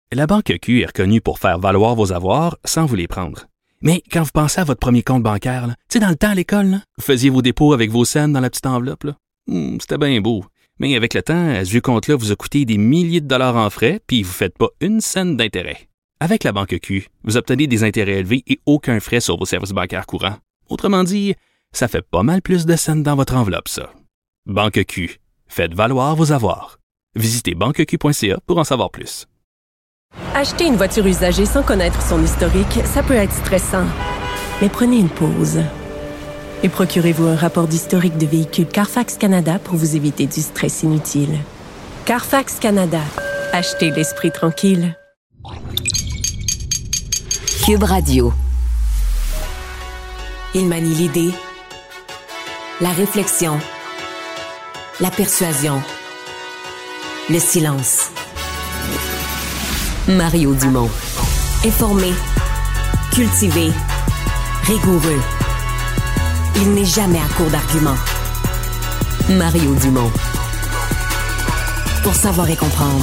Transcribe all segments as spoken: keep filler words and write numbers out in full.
La Banque Q est reconnue pour faire valoir vos avoirs sans vous les prendre. Mais quand vous pensez à votre premier compte bancaire, tu sais, dans le temps à l'école, là, vous faisiez vos dépôts avec vos scènes dans la petite enveloppe. Là. Hum, c'était bien beau. Mais avec le temps, ce vieux compte-là vous a coûté des milliers de dollars en frais, puis vous ne faites pas une scène d'intérêt. Avec la Banque Q, vous obtenez des intérêts élevés et aucun frais sur vos services bancaires courants. Autrement dit, ça fait pas mal plus de scènes dans votre enveloppe, ça. Banque Q. Faites valoir vos avoirs. Visitez banque q point c a pour en savoir plus. Acheter une voiture usagée sans connaître son historique, ça peut être stressant. Mais prenez une pause. Et procurez-vous un rapport d'historique de véhicule Carfax Canada pour vous éviter du stress inutile. Carfax Canada. Achetez l'esprit tranquille. Cube Radio. Il manie l'idée, la réflexion, la persuasion, le silence. Mario Dumont. Informé, cultivé, rigoureux. Il n'est jamais à court d'arguments. Mario Dumont. Pour savoir et comprendre.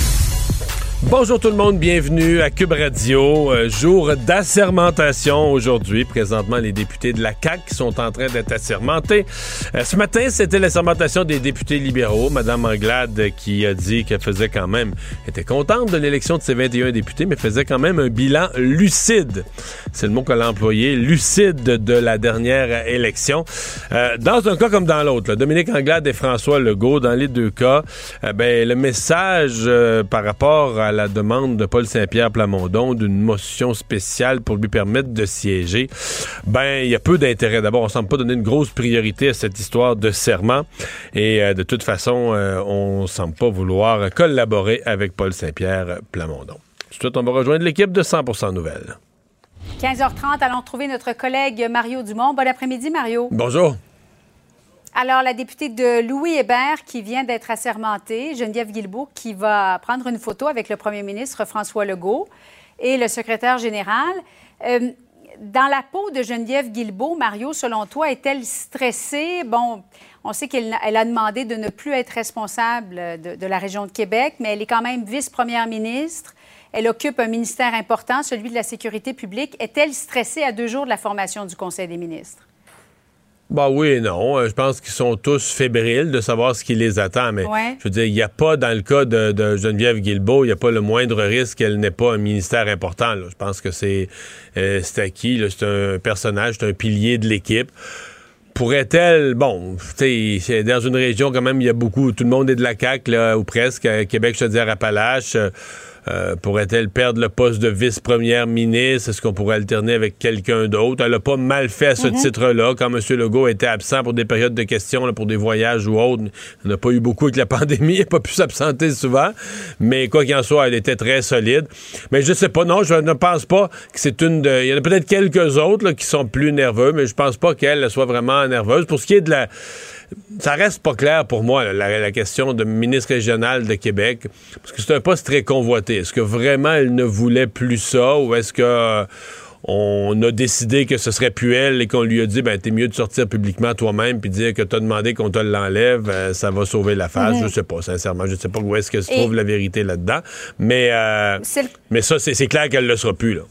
Bonjour tout le monde, bienvenue à Cube Radio. Euh, jour d'assermentation aujourd'hui. Présentement, les députés de la C A Q sont en train d'être assermentés. Euh, ce matin, c'était l'assermentation des députés libéraux. Madame Anglade qui a dit qu'elle faisait quand même, était contente de l'élection de ses vingt et un députés, mais faisait quand même un bilan lucide. C'est le mot qu'elle a employé, lucide de la dernière élection. Euh, dans un cas comme dans l'autre, là, Dominique Anglade et François Legault, dans les deux cas, euh, ben, le message euh, par rapport à la demande de Paul Saint-Pierre Plamondon d'une motion spéciale pour lui permettre de siéger, ben il y a peu d'intérêt. D'abord, on ne semble pas donner une grosse priorité à cette histoire de serment et euh, de toute façon, euh, on ne semble pas vouloir collaborer avec Paul Saint-Pierre Plamondon. Tout de suite, on va rejoindre l'équipe de cent pour cent Nouvelles. quinze heures trente, allons trouver notre collègue Mario Dumont. Bon après-midi, Mario. Bonjour. Alors, la députée de Louis Hébert qui vient d'être assermentée, Geneviève Guilbeault, qui va prendre une photo avec le premier ministre François Legault et le secrétaire général. Euh, dans la peau de Geneviève Guilbeault, Mario, selon toi, est-elle stressée? Bon, on sait qu'elle elle a demandé de ne plus être responsable de, de la région de Québec, mais elle est quand même vice-première ministre. Elle occupe un ministère important, celui de la sécurité publique. Est-elle stressée à deux jours de la formation du Conseil des ministres? Bah oui et non. Je pense qu'ils sont tous fébriles de savoir ce qui les attend. Mais ouais. Je veux dire, il n'y a pas, dans le cas de, de Geneviève Guilbeault, il n'y a pas le moindre risque qu'elle n'ait pas un ministère important. Là. Je pense que c'est, euh, c'est acquis. Là. C'est un personnage, c'est un pilier de l'équipe. Pourrait-elle, bon, tu sais, dans une région quand même, il y a beaucoup, tout le monde est de la C A Q, là, ou presque, Québec, Chaudière-Appalaches. Euh, Euh, pourrait-elle perdre le poste de vice-première ministre? Est-ce qu'on pourrait alterner avec quelqu'un d'autre? Elle n'a pas mal fait à ce mm-hmm. titre-là. Quand M. Legault était absent pour des périodes de questions, là, pour des voyages ou autres, il n'a pas eu beaucoup avec la pandémie. Il n'a pas pu s'absenter souvent. Mais quoi qu'il en soit, elle était très solide. Mais je sais pas, non, je ne pense pas que c'est une de... Il y en a peut-être quelques autres là, qui sont plus nerveux, mais je pense pas qu'elle soit vraiment nerveuse. Pour ce qui est de la... Ça reste pas clair pour moi, là, la, la question de ministre régional de Québec, parce que c'est un poste très convoité. Est-ce que vraiment elle ne voulait plus ça, ou est-ce que euh, on a décidé que ce serait plus elle et qu'on lui a dit, ben t'es mieux de sortir publiquement toi-même puis dire que t'as demandé qu'on te l'enlève, euh, ça va sauver la face. Mm-hmm. Je sais pas, sincèrement, je sais pas où est-ce que se et trouve la vérité là-dedans, mais euh, le... mais ça, c'est, c'est clair qu'elle le sera plus, là.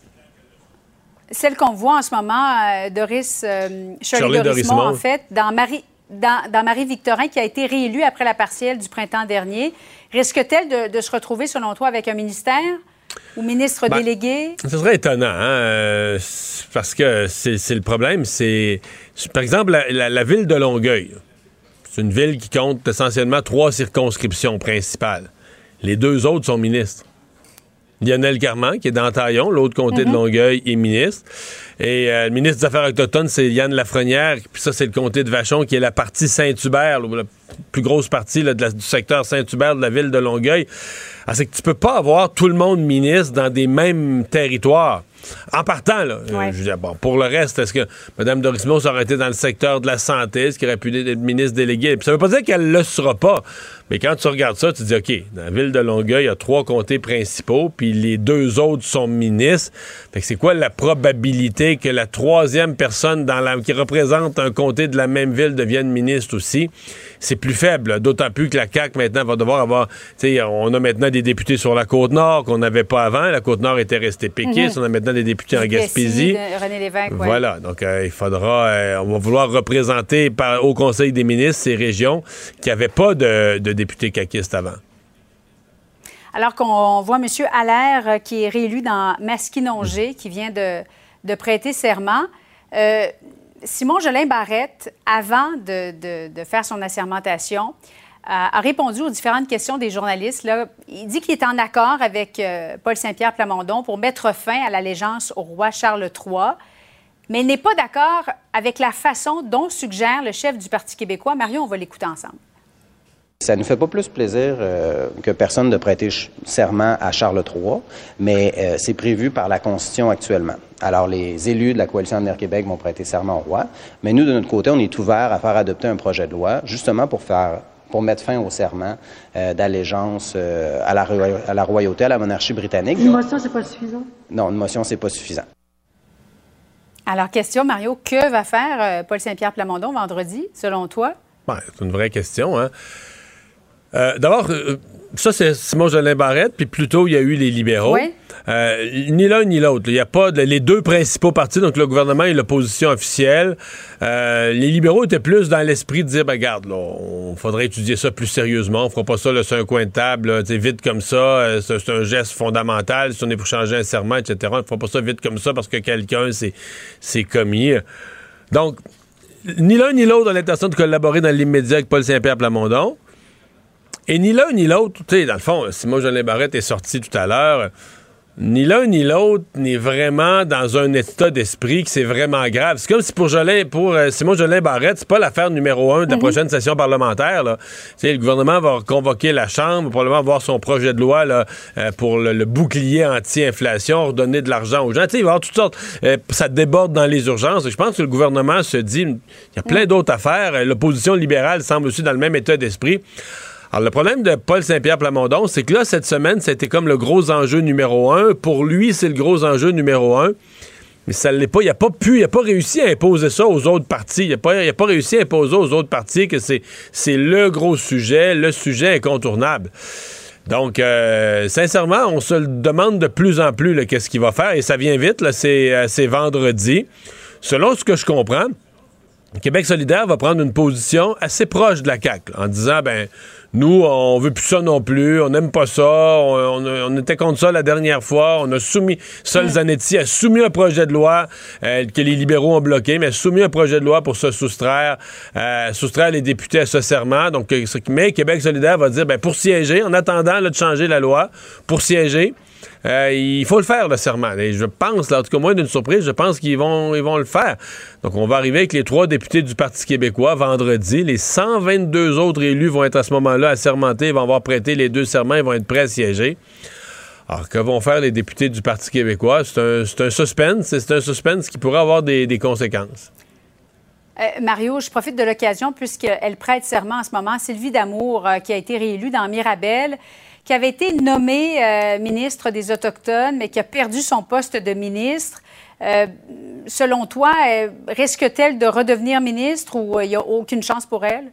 Celle qu'on voit en ce moment, euh, Doris, euh, Shirley Dorismont, en fait, dans Marie... Dans, dans Marie-Victorin, qui a été réélue après la partielle du printemps dernier, risque-t-elle de, de se retrouver, selon toi, avec un ministère ou ministre ben, délégué? Ce serait étonnant, hein? Euh, parce que c'est, c'est le problème, c'est... Par exemple, la, la, la ville de Longueuil, c'est une ville qui compte essentiellement trois circonscriptions principales. Les deux autres sont ministres. Lionel Carman, qui est dans Taillon, l'autre comté mm-hmm. de Longueuil, est ministre. Et euh, le ministre des Affaires autochtones, c'est Yann Lafrenière. Puis ça, c'est le comté de Vachon, qui est la partie Saint-Hubert, là, la plus grosse partie là, de la, du secteur Saint-Hubert de la ville de Longueuil. Alors, c'est que tu peux pas avoir tout le monde ministre dans des mêmes territoires. En partant, là, ouais. euh, je dis, bon, pour le reste, est-ce que Mme Dorismos aurait été dans le secteur de la santé, est-ce qu'il aurait pu être ministre délégué? Puis ça veut pas dire qu'elle le sera pas, mais quand tu regardes ça, tu te dis, OK, dans la ville de Longueuil, il y a trois comtés principaux, puis les deux autres sont ministres. Fait que c'est quoi la probabilité que la troisième personne dans la, qui représente un comté de la même ville devienne ministre aussi? C'est plus faible, d'autant plus que la C A Q maintenant va devoir avoir, tu sais, on a maintenant des députés sur la Côte-Nord qu'on n'avait pas avant. La Côte-Nord était restée péquiste. Mm-hmm. On a maintenant des députés en Gaspésie. René Lévesque, ouais. Voilà, donc euh, il faudra, euh, on va vouloir représenter par, au Conseil des ministres ces régions qui n'avaient pas de, de députés caquistes avant. Alors qu'on voit M. Allaire, qui est réélu dans Masquinongé, qui vient de, de prêter serment. Euh, Simon Jolin Barrette, avant de, de, de faire son assermentation, a, a répondu aux différentes questions des journalistes. Là. Il dit qu'il est en accord avec euh, Paul Saint-Pierre Plamondon pour mettre fin à l'allégeance au roi Charles trois, mais il n'est pas d'accord avec la façon dont suggère le chef du Parti québécois. Mario, on va l'écouter ensemble. Ça ne fait pas plus plaisir euh, que personne de prêter ch- serment à Charles trois, mais euh, c'est prévu par la Constitution actuellement. Alors, les élus de la Coalition Avenir Québec vont prêter serment au roi, mais nous, de notre côté, on est ouvert à faire adopter un projet de loi, justement pour faire, pour mettre fin au serment euh, d'allégeance euh, à, la roya- à la royauté, à la monarchie britannique. Une motion, c'est pas suffisant? Non, une motion, c'est pas suffisant. Alors, question, Mario, que va faire euh, Paul Saint-Pierre Plamondon vendredi, selon toi? Ouais, c'est une vraie question, hein? Euh, D'abord, euh, ça, c'est Simon Jolin Barrette, puis plus tôt, il y a eu les libéraux. Oui. Euh, ni l'un ni l'autre. Il n'y a pas de, les deux principaux partis, donc le gouvernement et l'opposition officielle. Euh, les libéraux étaient plus dans l'esprit de dire, ben, regarde, là, on faudrait étudier ça plus sérieusement. On fera pas ça là, sur un coin de table, là, vite comme ça. Euh, c'est, c'est un geste fondamental. Si on est pour changer un serment, et cetera, on ne fera pas ça vite comme ça parce que quelqu'un s'est, s'est commis. Donc, ni l'un ni l'autre ont l'intention de collaborer dans l'immédiat avec Paul Saint-Pierre Plamondon. Et ni l'un ni l'autre, tu sais, dans le fond, Simon Jolin Barrette est sorti tout à l'heure, ni l'un ni l'autre n'est vraiment dans un état d'esprit que c'est vraiment grave. C'est comme si pour Jolin, pour euh, Simon Jolin Barrette, c'est pas l'affaire numéro un de la mm-hmm. prochaine session parlementaire. Là. Le gouvernement va convoquer la Chambre, probablement voir son projet de loi là, euh, pour le, le bouclier anti-inflation, redonner de l'argent aux gens. Il va y avoir toutes sortes. Euh, ça déborde dans les urgences. Je pense que le gouvernement se dit, il y a plein mm. d'autres affaires. L'opposition libérale semble aussi dans le même état d'esprit. Alors, le problème de Paul Saint-Pierre Plamondon, c'est que là, cette semaine, c'était comme le gros enjeu numéro un. Pour lui, c'est le gros enjeu numéro un. Mais ça ne l'est pas. Il n'a pas pu, il n'a pas réussi à imposer ça aux autres partis. Il n'a pas, il a pas réussi à imposer aux autres partis que c'est, c'est le gros sujet, le sujet incontournable. Donc, euh, sincèrement, on se le demande de plus en plus, là, qu'est-ce qu'il va faire. Et ça vient vite, là, c'est, euh, c'est vendredi. Selon ce que je comprends, Québec solidaire va prendre une position assez proche de la C A Q, là, en disant, ben, nous, on veut plus ça non plus, on n'aime pas ça, on, on, on était contre ça la dernière fois, on a soumis, Sol Zanetti a soumis un projet de loi euh, que les libéraux ont bloqué, mais a soumis un projet de loi pour se soustraire, euh, soustraire les députés à ce serment. Donc, mais Québec solidaire va dire, ben, pour siéger, en attendant là, de changer la loi, pour siéger, Euh, il faut le faire, le serment. Et je pense, là, en tout cas, moins d'une surprise, je pense qu'ils vont, ils vont le faire. Donc, on va arriver avec les trois députés du Parti québécois vendredi. Les cent vingt-deux autres élus vont être à ce moment-là assermentés. Ils vont avoir prêté les deux serments. Ils vont être prêts à siéger. Alors, que vont faire les députés du Parti québécois? C'est un, c'est un suspense. C'est un suspense qui pourrait avoir des, des conséquences. Euh, Mario, je profite de l'occasion puisqu'elle prête serment en ce moment. Sylvie Damour, euh, qui a été réélue dans Mirabel, qui avait été nommée euh, ministre des Autochtones, mais qui a perdu son poste de ministre. Euh, selon toi, euh, risque-t-elle de redevenir ministre ou il euh, n'y a aucune chance pour elle?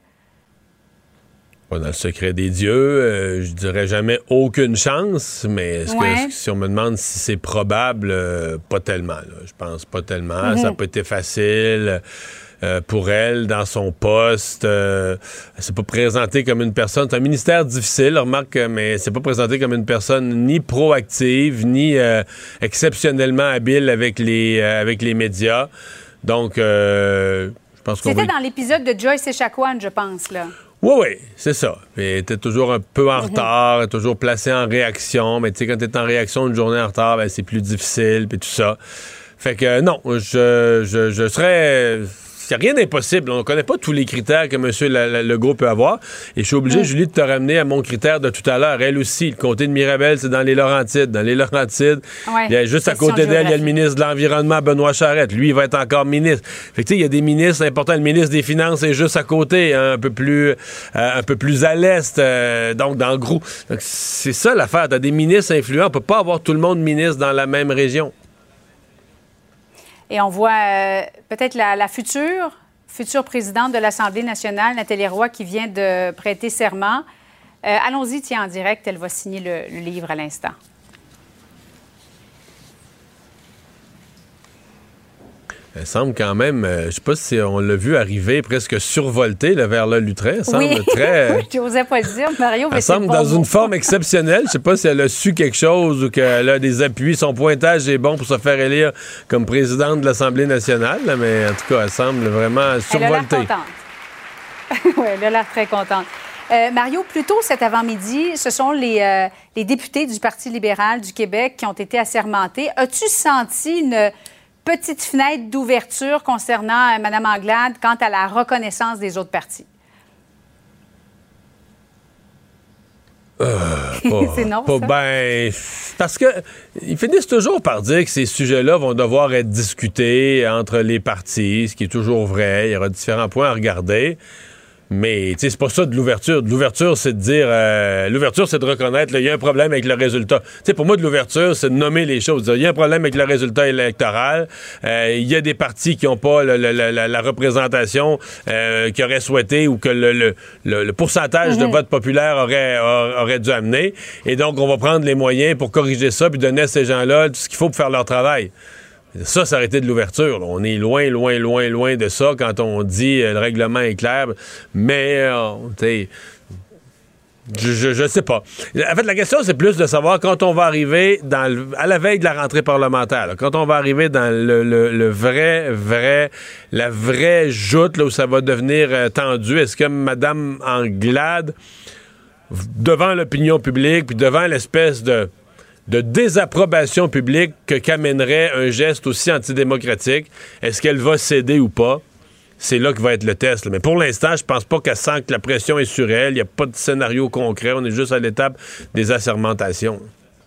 Pas dans le secret des dieux, euh, je dirais jamais aucune chance, mais est-ce ouais. que, si on me demande si c'est probable, euh, pas tellement. Là. Je pense pas tellement. Mm-hmm. Ça n'a pas été facile. Euh, pour elle, dans son poste. Euh, elle s'est pas présentée comme une personne... C'est un ministère difficile, remarque, mais c'est pas présenté comme une personne ni proactive, ni euh, exceptionnellement habile avec les, euh, avec les médias. Donc, euh, je pense qu'on C'était va... dans l'épisode de Joyce Echaquan, je pense, là. Oui, oui, c'est ça. Elle était toujours un peu en mm-hmm. retard, toujours placée en réaction. Mais tu sais, quand tu es en réaction une journée en retard, ben, c'est plus difficile, puis tout ça. Fait que non, je, je, je serais... n'y a rien d'impossible. On ne connaît pas tous les critères que M. Legault peut avoir. Et je suis obligé, mmh. Julie, de te ramener à mon critère de tout à l'heure. Elle aussi, le comté de Mirabel, c'est dans les Laurentides. Dans les Laurentides, ouais, il y a juste à côté d'elle, il y a le ministre de l'Environnement, Benoît Charette. Lui, il va être encore ministre. Fait que, tu sais, il y a des ministres importants. Le ministre des Finances est juste à côté, hein, un peu plus, euh, un peu plus à l'est, euh, donc dans le gros. Donc, c'est ça l'affaire. T'as des ministres influents. On peut pas avoir tout le monde ministre dans la même région. Et on voit euh, peut-être la, la future, future présidente de l'Assemblée nationale, Nathalie Roy, qui vient de prêter serment. Euh, allons-y, tiens, en direct. Elle va signer le, le livre à l'instant. Elle semble quand même, euh, je ne sais pas si on l'a vu arriver presque survolté là, vers le Lutrin. Elle semble oui. très. Je n'osais pas le dire, Mario, mais elle semble bon dans mot. Une forme exceptionnelle. Je ne sais pas si elle a su quelque chose ou qu'elle a des appuis. Son pointage est bon pour se faire élire comme présidente de l'Assemblée nationale, là, mais en tout cas, elle semble vraiment survoltée. Elle a l'air contente. Oui, elle a l'air très contente. Euh, Mario, plus tôt cet avant-midi, ce sont les, euh, les députés du Parti libéral du Québec qui ont été assermentés. As-tu senti une petite fenêtre d'ouverture concernant euh, Mme Anglade quant à la reconnaissance des autres partis? Euh, pas, c'est non, pas ben, parce que ils finissent toujours par dire que ces sujets-là vont devoir être discutés entre les partis, ce qui est toujours vrai. Il y aura différents points à regarder. Mais, tu sais, c'est pas ça de l'ouverture. De l'ouverture, c'est de dire... Euh, l'ouverture, c'est de reconnaître il y a un problème avec le résultat. Tu sais, pour moi, de l'ouverture, c'est de nommer les choses. Il y a un problème avec le résultat électoral. Il euh, y a des partis qui n'ont pas le, le, la, la représentation euh, qu'ils auraient souhaité ou que le, le, le, le pourcentage mm-hmm. de vote populaire aurait, aurait dû amener. Et donc, on va prendre les moyens pour corriger ça puis donner à ces gens-là tout ce qu'il faut pour faire leur travail. Ça, ça aurait été de l'ouverture. Là. On est loin, loin, loin, loin de ça quand on dit euh, le règlement est clair. Mais, euh, tu sais, je, je, je sais pas. En fait, la question, c'est plus de savoir quand on va arriver dans le, à la veille de la rentrée parlementaire, là, quand on va arriver dans le, le, le vrai, vrai, la vraie joute là, où ça va devenir euh, tendu. Est-ce que Mme Anglade, devant l'opinion publique, puis devant l'espèce de de désapprobation publique que qu'amènerait un geste aussi antidémocratique, est-ce qu'elle va céder ou pas? C'est là que va être le test. Là. Mais pour l'instant, je pense pas qu'elle sent que la pression est sur elle. Il n'y a pas de scénario concret. On est juste à l'étape des assermentations.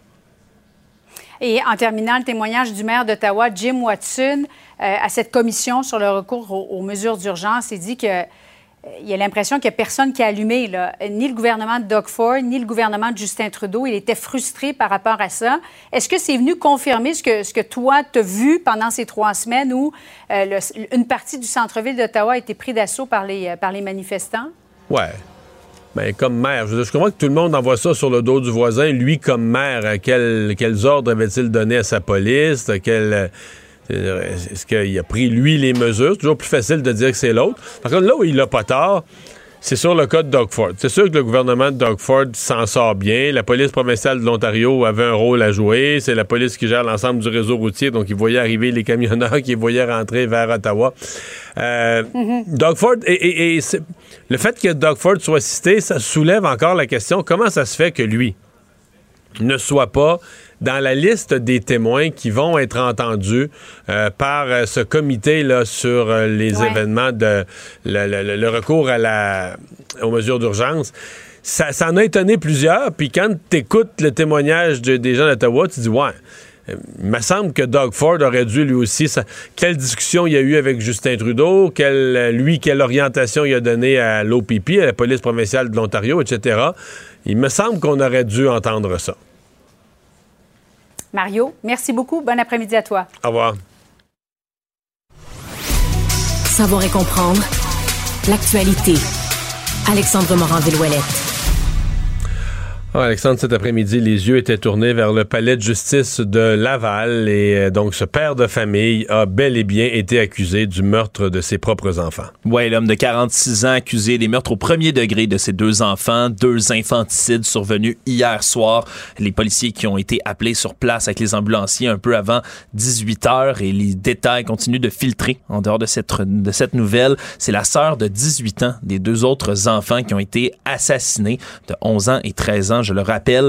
Et en terminant, le témoignage du maire d'Ottawa, Jim Watson, euh, à cette commission sur le recours aux, aux mesures d'urgence, il dit que il y a l'impression qu'il n'y a personne qui a allumé, là. Ni le gouvernement de Doug Ford, ni le gouvernement de Justin Trudeau. Il était frustré par rapport à ça. Est-ce que c'est venu confirmer ce que, ce que toi, tu as vu pendant ces trois semaines où euh, le, une partie du centre-ville d'Ottawa a été pris d'assaut par les, par les manifestants? Ouais. Ben, comme maire, je, je comprends que tout le monde envoie ça sur le dos du voisin. Lui, comme maire, quel, quels ordres avait-il donné à sa police? Quel... Est-ce qu'il a pris, lui, les mesures? C'est toujours plus facile de dire que c'est l'autre. Par contre, là où il n'a pas tort, c'est sur le cas de Doug Ford. C'est sûr que le gouvernement de Doug Ford s'en sort bien. La police provinciale de l'Ontario avait un rôle à jouer. C'est la police qui gère l'ensemble du réseau routier, donc ils voyaient arriver les camionneurs qui voyaient rentrer vers Ottawa. Euh, mm-hmm. Doug Ford, et, et, et le fait que Doug Ford soit cité, ça soulève encore la question, comment ça se fait que lui ne soit pas dans la liste des témoins qui vont être entendus euh, par euh, ce comité-là sur euh, les ouais. événements de le, le, le recours à la, aux mesures d'urgence. Ça, ça en a étonné plusieurs, puis quand tu écoutes le témoignage de, des gens d'Ottawa, tu dis « Ouais, il me semble que Doug Ford aurait dû lui aussi... Ça, quelle discussion il y a eu avec Justin Trudeau, quelle, lui, quelle orientation il a donné à l'O P P, à la police provinciale de l'Ontario, et cetera. Il me semble qu'on aurait dû entendre ça. Mario, merci beaucoup. Bon après-midi à toi. Au revoir. Savoir et comprendre l'actualité. Alexandre Morin-Villouellette. Oh, Alexandre, cet après-midi, les yeux étaient tournés vers le palais de justice de Laval et euh, donc ce père de famille a bel et bien été accusé du meurtre de ses propres enfants. Oui, l'homme de quarante-six ans accusé des meurtres au premier degré de ses deux enfants, deux infanticides survenus hier soir. Les policiers qui ont été appelés sur place avec les ambulanciers un peu avant dix-huit heures et les détails continuent de filtrer en dehors de cette, de cette nouvelle. C'est la sœur de dix-huit ans des deux autres enfants qui ont été assassinés de onze ans et treize ans. Je le rappelle,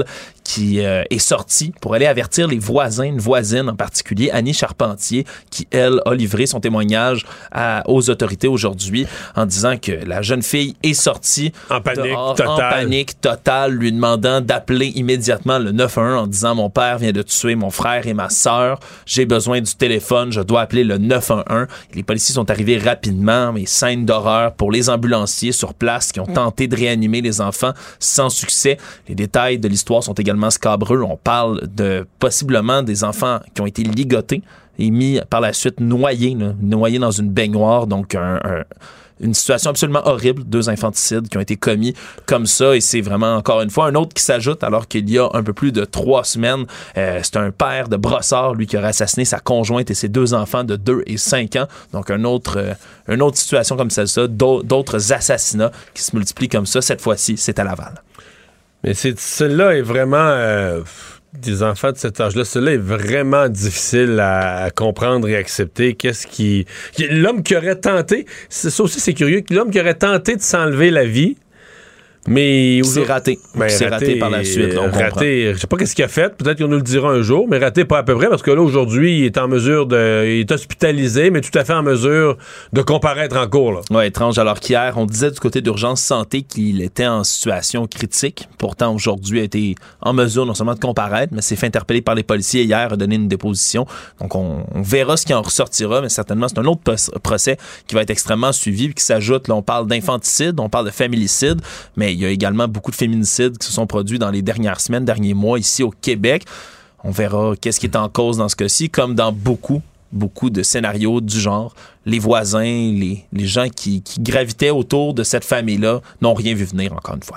qui euh, est sortie pour aller avertir les voisins, une voisine en particulier, Annie Charpentier, qui, elle, a livré son témoignage à, aux autorités aujourd'hui en disant que la jeune fille est sortie en panique dehors, totale. en panique totale, lui demandant d'appeler immédiatement le neuf un un en disant « Mon père vient de tuer mon frère et ma sœur, j'ai besoin du téléphone, je dois appeler le neuf un un ». Les policiers sont arrivés rapidement, mais scène d'horreur pour les ambulanciers sur place qui ont tenté de réanimer les enfants sans succès. Les détails de l'histoire sont également scabreux. On parle de possiblement des enfants qui ont été ligotés et mis par la suite noyés, là, noyés dans une baignoire. Donc, un, un, une situation absolument horrible. Deux infanticides qui ont été commis comme ça. Et c'est vraiment, encore une fois, un autre qui s'ajoute alors qu'il y a un peu plus de trois semaines. Euh, c'est un père de Brossard, lui, qui aurait assassiné sa conjointe et ses deux enfants de deux et cinq ans. Donc, un autre, euh, une autre situation comme celle-là. D'autres assassinats qui se multiplient comme ça. Cette fois-ci, c'est à Laval. Mais c'est, celle-là est vraiment... Euh, des enfants de cet âge-là, cela est vraiment difficile à, à comprendre et accepter. Qu'est-ce qui... L'homme qui aurait tenté... C'est, ça aussi, c'est curieux. L'homme qui aurait tenté de s'enlever la vie, mais... C'est raté. Ben, c'est raté, raté par la suite. On raté, je sais pas qu'est-ce qu'il a fait. Peut-être qu'on nous le dira un jour, mais raté pas à peu près, parce que là, aujourd'hui, il est en mesure de... Il est hospitalisé, mais tout à fait en mesure de comparaître en cours, là. Ouais, étrange. Alors qu'hier, on disait du côté d'urgence santé qu'il était en situation critique. Pourtant, aujourd'hui, il a été en mesure non seulement de comparaître, mais s'est fait interpeller par les policiers hier, a donné une déposition. Donc, on, on verra ce qui en ressortira, mais certainement, c'est un autre procès qui va être extrêmement suivi, puis qui s'ajoute, là, on parle d'infanticide, on parle de familicide, mais il y a également beaucoup de féminicides qui se sont produits dans les dernières semaines, derniers mois ici au Québec. On verra qu'est-ce qui est en cause dans ce cas-ci, comme dans beaucoup, beaucoup de scénarios du genre. Les voisins, les, les gens qui, qui gravitaient autour de cette famille-là n'ont rien vu venir, encore une fois.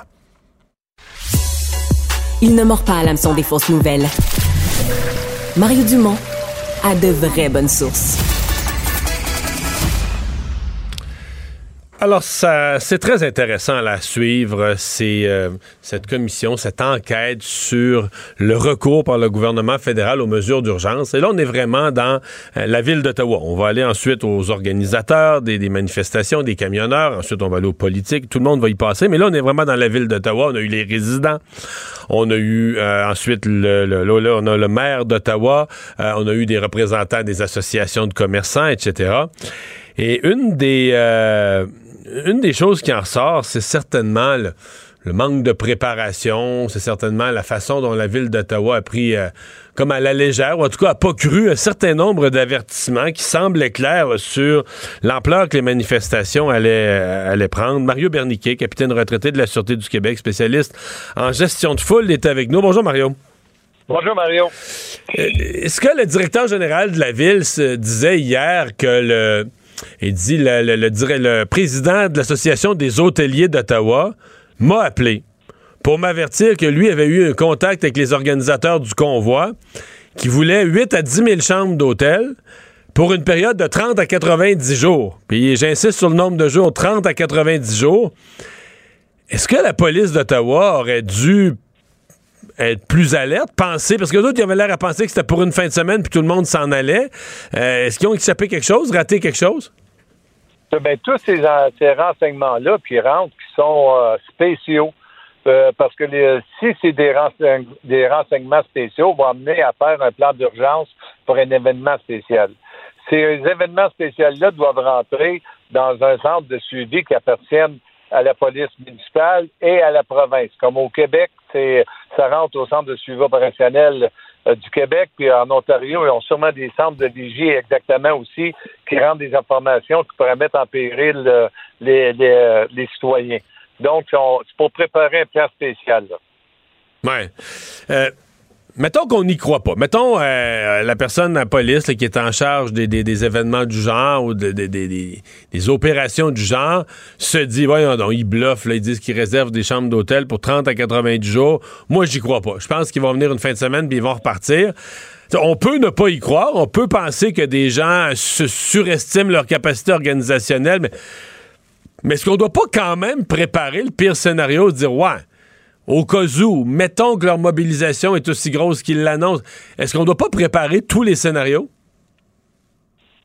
Il ne mord pas à l'hameçon des fausses nouvelles. Mario Dumont a de vraies bonnes sources. Alors, ça, c'est très intéressant à suivre, c'est, euh, cette commission, cette enquête sur le recours par le gouvernement fédéral aux mesures d'urgence. Et là, on est vraiment dans euh, la ville d'Ottawa. On va aller ensuite aux organisateurs des, des manifestations, des camionneurs. Ensuite, on va aller aux politiques. Tout le monde va y passer. Mais là, on est vraiment dans la ville d'Ottawa. On a eu les résidents. On a eu euh, ensuite, le, le, là, on a le maire d'Ottawa. Euh, on a eu des représentants des associations de commerçants, et cetera. Et une des... Euh, Une des choses qui en ressort, c'est certainement le, le manque de préparation, c'est certainement la façon dont la ville d'Ottawa a pris euh, comme à la légère, ou en tout cas a pas cru un certain nombre d'avertissements qui semblaient clairs là, sur l'ampleur que les manifestations allaient, euh, allaient prendre. Mario Berniquet, capitaine retraité de la Sûreté du Québec, spécialiste en gestion de foule, est avec nous. Bonjour Mario. Bonjour Mario. Euh, est-ce que le directeur général de la ville se disait hier que le... Il dit, le, le, le, le président de l'Association des hôteliers d'Ottawa m'a appelé pour m'avertir que lui avait eu un contact avec les organisateurs du convoi qui voulaient huit à dix mille chambres d'hôtel pour une période de trente à quatre-vingt-dix jours. Puis j'insiste sur le nombre de jours, trente à quatre-vingt-dix jours. Est-ce que la police d'Ottawa aurait dû être plus alerte, penser, parce que d'autres, ils avaient l'air à penser que c'était pour une fin de semaine puis tout le monde s'en allait. Euh, est-ce qu'ils ont échappé quelque chose, raté quelque chose? Ben, tous ces, ces renseignements-là qui rentrent, qui sont euh, spéciaux, euh, parce que les, si c'est des, renseign- des renseignements spéciaux, vont amener à faire un plan d'urgence pour un événement spécial. Ces événements spéciaux-là doivent rentrer dans un centre de suivi qui appartienne à la police municipale et à la province. Comme au Québec, c'est ça rentre au centre de suivi opérationnel euh, du Québec, puis en Ontario, ils ont sûrement des centres de vigie exactement aussi qui rendent des informations qui pourraient mettre en péril euh, les, les, euh, les citoyens. Donc, on, c'est pour préparer un plan spécial. Là. Ouais. Euh, mettons qu'on n'y croit pas. Mettons euh, la personne de la police là, qui est en charge des, des, des événements du genre ou de, de, de, des, des opérations du genre se dit, voyons donc, ils bluffent, là, ils disent qu'ils réservent des chambres d'hôtel pour trente à quatre-vingt-dix jours. Moi, j'y crois pas. Je pense qu'ils vont venir une fin de semaine puis ils vont repartir. On peut ne pas y croire. On peut penser que des gens se surestiment leur capacité organisationnelle, mais, mais est-ce qu'on doit pas quand même préparer le pire scénario, se dire, ouais, au cas où, mettons que leur mobilisation est aussi grosse qu'ils l'annoncent, est-ce qu'on ne doit pas préparer tous les scénarios?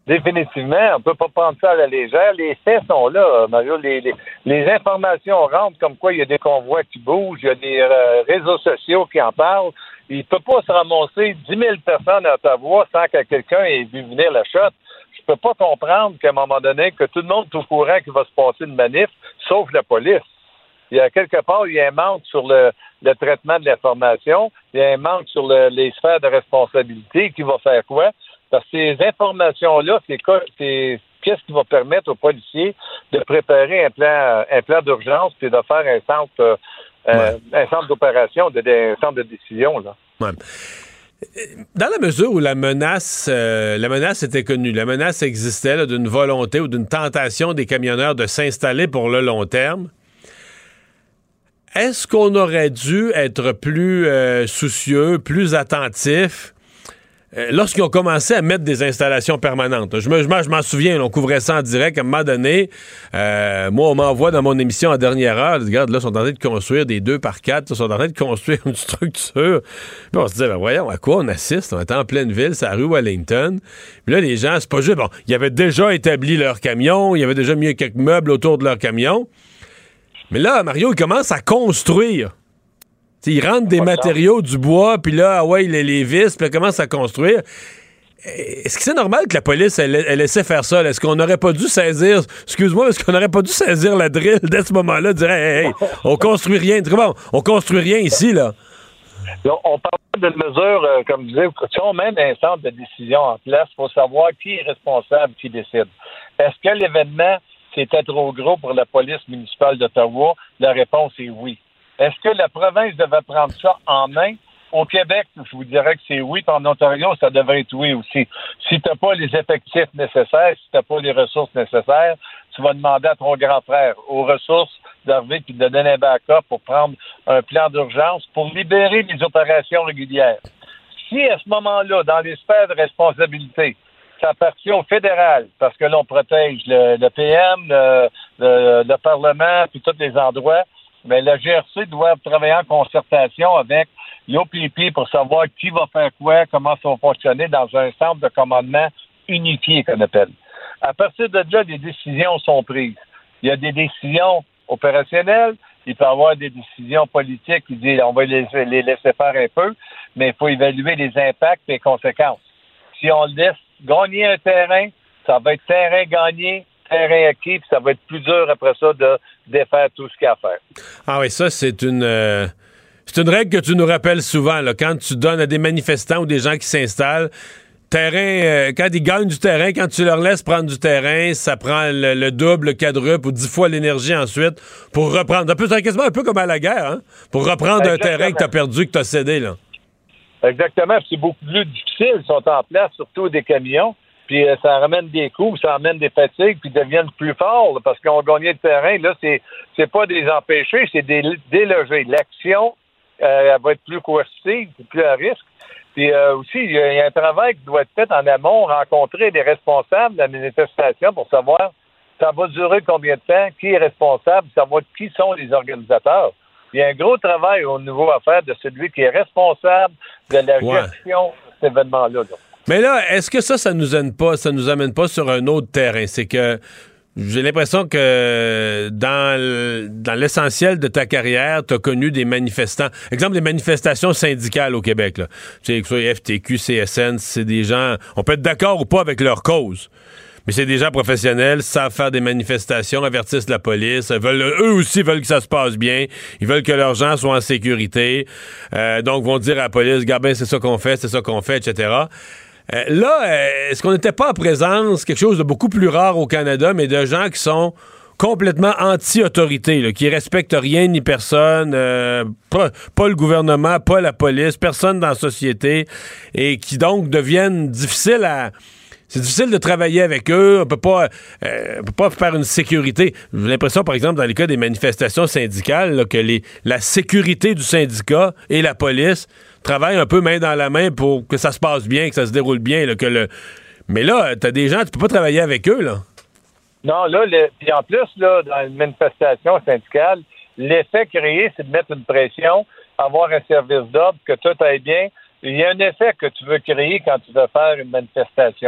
Définitivement, on peut pas prendre ça à la légère. Les faits sont là, Mario. Les, les, les informations rentrent comme quoi il y a des convois qui bougent, il y a des euh, réseaux sociaux qui en parlent. Il ne peut pas se ramasser dix mille personnes à Ottawa sans que quelqu'un ait vu venir la shot. Je peux pas comprendre qu'à un moment donné, que tout le monde est au courant qu'il va se passer une manif, sauf la police. Il y a quelque part, il y a un manque sur le, le traitement de l'information, il y a un manque sur le, les sphères de responsabilité. Qui va faire quoi? Parce que ces informations-là, c'est, c'est qu'est-ce qui va permettre aux policiers de préparer un plan, un plan d'urgence et de faire un centre, euh, ouais. un centre d'opération, de, de, un centre de décision, là. Ouais. Dans la mesure où la menace, euh, la menace était connue, la menace existait là, d'une volonté ou d'une tentation des camionneurs de s'installer pour le long terme, est-ce qu'on aurait dû être plus euh, soucieux, plus attentif euh, lorsqu'ils ont commencé à mettre des installations permanentes? Je, me, je, m'en, je m'en souviens, là, on couvrait ça en direct. À un moment donné, euh, moi, on m'envoie dans mon émission en dernière heure, regarde, là, ils sont en train de construire des deux par quatre, ils sont en train de construire une structure. Puis on se disait, ben voyons, à quoi on assiste? On était en pleine ville, c'est à rue Wellington. Puis là, les gens, c'est pas juste, bon, ils avaient déjà établi leur camion, ils avaient déjà mis quelques meubles autour de leur camion. Mais là, Mario, il commence à construire. T'sais, il rentre des matériaux, du bois, puis là, ah ouais, les, les vis, puis il commence à construire. Est-ce que c'est normal que la police, elle, elle laissait faire ça? Là? Est-ce qu'on n'aurait pas dû saisir, excuse-moi, est-ce qu'on n'aurait pas dû saisir la drill dès ce moment-là, dire, hey, hey, on construit rien. Comment? On construit rien ici, là. On parle d'une mesure, euh, comme je disais, si on met un centre de décision en place, il faut savoir qui est responsable, qui décide. Est-ce que l'événement, c'était trop gros pour la police municipale d'Ottawa? La réponse est oui. Est-ce que la province devait prendre ça en main? Au Québec, je vous dirais que c'est oui. Puis en Ontario, ça devrait être oui aussi. Si tu n'as pas les effectifs nécessaires, si tu n'as pas les ressources nécessaires, tu vas demander à ton grand frère aux ressources d'arriver puis de donner un backup pour prendre un plan d'urgence pour libérer les opérations régulières. Si à ce moment-là, dans les sphères de responsabilité, ça appartient au fédéral, parce que l'on protège le, le P M, le, le, le Parlement, puis tous les endroits, mais le G R C doit travailler en concertation avec l'O P P pour savoir qui va faire quoi, comment ça va fonctionner dans un centre de commandement unifié, qu'on appelle. À partir de là, des décisions sont prises. Il y a des décisions opérationnelles, il peut y avoir des décisions politiques qui disent on va les, les laisser faire un peu, mais il faut évaluer les impacts et les conséquences. Si on laisse gagner un terrain, ça va être terrain gagné, terrain acquis, puis ça va être plus dur après ça de défaire tout ce qu'il y a à faire. Ah oui, ça, c'est une... Euh... C'est une règle que tu nous rappelles souvent, là, quand tu donnes à des manifestants ou des gens qui s'installent, terrain, euh, quand ils gagnent du terrain, quand tu leur laisses prendre du terrain, ça prend le, le double, le quadruple ou dix fois l'énergie ensuite pour reprendre. Un peu, c'est quasiment un peu comme à la guerre, hein? Pour reprendre Exactement. un terrain que tu as perdu, que tu as cédé, là. Exactement, puis c'est beaucoup plus difficile, ils sont en place, surtout des camions, puis euh, ça ramène des coups, ça amène des fatigues, puis ils deviennent plus forts, là, parce qu'ils ont gagné le terrain. Là, c'est, c'est pas des empêchés, c'est des délogés. L'action, Euh, elle va être plus coercitive, plus à risque. Puis euh, aussi, il y, y a un travail qui doit être fait en amont, rencontrer des responsables de la manifestation pour savoir ça va durer combien de temps, qui est responsable, savoir qui sont les organisateurs. Il y a un gros travail au niveau à faire de celui qui est responsable de la ouais. gestion de cet événement-là. Là. Mais là, est-ce que ça, ça nous amène pas, ça nous amène pas sur un autre terrain? C'est que j'ai l'impression que dans, le, dans l'essentiel de ta carrière, tu as connu des manifestants. Exemple, les manifestations syndicales au Québec. Là. Tu sais, que ce soit F T Q, C S N, c'est des gens... On peut être d'accord ou pas avec leur cause, mais c'est des gens professionnels, savent faire des manifestations, avertissent la police, veulent, eux aussi veulent que ça se passe bien, ils veulent que leurs gens soient en sécurité, euh, donc vont dire à la police, regarde bien, c'est ça qu'on fait, c'est ça qu'on fait, et cetera. Euh, là, euh, est-ce qu'on n'était pas en présence, quelque chose de beaucoup plus rare au Canada, mais de gens qui sont complètement anti-autorité, là, qui respectent rien ni personne, euh, pas, pas le gouvernement, pas la police, personne dans la société, et qui donc deviennent difficiles à... C'est difficile de travailler avec eux. On peut pas, euh, on peut pas faire une sécurité. J'ai l'impression, par exemple, dans les cas des manifestations syndicales, là, que les, la sécurité du syndicat et la police travaillent un peu main dans la main pour que ça se passe bien, que ça se déroule bien. Là, que le... Mais là, t'as des gens, tu peux pas travailler avec eux, là. Non, là, le... puis en plus, là, dans une manifestation syndicale, l'effet créé, c'est de mettre une pression, avoir un service d'ordre, que tout aille bien. Il y a un effet que tu veux créer quand tu veux faire une manifestation.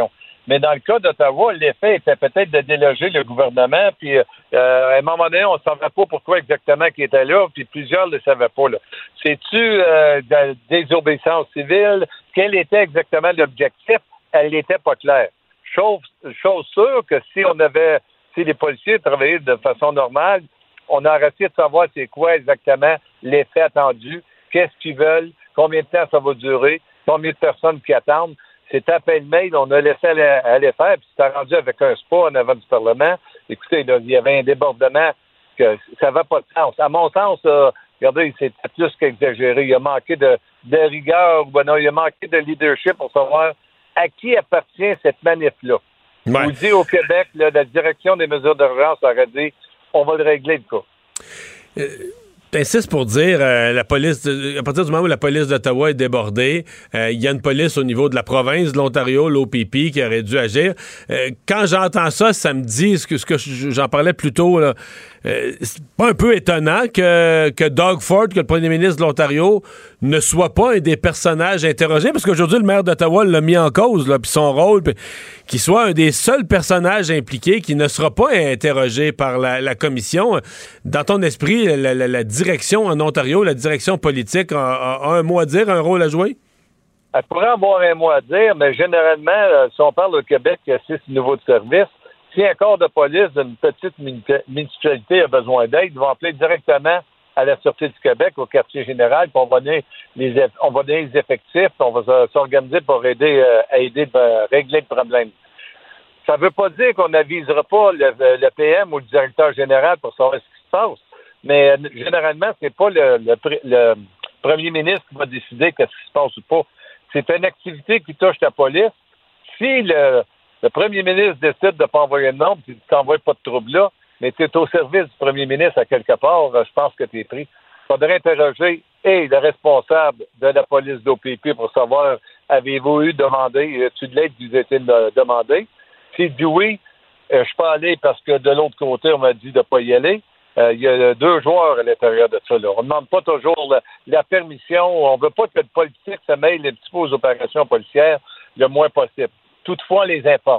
Mais dans le cas d'Ottawa, l'effet était peut-être de déloger le gouvernement, puis euh, à un moment donné, on ne savait pas pourquoi exactement qu'il était là, puis plusieurs ne le savaient pas. Là. C'est-tu euh, de désobéissance civile? Quel était exactement l'objectif? Elle n'était pas claire. Chose, chose sûre que si on avait, si les policiers travaillaient de façon normale, on aurait essayé de savoir c'est quoi exactement l'effet attendu, qu'est-ce qu'ils veulent, combien de temps ça va durer, combien de personnes qui attendent. C'était à pêle-mêle, on a laissé aller, aller faire, puis c'était rendu avec un spa en avant du Parlement. Écoutez, là, il y avait un débordement que ça n'avait pas de sens. À mon sens, là, regardez, c'était plus qu'exagéré. Il a manqué de, de rigueur, ben non, il a manqué de leadership pour savoir à qui appartient cette manif-là. Ouais. Je vous dis, au Québec, là, la direction des mesures d'urgence aurait dit, on va le régler, le cas. Euh... T'insistes pour dire, euh, la police, de, à partir du moment où la police d'Ottawa est débordée, il euh, y a une police au niveau de la province de l'Ontario, l'O P P, qui aurait dû agir. Euh, quand j'entends ça, ça me dit, ce que, ce que j'en parlais plus tôt, là, euh, c'est pas un peu étonnant que, que Doug Ford, que le premier ministre de l'Ontario, ne soit pas un des personnages interrogés, parce qu'aujourd'hui, le maire d'Ottawa l'a mis en cause, là, puis son rôle, pis, qu'il soit un des seuls personnages impliqués qui ne sera pas interrogé par la, la commission. Dans ton esprit, la, la, la direction en Ontario, la direction politique a, a, a un mot à dire, un rôle à jouer? Elle pourrait avoir un mot à dire, mais généralement, euh, si on parle au Québec, il y a six niveaux de service. Si un corps de police d'une petite municipalité a besoin d'aide, ils vont appeler directement à la Sûreté du Québec, au quartier général, puis on va donner les, on va donner les effectifs, on va s'organiser pour aider euh, à aider à régler le problème. Ça ne veut pas dire qu'on n'avisera pas le, le P M ou le directeur général pour savoir ce qui se passe, mais euh, généralement, c'est pas le, le, le premier ministre qui va décider qu'est-ce qui se passe ou pas. C'est une activité qui touche la police. Si le, le premier ministre décide de ne pas envoyer de nombre, tu t'envoies pas de trouble là, mais tu es au service du premier ministre à quelque part, je pense que tu es pris. Il faudrait interroger et le responsable de la police d'O P P pour savoir, avez-vous eu demandé, as-tu de l'aide qui vous a été demandée? S'il dit oui, euh, je suis pas allé parce que de l'autre côté, on m'a dit de ne pas y aller. Euh, il y a deux joueurs à l'intérieur de ça. Là. On ne demande pas toujours la, la permission. On ne veut pas que le politique se mêle un petit peu aux opérations policières le moins possible. Toutefois, on les informe.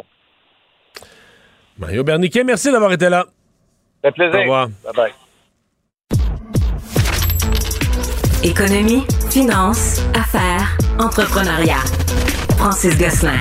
Mario Berniquet, merci d'avoir été là. Ça fait plaisir. Au revoir. Bye-bye. Économie, finance, affaires, entrepreneuriat. Francis Gosselin.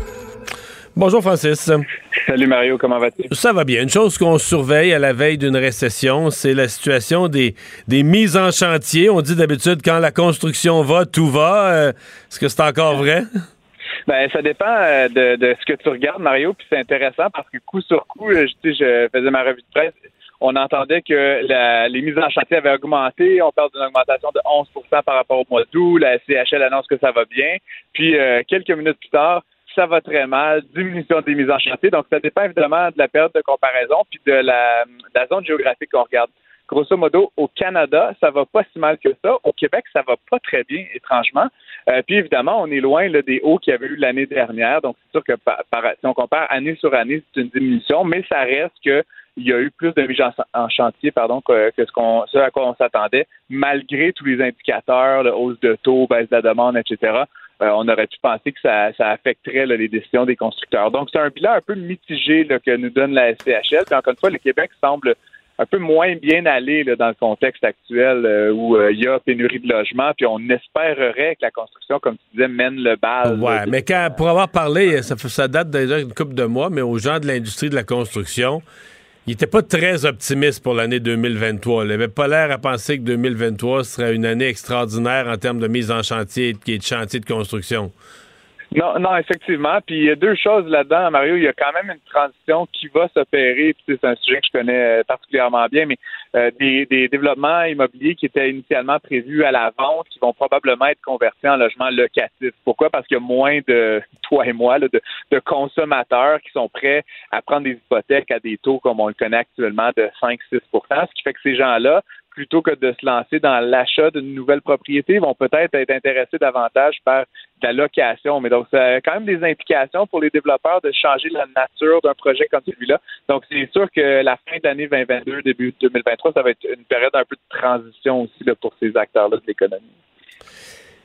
Bonjour Francis. Salut Mario, comment vas-tu? Ça va bien. Une chose qu'on surveille à la veille d'une récession, c'est la situation des, des mises en chantier. On dit d'habitude quand la construction va, tout va. Euh, est-ce que c'est encore vrai? Ben, ça dépend euh, de, de ce que tu regardes, Mario, puis c'est intéressant parce que coup sur coup, je, je faisais ma revue de presse, on entendait que la, les mises en chantier avaient augmenté. On parle d'une augmentation de onze pour cent par rapport au mois d'août. La C H L annonce que ça va bien. Puis, euh, quelques minutes plus tard, ça va très mal, diminution des mises en chantier. Donc, ça dépend évidemment de la période de comparaison puis de la, de la zone géographique qu'on regarde. Grosso modo, au Canada, ça va pas si mal que ça. Au Québec, ça va pas très bien, étrangement. Euh, puis évidemment, on est loin là, des hauts qu'il y avait eu l'année dernière. Donc, c'est sûr que par, par, si on compare année sur année, c'est une diminution, mais ça reste que il y a eu plus de mises en chantier pardon, que, que ce, qu'on, ce à quoi on s'attendait, malgré tous les indicateurs, la hausse de taux, baisse de la demande, et cetera. Euh, on aurait pu penser que ça, ça affecterait là, les décisions des constructeurs. Donc, c'est un bilan un peu mitigé là, que nous donne la S C H L. Puis encore une fois, le Québec semble un peu moins bien allé là, dans le contexte actuel euh, où il euh, y a pénurie de logements, puis on espérerait que la construction, comme tu disais, mène le bal. Ouais, là, mais quand, pour avoir parlé, ça, ça date déjà une couple de mois, mais aux gens de l'industrie de la construction, ils n'étaient pas très optimistes pour l'année deux mille vingt-trois. Ils n'avaient pas l'air à penser que deux mille vingt-trois serait une année extraordinaire en termes de mise en chantier et de chantier de construction. Non, non, effectivement. Puis il y a deux choses là-dedans, Mario. Il y a quand même une transition qui va s'opérer. Puis c'est un sujet que je connais particulièrement bien, mais euh, des, des développements immobiliers qui étaient initialement prévus à la vente, qui vont probablement être convertis en logements locatifs. Pourquoi? Parce qu'il y a moins de, toi et moi, là, de, de consommateurs qui sont prêts à prendre des hypothèques à des taux comme on le connaît actuellement de cinq à six pour cent, ce qui fait que ces gens-là, plutôt que de se lancer dans l'achat d'une nouvelle propriété, vont peut-être être intéressés davantage par de la location. Mais donc, ça a quand même des implications pour les développeurs de changer la nature d'un projet comme celui-là. Donc, c'est sûr que la fin de l'année vingt vingt-deux, début deux mille vingt-trois, ça va être une période un peu de transition aussi là, pour ces acteurs-là de l'économie.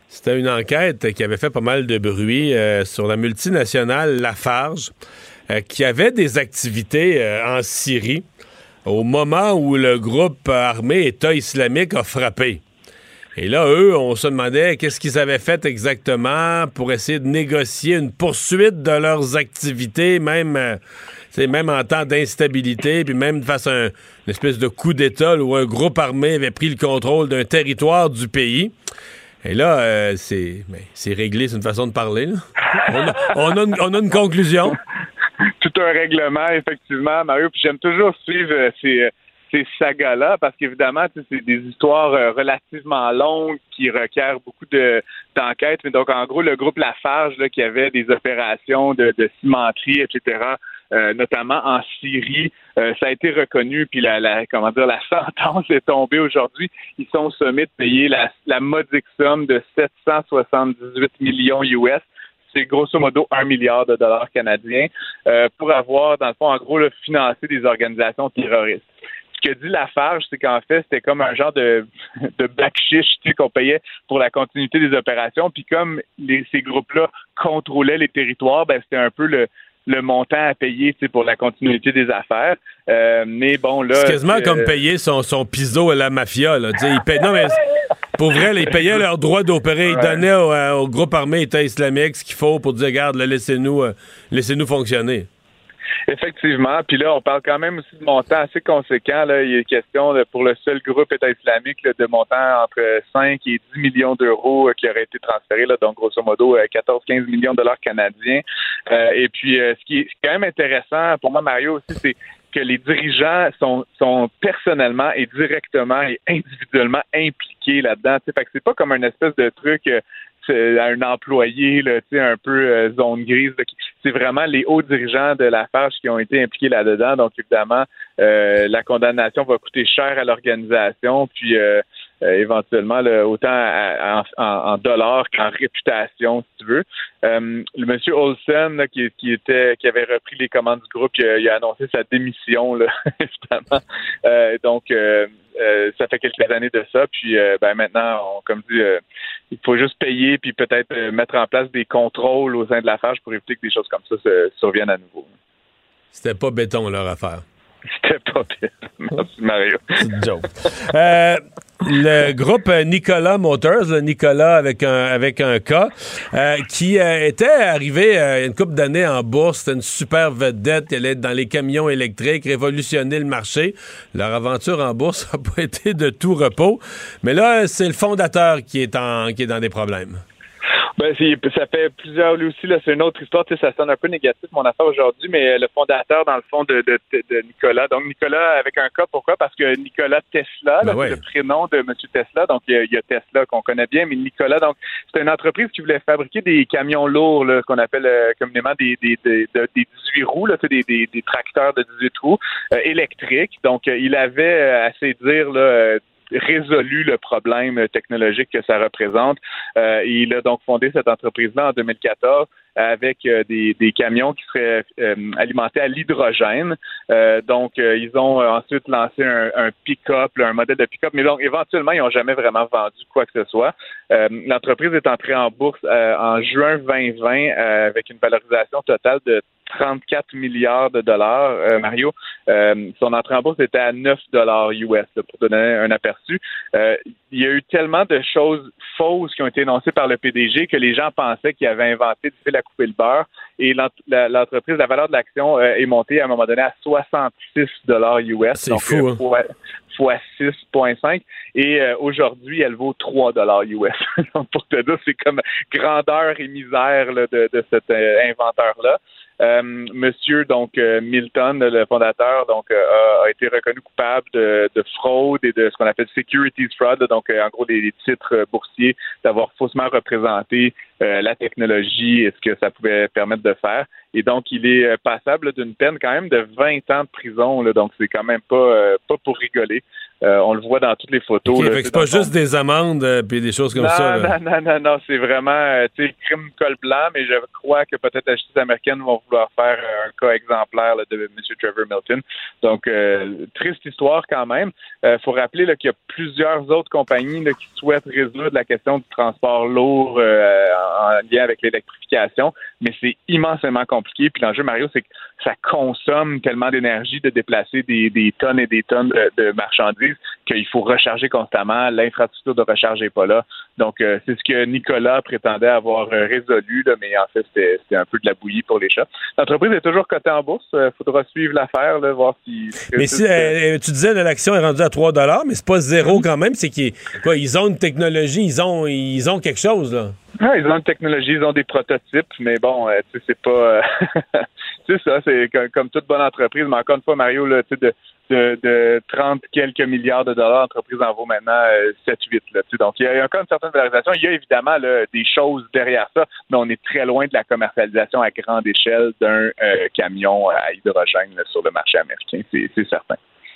C'était une enquête qui avait fait pas mal de bruit euh, sur la multinationale Lafarge, euh, qui avait des activités euh, en Syrie au moment où le groupe armé État islamique a frappé. Et là, eux, on se demandait qu'est-ce qu'ils avaient fait exactement pour essayer de négocier une poursuite de leurs activités, même, euh, même en temps d'instabilité, puis même face à un, une espèce de coup d'État où un groupe armé avait pris le contrôle d'un territoire du pays. Et là, euh, c'est, ben, c'est réglé, c'est une façon de parler. Là. On, a, on, a une, on a une conclusion. Tout un règlement, effectivement, Mario. Puis j'aime toujours suivre euh, ces... ces sagas-là, parce qu'évidemment, c'est des histoires euh, relativement longues qui requièrent beaucoup de, d'enquêtes. Mais donc, en gros, le groupe Lafarge, là, qui avait des opérations de, de cimenterie, et cetera, euh, notamment en Syrie, euh, ça a été reconnu, puis la, la, comment dire, la sentence est tombée aujourd'hui. Ils sont sommés de payer la, la modique somme de sept cent soixante-dix-huit millions U S. C'est grosso modo un milliard de dollars canadiens euh, pour avoir, dans le fond, en gros, là, financé des organisations terroristes. Ce que dit Lafarge, c'est qu'en fait, c'était comme un genre de, de black chiche, tu sais, qu'on payait pour la continuité des opérations. Puis comme les, ces groupes-là contrôlaient les territoires, ben c'était un peu le, le montant à payer, tu sais, pour la continuité des affaires. Euh, mais bon, là... C'est quasiment euh, comme payer son, son piso à la mafia, là. Tu sais, ils paient... Non, mais... Pour vrai, là, ils payaient leur droit d'opérer. Ils ouais. donnaient au, au groupe armé État islamique ce qu'il faut pour dire, regarde, là, laissez-nous, euh, laissez-nous fonctionner. Effectivement. Puis là, on parle quand même aussi de montants assez conséquents. Là. Il y a question de, pour le seul groupe État islamique là, de montants entre cinq et dix millions d'euros euh, qui auraient été transférés. Là, donc, grosso modo, euh, quatorze à quinze millions de dollars canadiens. Euh, et puis, euh, ce, qui est, ce qui est quand même intéressant pour moi, Mario, aussi, c'est que les dirigeants sont, sont personnellement et directement et individuellement impliqués là-dedans. T'sais. Fait que c'est pas comme une espèce de truc... Euh, à un employé là, un peu euh, zone grise. Là, qui, c'est vraiment les hauts dirigeants de Lafarge qui ont été impliqués là-dedans. Donc, évidemment, euh, la condamnation va coûter cher à l'organisation, puis euh, euh, éventuellement, là, autant à, en, en dollars qu'en réputation, si tu veux. Euh, le monsieur Olsen, là, qui, qui était qui avait repris les commandes du groupe, il a, il a annoncé sa démission, là, évidemment. Euh, donc, euh, euh, ça fait quelques années de ça. Puis, euh, ben maintenant, on, comme dit, euh, il faut juste payer puis peut-être euh, mettre en place des contrôles au sein de Lafarge pour éviter que des choses comme ça se surviennent à nouveau. C'était pas béton, leur affaire. C'était pas béton. Merci, Mario. C'est une joke. euh, le groupe Nikola Motors, là, Nicolas avec un avec un K, euh, qui euh, était arrivé euh, une couple d'années en bourse, c'était une super vedette, elle allait être dans les camions électriques, révolutionner le marché. Leur aventure en bourse n'a pas été de tout repos, mais là, c'est le fondateur qui est en qui est dans des problèmes. Ben, c'est, ça fait plusieurs, lui aussi, là, c'est une autre histoire, tu sais, ça sonne un peu négatif, mon affaire aujourd'hui, mais le fondateur, dans le fond, de, de, de Nicolas. Donc, Nicolas avec un K, pourquoi? Parce que Nicolas Tesla, là, ben ouais. c'est le prénom de M. Tesla, donc il y, a, il y a Tesla qu'on connaît bien, mais Nicolas, donc, c'est une entreprise qui voulait fabriquer des camions lourds, là, qu'on appelle euh, communément des, des, des, des, des dix-huit roues, là, tu sais, des, des, des tracteurs de dix-huit roues euh, électriques. Donc, euh, il avait, euh, à ses dires, là, euh, résolu le problème technologique que ça représente. Euh, il a donc fondé cette entreprise-là en deux mille quatorze avec euh, des, des camions qui seraient euh, alimentés à l'hydrogène. Euh, donc, euh, ils ont euh, ensuite lancé un, un pick-up, là, un modèle de pick-up, mais donc, éventuellement, ils n'ont jamais vraiment vendu quoi que ce soit. Euh, l'entreprise est entrée en bourse euh, en juin vingt vingt euh, avec une valorisation totale de trente-quatre milliards de dollars, euh, Mario. Euh, son entrée en bourse était à neuf dollars U S, là, pour te donner un aperçu. Euh, il y a eu tellement de choses fausses qui ont été énoncées par le P D G que les gens pensaient qu'il avait inventé du fil à couper le beurre. Et l'entreprise, la valeur de l'action euh, est montée à un moment donné à soixante-six dollars U S. C'est donc, fou, euh, fois, fois six virgule cinq. Et euh, aujourd'hui, elle vaut trois dollars U S. Donc, pour te dire, c'est comme grandeur et misère là, de, de cet euh, inventeur-là. Euh, monsieur donc euh, Milton, le fondateur, donc euh, a, a été reconnu coupable de, de fraude et de ce qu'on appelle securities fraud, donc euh, en gros des, des titres euh, boursiers, d'avoir faussement représenté euh, la technologie et ce que ça pouvait permettre de faire. Et donc il est euh, passable là, d'une peine quand même de vingt ans de prison, là, donc c'est quand même pas euh, pas pour rigoler. Euh, on le voit dans toutes les photos. Okay, là, fait que c'est pas juste des amendes euh, puis des choses comme non, ça. Là. Non, non, non, non, c'est vraiment euh, tu sais, crime col blanc, mais je crois que peut-être la justice américaine va vouloir faire un cas exemplaire là, de M. Trevor Milton. Donc, euh, triste histoire quand même. Il euh, faut rappeler là, qu'il y a plusieurs autres compagnies là, qui souhaitent résoudre la question du transport lourd euh, en lien avec l'électrification, mais c'est immensément compliqué. Puis l'enjeu, Mario, c'est que ça consomme tellement d'énergie de déplacer des, des tonnes et des tonnes de, de marchandises qu'il faut recharger constamment. L'infrastructure de recharge n'est pas là. Donc, euh, c'est ce que Nicolas prétendait avoir euh, résolu, là, mais en fait, c'était, c'était un peu de la bouillie pour les chats. L'entreprise est toujours cotée en bourse. Il euh, faudra suivre l'affaire, là, voir si... Mais si euh, tu disais que l'action est rendue à trois dollars, mais c'est pas zéro quand même. C'est qu'ils quoi, ils ont une technologie, ils ont, ils ont quelque chose, là. Ah, ils ont une technologie, ils ont des prototypes, mais bon, euh, tu sais, c'est pas... Euh, c'est ça, c'est comme, comme toute bonne entreprise. Mais encore une fois, Mario, là, tu sais, de... De, de trente quelques milliards de dollars, l'entreprise en vaut maintenant euh, sept huit. Là, donc, il y a encore une certaine valorisation. Il y a évidemment là, des choses derrière ça, mais on est très loin de la commercialisation à grande échelle d'un euh, camion à hydrogène là, sur le marché américain. C'est, c'est certain.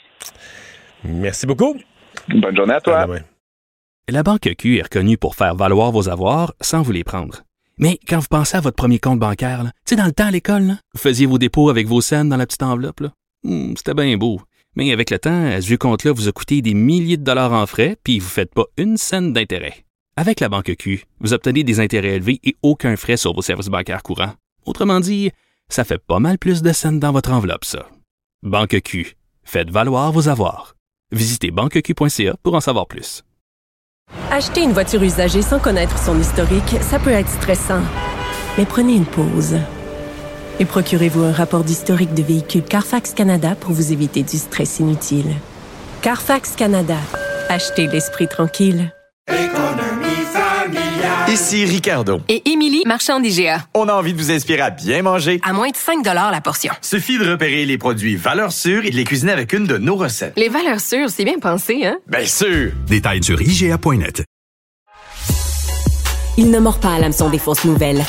Merci beaucoup. Bonne journée à toi. La Banque Q est reconnue pour faire valoir vos avoirs sans vous les prendre. Mais quand vous pensez à votre premier compte bancaire, tu sais, dans le temps à l'école, là, vous faisiez vos dépôts avec vos scènes dans la petite enveloppe. Là. Hum, c'était bien beau. Mais avec le temps, ce vieux compte-là vous a coûté des milliers de dollars en frais, puis vous ne faites pas une scène d'intérêt. Avec la Banque Q, vous obtenez des intérêts élevés et aucun frais sur vos services bancaires courants. Autrement dit, ça fait pas mal plus de scènes dans votre enveloppe, ça. Banque Q, faites valoir vos avoirs. Visitez banque q point c a pour en savoir plus. Acheter une voiture usagée sans connaître son historique, ça peut être stressant. Mais prenez une pause. Et procurez-vous un rapport d'historique de véhicule Carfax Canada pour vous éviter du stress inutile. Carfax Canada. Achetez l'esprit tranquille. Économie familiale. Ici Ricardo. Et Émilie, marchand d'I G A. On a envie de vous inspirer à bien manger. À moins de cinq dollars la portion. Suffit de repérer les produits valeurs sûres et de les cuisiner avec une de nos recettes. Les valeurs sûres, c'est bien pensé, hein? Bien sûr! Détails sur I G A point net. Il ne mord pas à l'hameçon des fausses nouvelles.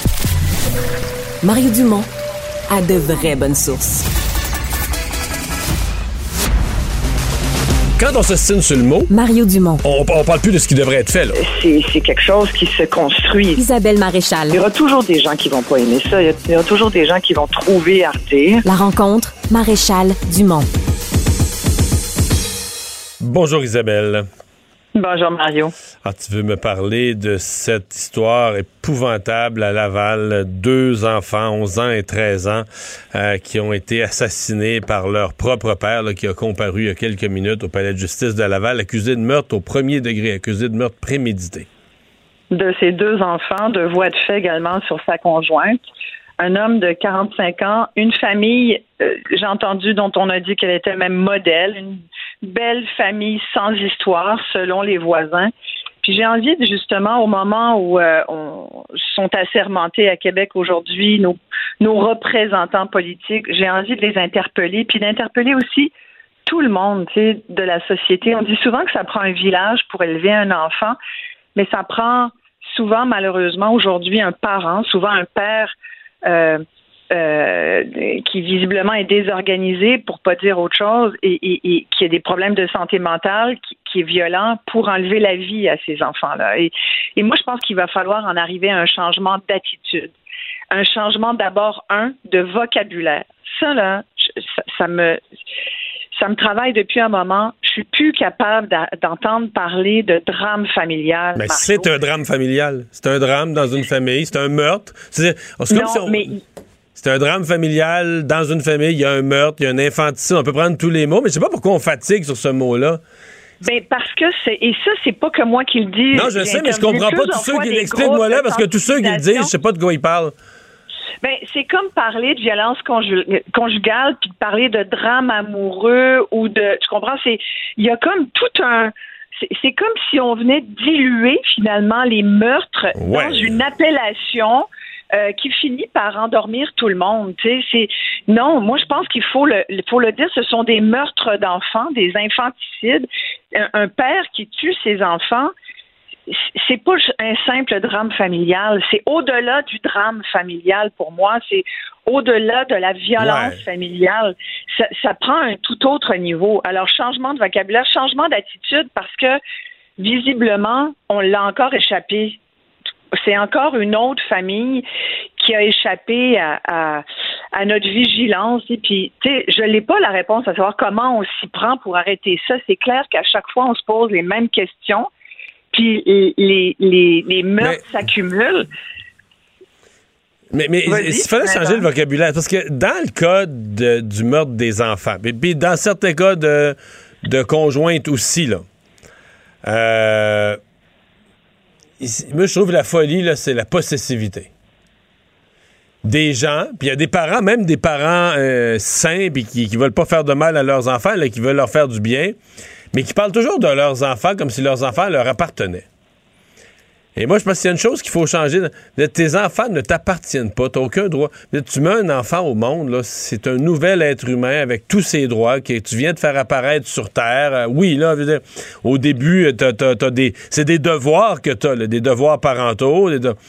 Mario Dumont a de vraies bonnes sources. Quand on s'estime sur le mot, Mario Dumont. On, on parle plus de ce qui devrait être fait, là. C'est, c'est quelque chose qui se construit. Isabelle Maréchal. Il y aura toujours des gens qui vont pas aimer ça. Il y aura toujours des gens qui vont trouver à redire. La rencontre, Maréchal Dumont. Bonjour Isabelle. Bonjour Mario. Ah, tu veux me parler de cette histoire épouvantable à Laval, deux enfants, onze ans et treize ans, euh, qui ont été assassinés par leur propre père, là, qui a comparu il y a quelques minutes au palais de justice de Laval, accusé de meurtre au premier degré, accusé de meurtre prémédité. De ses deux enfants, de voies de fait également sur sa conjointe. Un homme de quarante-cinq ans, une famille, euh, j'ai entendu, dont on a dit qu'elle était même modèle, une belle famille sans histoire, selon les voisins. Puis j'ai envie, de, justement, au moment où euh, on sont assermentés à Québec aujourd'hui, nos, nos représentants politiques, j'ai envie de les interpeller, puis d'interpeller aussi tout le monde, tu sais, de la société. On dit souvent que ça prend un village pour élever un enfant, mais ça prend souvent, malheureusement, aujourd'hui, un parent, souvent un père euh, Euh, qui visiblement est désorganisé, pour pas dire autre chose, et, et, et qui a des problèmes de santé mentale, qui, qui est violent pour enlever la vie à ces enfants-là. Et, et moi, je pense qu'il va falloir en arriver à un changement d'attitude. Un changement d'abord, un, de vocabulaire. Ça, là, ça, ça me... Ça me travaille depuis un moment. Je suis plus capable d'entendre parler de drame familial. Mais c'est un drame familial. C'est un drame dans une famille. C'est un meurtre. C'est, c'est comme non, si on... mais... C'est un drame familial dans une famille. Il y a un meurtre, il y a un infanticide. On peut prendre tous les mots, mais je sais pas pourquoi on fatigue sur ce mot-là. Ben parce que c'est et ça c'est pas que moi qui le dis. Non, je sais, mais je comprends pas tous ceux qui l'expliquent-moi là, parce que tous ceux qui le disent, je sais pas de quoi ils parlent. Ben, c'est comme parler de violence conjugale, conjugale puis de parler de drame amoureux ou de, tu comprends, c'est, il y a comme tout un, c'est, c'est comme si on venait diluer finalement les meurtres ouais. dans une appellation euh, qui finit par endormir tout le monde. Tu sais, c'est, non, moi je pense qu'il faut le, faut le dire, ce sont des meurtres d'enfants, des infanticides, un, un père qui tue ses enfants. c'est pas un simple drame familial, c'est au-delà du drame familial pour moi, c'est au-delà de la violence ouais. familiale. Ça, ça prend un tout autre niveau. Alors, changement de vocabulaire, changement d'attitude, parce que visiblement, on l'a encore échappé. C'est encore une autre famille qui a échappé à, à, à notre vigilance. Et puis, tu sais, je n'ai pas la réponse à savoir comment on s'y prend pour arrêter ça. C'est clair qu'à chaque fois, on se pose les mêmes questions, puis les, les, les meurtres mais, s'accumulent. Mais, mais il fallait changer le vocabulaire, parce que dans le cas de, du meurtre des enfants, et puis dans certains cas de, de conjointes aussi, là, euh, moi, je trouve que la folie, là, c'est la possessivité. Des gens, puis il y a des parents, même des parents euh, sains, puis qui, qui veulent pas faire de mal à leurs enfants, là, qui veulent leur faire du bien, mais qui parlent toujours de leurs enfants comme si leurs enfants leur appartenaient. Et moi, je pense qu'il y a une chose qu'il faut changer. Tes enfants ne t'appartiennent pas, t'as aucun droit. Tu mets un enfant au monde, là, c'est un nouvel être humain avec tous ses droits que tu viens de faire apparaître sur Terre. Euh, oui, là, je veux dire, au début, t'as, t'as, t'as des, c'est des devoirs que t'as, là, des devoirs parentaux. Des de...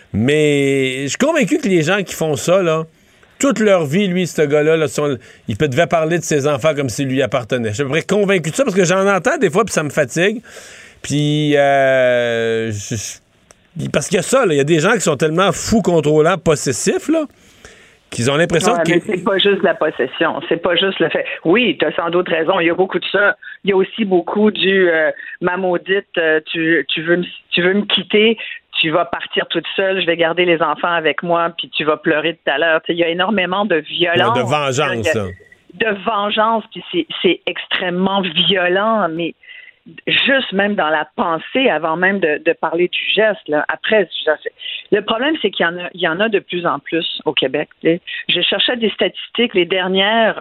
Mais je suis convaincu que les gens qui font ça, là, toute leur vie, lui, ce gars-là, là, son, il devait parler de ses enfants comme s'il lui appartenait. Je suis à peu près convaincu de ça parce que j'en entends des fois, puis ça me fatigue. Puis, euh, je, parce qu'il y a ça, il y a des gens qui sont tellement fous, contrôlants, possessifs, là, qu'ils ont l'impression ouais, que... Mais c'est pas juste la possession, c'est pas juste le fait... Oui, t'as sans doute raison, il y a beaucoup de ça. Il y a aussi beaucoup du euh, « ma maudite, euh, tu, tu, veux me, tu veux me quitter, tu vas partir toute seule, je vais garder les enfants avec moi, puis tu vas pleurer tout à l'heure. » Il y a énormément de violence. Ouais, de vengeance, ça. De vengeance, puis c'est, c'est extrêmement violent, mais... juste même dans la pensée, avant même de, de parler du geste, là, après, le problème, c'est qu'il y en a, il y en a de plus en plus au Québec. T'sais. Je cherchais des statistiques, les dernières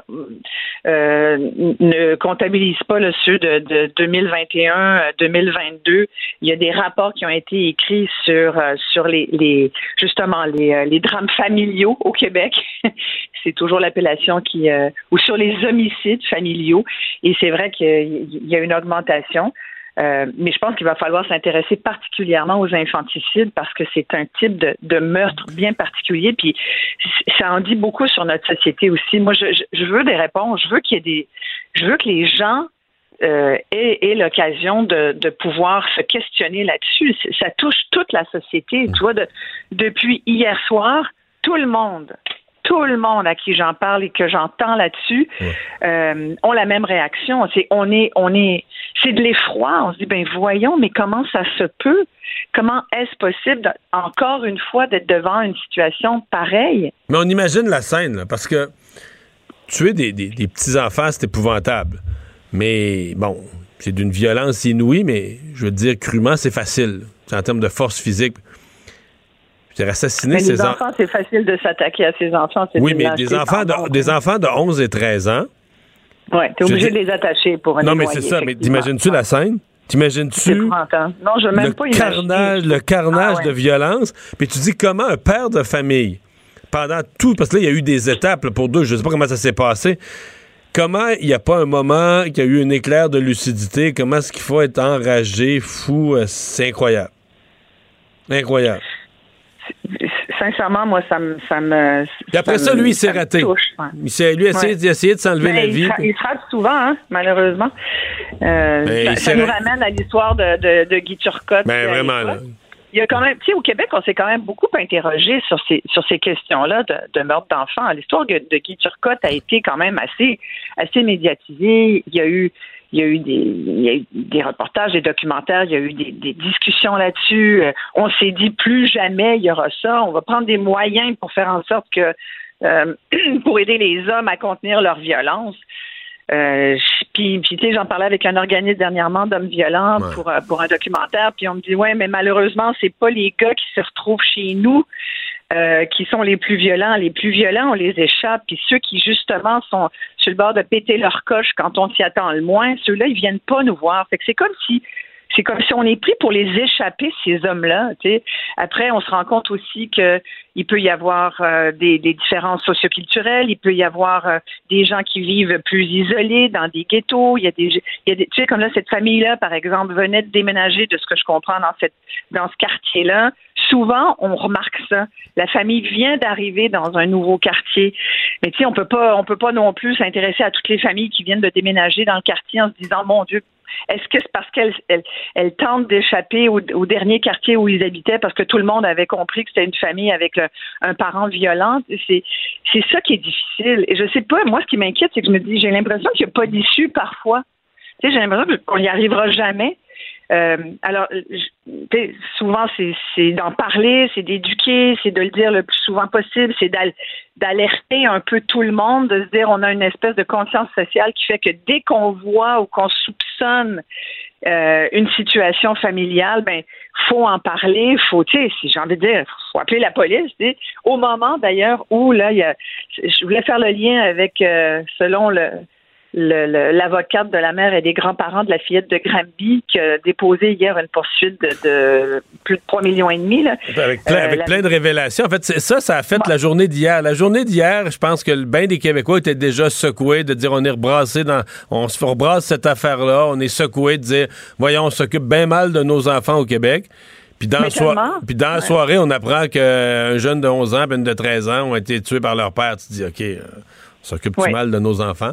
euh, ne comptabilisent pas le ceux de, de deux mille vingt et un à deux mille vingt-deux. Il y a des rapports qui ont été écrits sur euh, sur les, les justement les, les drames familiaux au Québec. C'est toujours l'appellation qui euh, ou sur les homicides familiaux. Et c'est vrai qu'il y a une augmentation. Euh, mais je pense qu'il va falloir s'intéresser particulièrement aux infanticides parce que c'est un type de, de meurtre bien particulier. Puis ça en dit beaucoup sur notre société aussi. Moi, je, je veux des réponses. Je veux qu'il y ait des, je veux que les gens euh, aient, aient l'occasion de, de pouvoir se questionner là-dessus. Ça touche toute la société. Tu vois, de, depuis hier soir, tout le monde. Tout le monde à qui j'en parle et que j'entends là-dessus ouais. euh, ont la même réaction. C'est on est on est c'est de l'effroi. On se dit ben voyons, mais comment ça se peut? Comment est-ce possible de, encore une fois d'être devant une situation pareille? Mais on imagine la scène là, parce que tuer des, des, des petits enfants, c'est épouvantable. Mais bon, c'est d'une violence inouïe, mais je veux te dire crûment, c'est facile. C'est en termes de force physique. C'est assassiner ses enfants, enfants, c'est facile de s'attaquer à ses enfants. C'est oui, mais des enfants, de, des enfants de onze et treize ans. Oui, t'es obligé de les attacher pour un Non, mais c'est ça. Mais t'imagines-tu la scène? T'imagines-tu non, je veux même le pas carnage, imaginer. Le carnage ah, ouais. de violence? Puis tu dis comment un père de famille, pendant tout... Parce que là, il y a eu des étapes là, pour deux. Je sais pas comment ça s'est passé. Comment il n'y a pas un moment qu'il y a eu un éclair de lucidité? Comment est-ce qu'il faut être enragé, fou? C'est incroyable. Incroyable. Sincèrement, moi, ça me... Ça me Et après ça, ça lui, il s'est raté. Touche, ouais. Il s'est, lui, a essayé, ouais. essayé de s'enlever Mais la il vie. Fra- il se rate souvent, hein, malheureusement. Euh, ça ça nous ramène à l'histoire de, de, de Guy Turcotte. Ben, vraiment, là. Il y a quand même, tu sais, au Québec, on s'est quand même beaucoup interrogé sur ces, sur ces questions-là de, de meurtre d'enfants. L'histoire de, de Guy Turcotte a été quand même assez, assez médiatisée. Il y a eu... Il y a eu des, il y a eu des reportages, des documentaires, il y a eu des, des discussions là-dessus. Euh, on s'est dit plus jamais il y aura ça. On va prendre des moyens pour faire en sorte que, euh, pour aider les hommes à contenir leur violence. Euh, puis, puis tu sais, j'en parlais avec un organisme dernièrement d'hommes violents ouais. pour pour un documentaire. Puis on me dit ouais, mais malheureusement c'est pas les gars qui se retrouvent chez nous euh, qui sont les plus violents. Les plus violents, on les échappe. Puis ceux qui justement sont sur le bord de péter leur coche quand on s'y attend le moins, ceux-là ils viennent pas nous voir. Fait que c'est comme si c'est comme si on est pris pour les échapper, ces hommes-là. Tu sais. Après, on se rend compte aussi que il peut y avoir euh, des, des différences socioculturelles, il peut y avoir euh, des gens qui vivent plus isolés dans des ghettos. Il y a des, il y a des, tu sais, comme là, cette famille-là, par exemple, venait de déménager, de ce que je comprends, dans cette, dans ce quartier-là. Souvent, on remarque ça. La famille vient d'arriver dans un nouveau quartier. Mais tu sais, on peut pas, on peut pas non plus s'intéresser à toutes les familles qui viennent de déménager dans le quartier en se disant, mon Dieu, est-ce que c'est parce qu'elles elles, elles tentent d'échapper au, au dernier quartier où ils habitaient parce que tout le monde avait compris que c'était une famille avec le, un parent violent? C'est, c'est ça qui est difficile. Et je sais pas, moi, ce qui m'inquiète, c'est que je me dis, j'ai l'impression qu'il n'y a pas d'issue parfois. Tu sais, j'ai l'impression qu'on n'y arrivera jamais. Euh, alors, je, souvent, c'est, c'est d'en parler, c'est d'éduquer, c'est de le dire le plus souvent possible, c'est d'al- d'alerter un peu tout le monde, de se dire on a une espèce de conscience sociale qui fait que dès qu'on voit ou qu'on soupçonne euh, une situation familiale, ben faut en parler, faut, tu sais, si j'ai envie de dire, faut appeler la police. Tu sais. Au moment d'ailleurs où là, il y a, je voulais faire le lien avec euh, selon le Le, le, l'avocate de la mère et des grands-parents de la fillette de Granby qui a déposé hier une poursuite de, de plus de trois millions et demi. Là. Avec, plein, euh, avec la... plein de révélations. En fait, c'est, ça, ça a fait ouais. la journée d'hier. La journée d'hier, je pense que le bain des Québécois était déjà secoué de dire on est rebrassé dans... On se rebrasse cette affaire-là. On est secoué de dire, voyons, on s'occupe bien mal de nos enfants au Québec. Puis dans, so- puis dans ouais. la soirée, on apprend qu'un jeune de onze ans et une de treize ans ont été tués par leur père. Tu te dis, OK, euh, on s'occupe ouais. mal de nos enfants?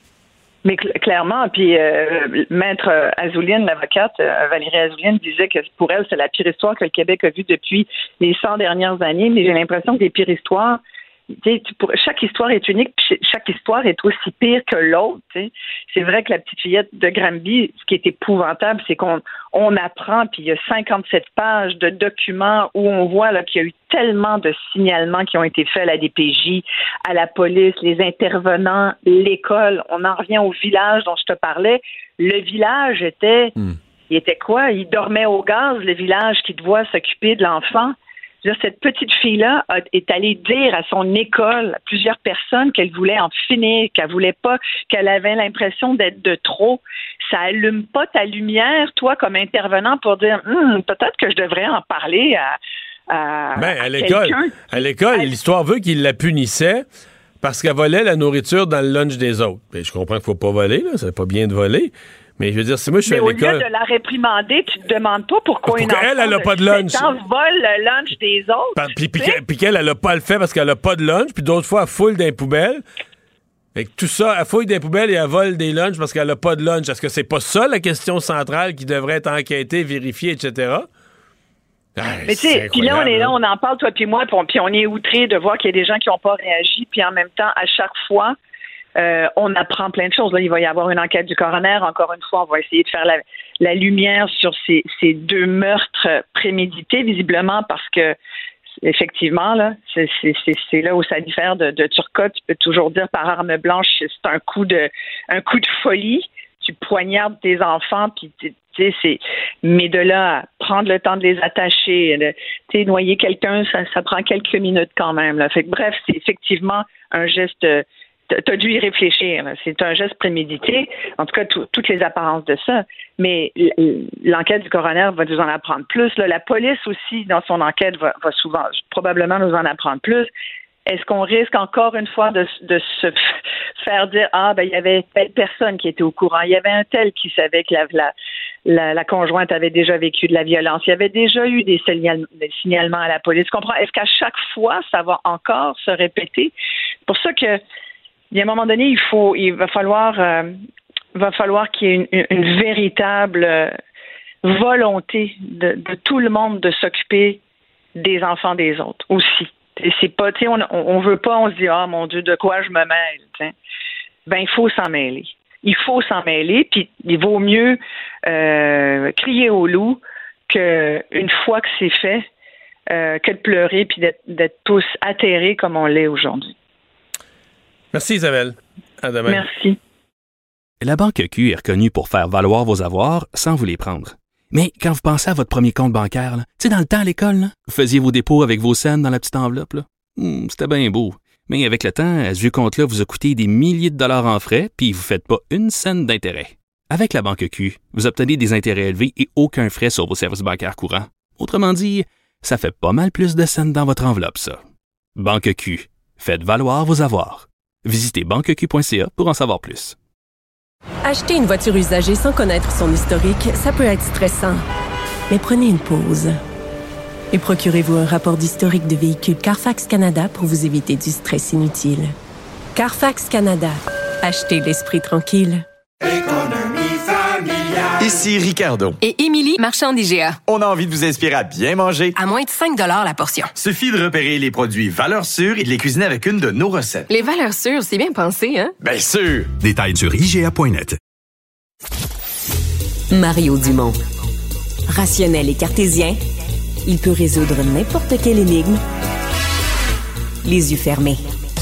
Mais cl- clairement, puis euh, maître Azouline, l'avocate euh, Valérie Azouline, disait que pour elle, c'est la pire histoire que le Québec a vue depuis les cent dernières années. Mais j'ai l'impression que les pires histoires, tu sais, pour, chaque histoire est unique, puis chaque histoire est aussi pire que l'autre. Tu sais. C'est vrai que la petite fillette de Granby, ce qui est épouvantable, c'est qu'on on apprend, puis il y a cinquante-sept pages de documents où on voit là, qu'il y a eu tellement de signalements qui ont été faits à la D P J, à la police, les intervenants, l'école. On en revient au village dont je te parlais. Le village était, mmh. il était quoi? Il dormait au gaz, le village qui doit s'occuper de l'enfant. Cette petite fille-là est allée dire à son école, à plusieurs personnes, qu'elle voulait en finir, qu'elle voulait pas, qu'elle avait l'impression d'être de trop. Ça allume pas ta lumière, toi, comme intervenant, pour dire hm, peut-être que je devrais en parler à, à, ben, à, à l'école. quelqu'un. À l'école, à... l'histoire veut qu'il la punissait parce qu'elle volait la nourriture dans le lunch des autres. Ben, je comprends qu'il faut pas voler, là, c'est pas bien de voler. Mais je veux dire, si moi je suis mais à l'école... au lieu de la réprimander, tu te demandes pas pourquoi une enfant elle, elle a pas de lunch. vole le lunch des autres. Puis, puis, puis qu'elle, elle a pas le fait parce qu'elle a pas de lunch, puis d'autres fois, elle fouille dans les poubelles. Fait que tout ça, elle fouille des poubelles et elle vole des lunchs parce qu'elle a pas de lunch. Est-ce que c'est pas ça la question centrale qui devrait être enquêtée, vérifiée, et cetera? Ah, mais tu sais, puis là, on est là, on en parle, toi puis moi, puis on est outrés de voir qu'il y a des gens qui n'ont pas réagi, puis en même temps, à chaque fois... Euh, on apprend plein de choses. Là, il va y avoir une enquête du coroner. Encore une fois, on va essayer de faire la, la lumière sur ces, ces deux meurtres prémédités, visiblement, parce que effectivement, là, c'est, c'est, c'est, c'est là où ça diffère de, de Turcotte. Tu peux toujours dire par arme blanche, c'est un coup de, un coup de folie. Tu poignardes tes enfants, puis tu sais, c'est. Mais de là à prendre le temps de les attacher, de, tu sais, noyer quelqu'un, ça, ça prend quelques minutes quand même. Là. Fait que, bref, c'est effectivement un geste. T'as dû y réfléchir. Là. C'est un geste prémédité. En tout cas, tout, toutes les apparences de ça. Mais l'enquête du coroner va nous en apprendre plus. Là. La police aussi, dans son enquête, va, va souvent, probablement nous en apprendre plus. Est-ce qu'on risque encore une fois de, de se faire dire ah ben il y avait telle personne qui était au courant, il y avait un tel qui savait que la, la, la, la conjointe avait déjà vécu de la violence, il y avait déjà eu des, signal, des signalements à la police. Comprends? Est-ce qu'à chaque fois ça va encore se répéter? C'est pour ça que il y a un moment donné, il faut, il va falloir, euh, va falloir qu'il y ait une, une, une véritable euh, volonté de, de tout le monde de s'occuper des enfants des autres aussi. Et c'est pas, tu sais, on, on veut pas, on se dit ah mon Dieu, de quoi je me mêle. T'sais. Ben il faut s'en mêler. Il faut s'en mêler, puis il vaut mieux euh, crier au loup que une fois que c'est fait, euh, que de pleurer puis d'être, d'être tous atterrés comme on l'est aujourd'hui. Merci Isabelle. À demain. Merci. La Banque Q est reconnue pour faire valoir vos avoirs sans vous les prendre. Mais quand vous pensez à votre premier compte bancaire, tu sais, dans le temps à l'école, là, vous faisiez vos dépôts avec vos scènes dans la petite enveloppe. Là. Hum, c'était bien beau. Mais avec le temps, à ce vieux compte-là vous a coûté des milliers de dollars en frais, puis vous ne faites pas une scène d'intérêt. Avec la banque Q, vous obtenez des intérêts élevés et aucun frais sur vos services bancaires courants. Autrement dit, ça fait pas mal plus de scènes dans votre enveloppe, ça. Banque Q. Faites valoir vos avoirs. Visitez banque q point c a pour en savoir plus. Acheter une voiture usagée sans connaître son historique, ça peut être stressant. Mais prenez une pause. Et procurez-vous un rapport d'historique de véhicule Carfax Canada pour vous éviter du stress inutile. Carfax Canada. Achetez l'esprit tranquille. Ici Ricardo. Et Émilie, marchand d'I G A. On a envie de vous inspirer à bien manger. À moins de cinq dollars la portion. Suffit de repérer les produits valeurs sûres et de les cuisiner avec une de nos recettes. Les valeurs sûres, c'est bien pensé, hein? Bien sûr! Détails sur I G A point net. Mario Dumont. Rationnel et cartésien, il peut résoudre n'importe quelle énigme les yeux fermés.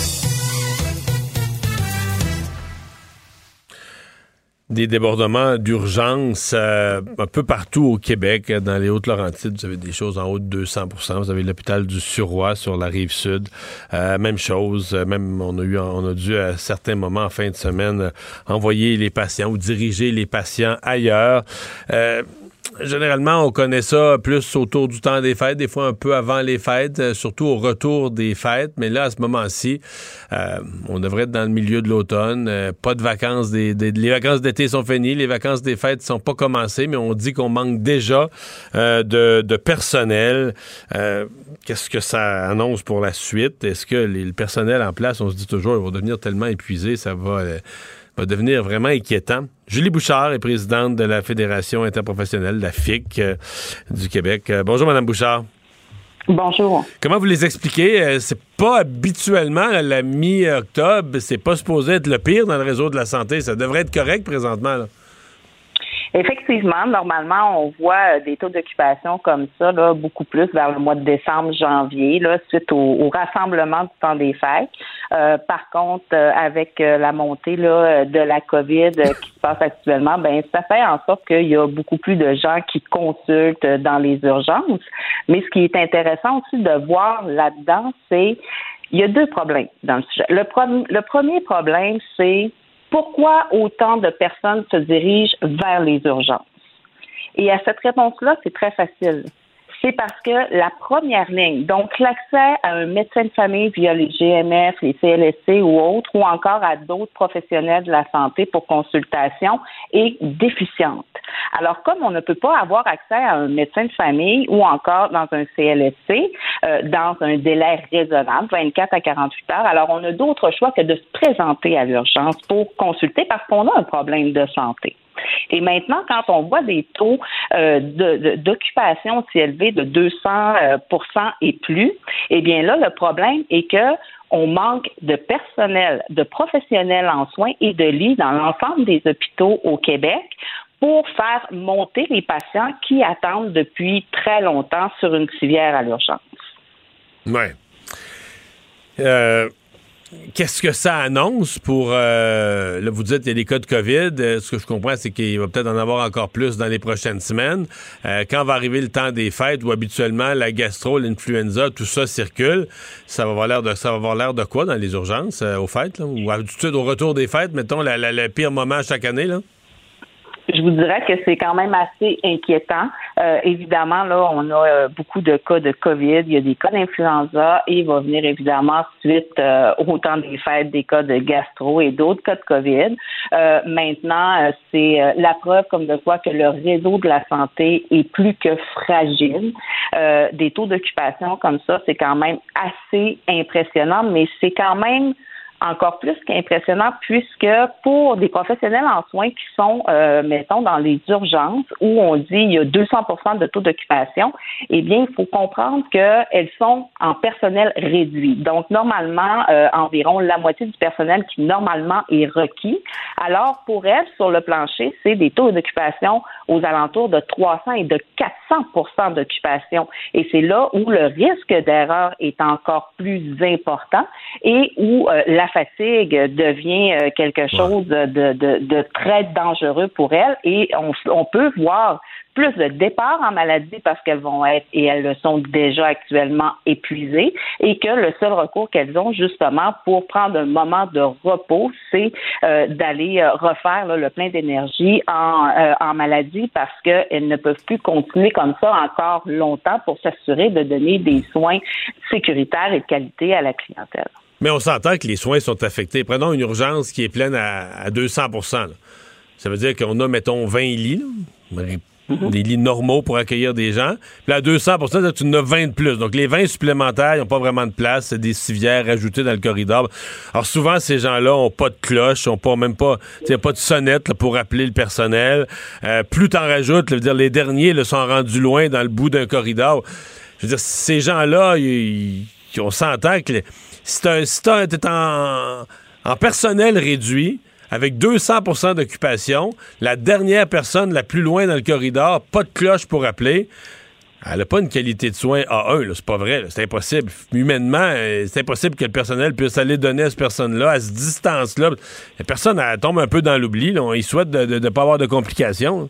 Des débordements d'urgence euh, un peu partout au Québec. Dans les Hautes-Laurentides, vous avez des choses en haut de deux cents pour cent. Vous avez l'hôpital du Suroît sur la rive sud. Euh, même chose. Même on a eu, on a dû à certains moments en fin de semaine envoyer les patients ou diriger les patients ailleurs. Euh, Généralement, on connaît ça plus autour du temps des fêtes, des fois un peu avant les fêtes, euh, surtout au retour des fêtes. Mais là, à ce moment-ci, euh, on devrait être dans le milieu de l'automne. Euh, pas de vacances. Des, des, les vacances d'été sont finies. Les vacances des fêtes sont pas commencées, mais on dit qu'on manque déjà euh, de, de personnel. Euh, qu'est-ce que ça annonce pour la suite? Est-ce que les, le personnel en place, on se dit toujours, il va devenir tellement épuisé, ça va... Euh, va devenir vraiment inquiétant. Julie Bouchard est présidente de la Fédération interprofessionnelle, la F I C euh, du Québec. Euh, bonjour, Mme Bouchard. Bonjour. Comment vous les expliquez? Euh, c'est pas habituellement, à la mi-octobre, c'est pas supposé être le pire dans le réseau de la santé. Ça devrait être correct présentement, là. Effectivement, normalement, on voit des taux d'occupation comme ça, là, beaucoup plus vers le mois de décembre, janvier, là, suite au, au rassemblement du temps des fêtes. Euh, par contre, euh, avec euh, la montée là, de la COVID euh, qui se passe actuellement, ben ça fait en sorte qu'il y a beaucoup plus de gens qui consultent dans les urgences. Mais ce qui est intéressant aussi de voir là-dedans, c'est il y a deux problèmes dans le sujet. Le, pro- le premier problème, c'est pourquoi autant de personnes se dirigent vers les urgences? Et à cette réponse-là, c'est très facile. C'est parce que la première ligne, donc l'accès à un médecin de famille via les G M F, les C L S C ou autres, ou encore à d'autres professionnels de la santé pour consultation, est déficiente. Alors, comme on ne peut pas avoir accès à un médecin de famille ou encore dans un C L S C euh, dans un délai raisonnable, vingt-quatre à quarante-huit heures, alors on a d'autres choix que de se présenter à l'urgence pour consulter parce qu'on a un problème de santé. Et maintenant, quand on voit des taux euh, de, de, d'occupation aussi élevés de deux cents pour cent et plus, eh bien là, le problème est que on manque de personnel, de professionnels en soins et de lits dans l'ensemble des hôpitaux au Québec pour faire monter les patients qui attendent depuis très longtemps sur une civière à l'urgence. Oui. Euh... Qu'est-ce que ça annonce pour... Euh, là, vous dites qu'il y a des cas de COVID. Euh, ce que je comprends, c'est qu'il va peut-être en avoir encore plus dans les prochaines semaines. Euh, quand va arriver le temps des fêtes où habituellement la gastro, l'influenza, tout ça circule, ça va avoir l'air de, ça va avoir l'air de quoi dans les urgences euh, aux fêtes? Là? Ou tout de suite au retour des fêtes, mettons, la, la, le pire moment chaque année, là? Je vous dirais que c'est quand même assez inquiétant. Euh, évidemment, là, on a euh, beaucoup de cas de COVID, il y a des cas d'influenza et il va venir évidemment suite euh, au temps des fêtes des cas de gastro et d'autres cas de COVID. Euh, maintenant, euh, c'est euh, la preuve comme de quoi que le réseau de la santé est plus que fragile. Euh, des taux d'occupation comme ça, c'est quand même assez impressionnant, mais c'est quand même encore plus qu'impressionnant puisque pour des professionnels en soins qui sont, euh, mettons, dans les urgences où on dit il y a deux cents pour cent de taux d'occupation, eh bien, il faut comprendre qu'elles sont en personnel réduit. Donc, normalement, euh, environ la moitié du personnel qui, normalement, est requis. Alors, pour elles, sur le plancher, c'est des taux d'occupation aux alentours de trois cents et de quatre cents pour cent d'occupation. Et c'est là où le risque d'erreur est encore plus important et où euh, la fatigue devient euh, quelque chose de, de, de très dangereux pour elle. Et on, on peut voir plus de départs en maladie parce qu'elles vont être, et elles le sont déjà actuellement, épuisées, et que le seul recours qu'elles ont justement pour prendre un moment de repos, c'est euh, d'aller euh, refaire là, le plein d'énergie en, euh, en maladie parce qu'elles ne peuvent plus continuer comme ça encore longtemps pour s'assurer de donner des soins sécuritaires et de qualité à la clientèle. Mais on s'entend que les soins sont affectés. Prenons une urgence qui est pleine à, à deux cents pour cent. Là. Ça veut dire qu'on a, mettons, vingt lits, là, mm-hmm. des lits normaux pour accueillir des gens. Puis à deux cents pour cent, là, tu en as vingt de plus. Donc les vingt supplémentaires, ils n'ont pas vraiment de place. C'est des civières ajoutées dans le corridor. Alors souvent, ces gens-là n'ont pas de cloche, n'ont pas même pas, pas de sonnette là, pour appeler le personnel. Euh, plus t'en rajoutes, là, veut dire, les derniers là, sont rendus loin dans le bout d'un corridor. Je veux dire, ces gens-là, ils, ils, on s'entend que... Les, Si t'es si en, en personnel réduit, avec deux cents pour cent d'occupation, la dernière personne la plus loin dans le corridor, pas de cloche pour appeler, elle n'a pas une qualité de soins A un, là, c'est pas vrai, là, c'est impossible. Humainement, c'est impossible que le personnel puisse aller donner à cette personne-là, à cette distance-là. La personne, elle tombe un peu dans l'oubli, là, on y souhaite de ne pas avoir de complications.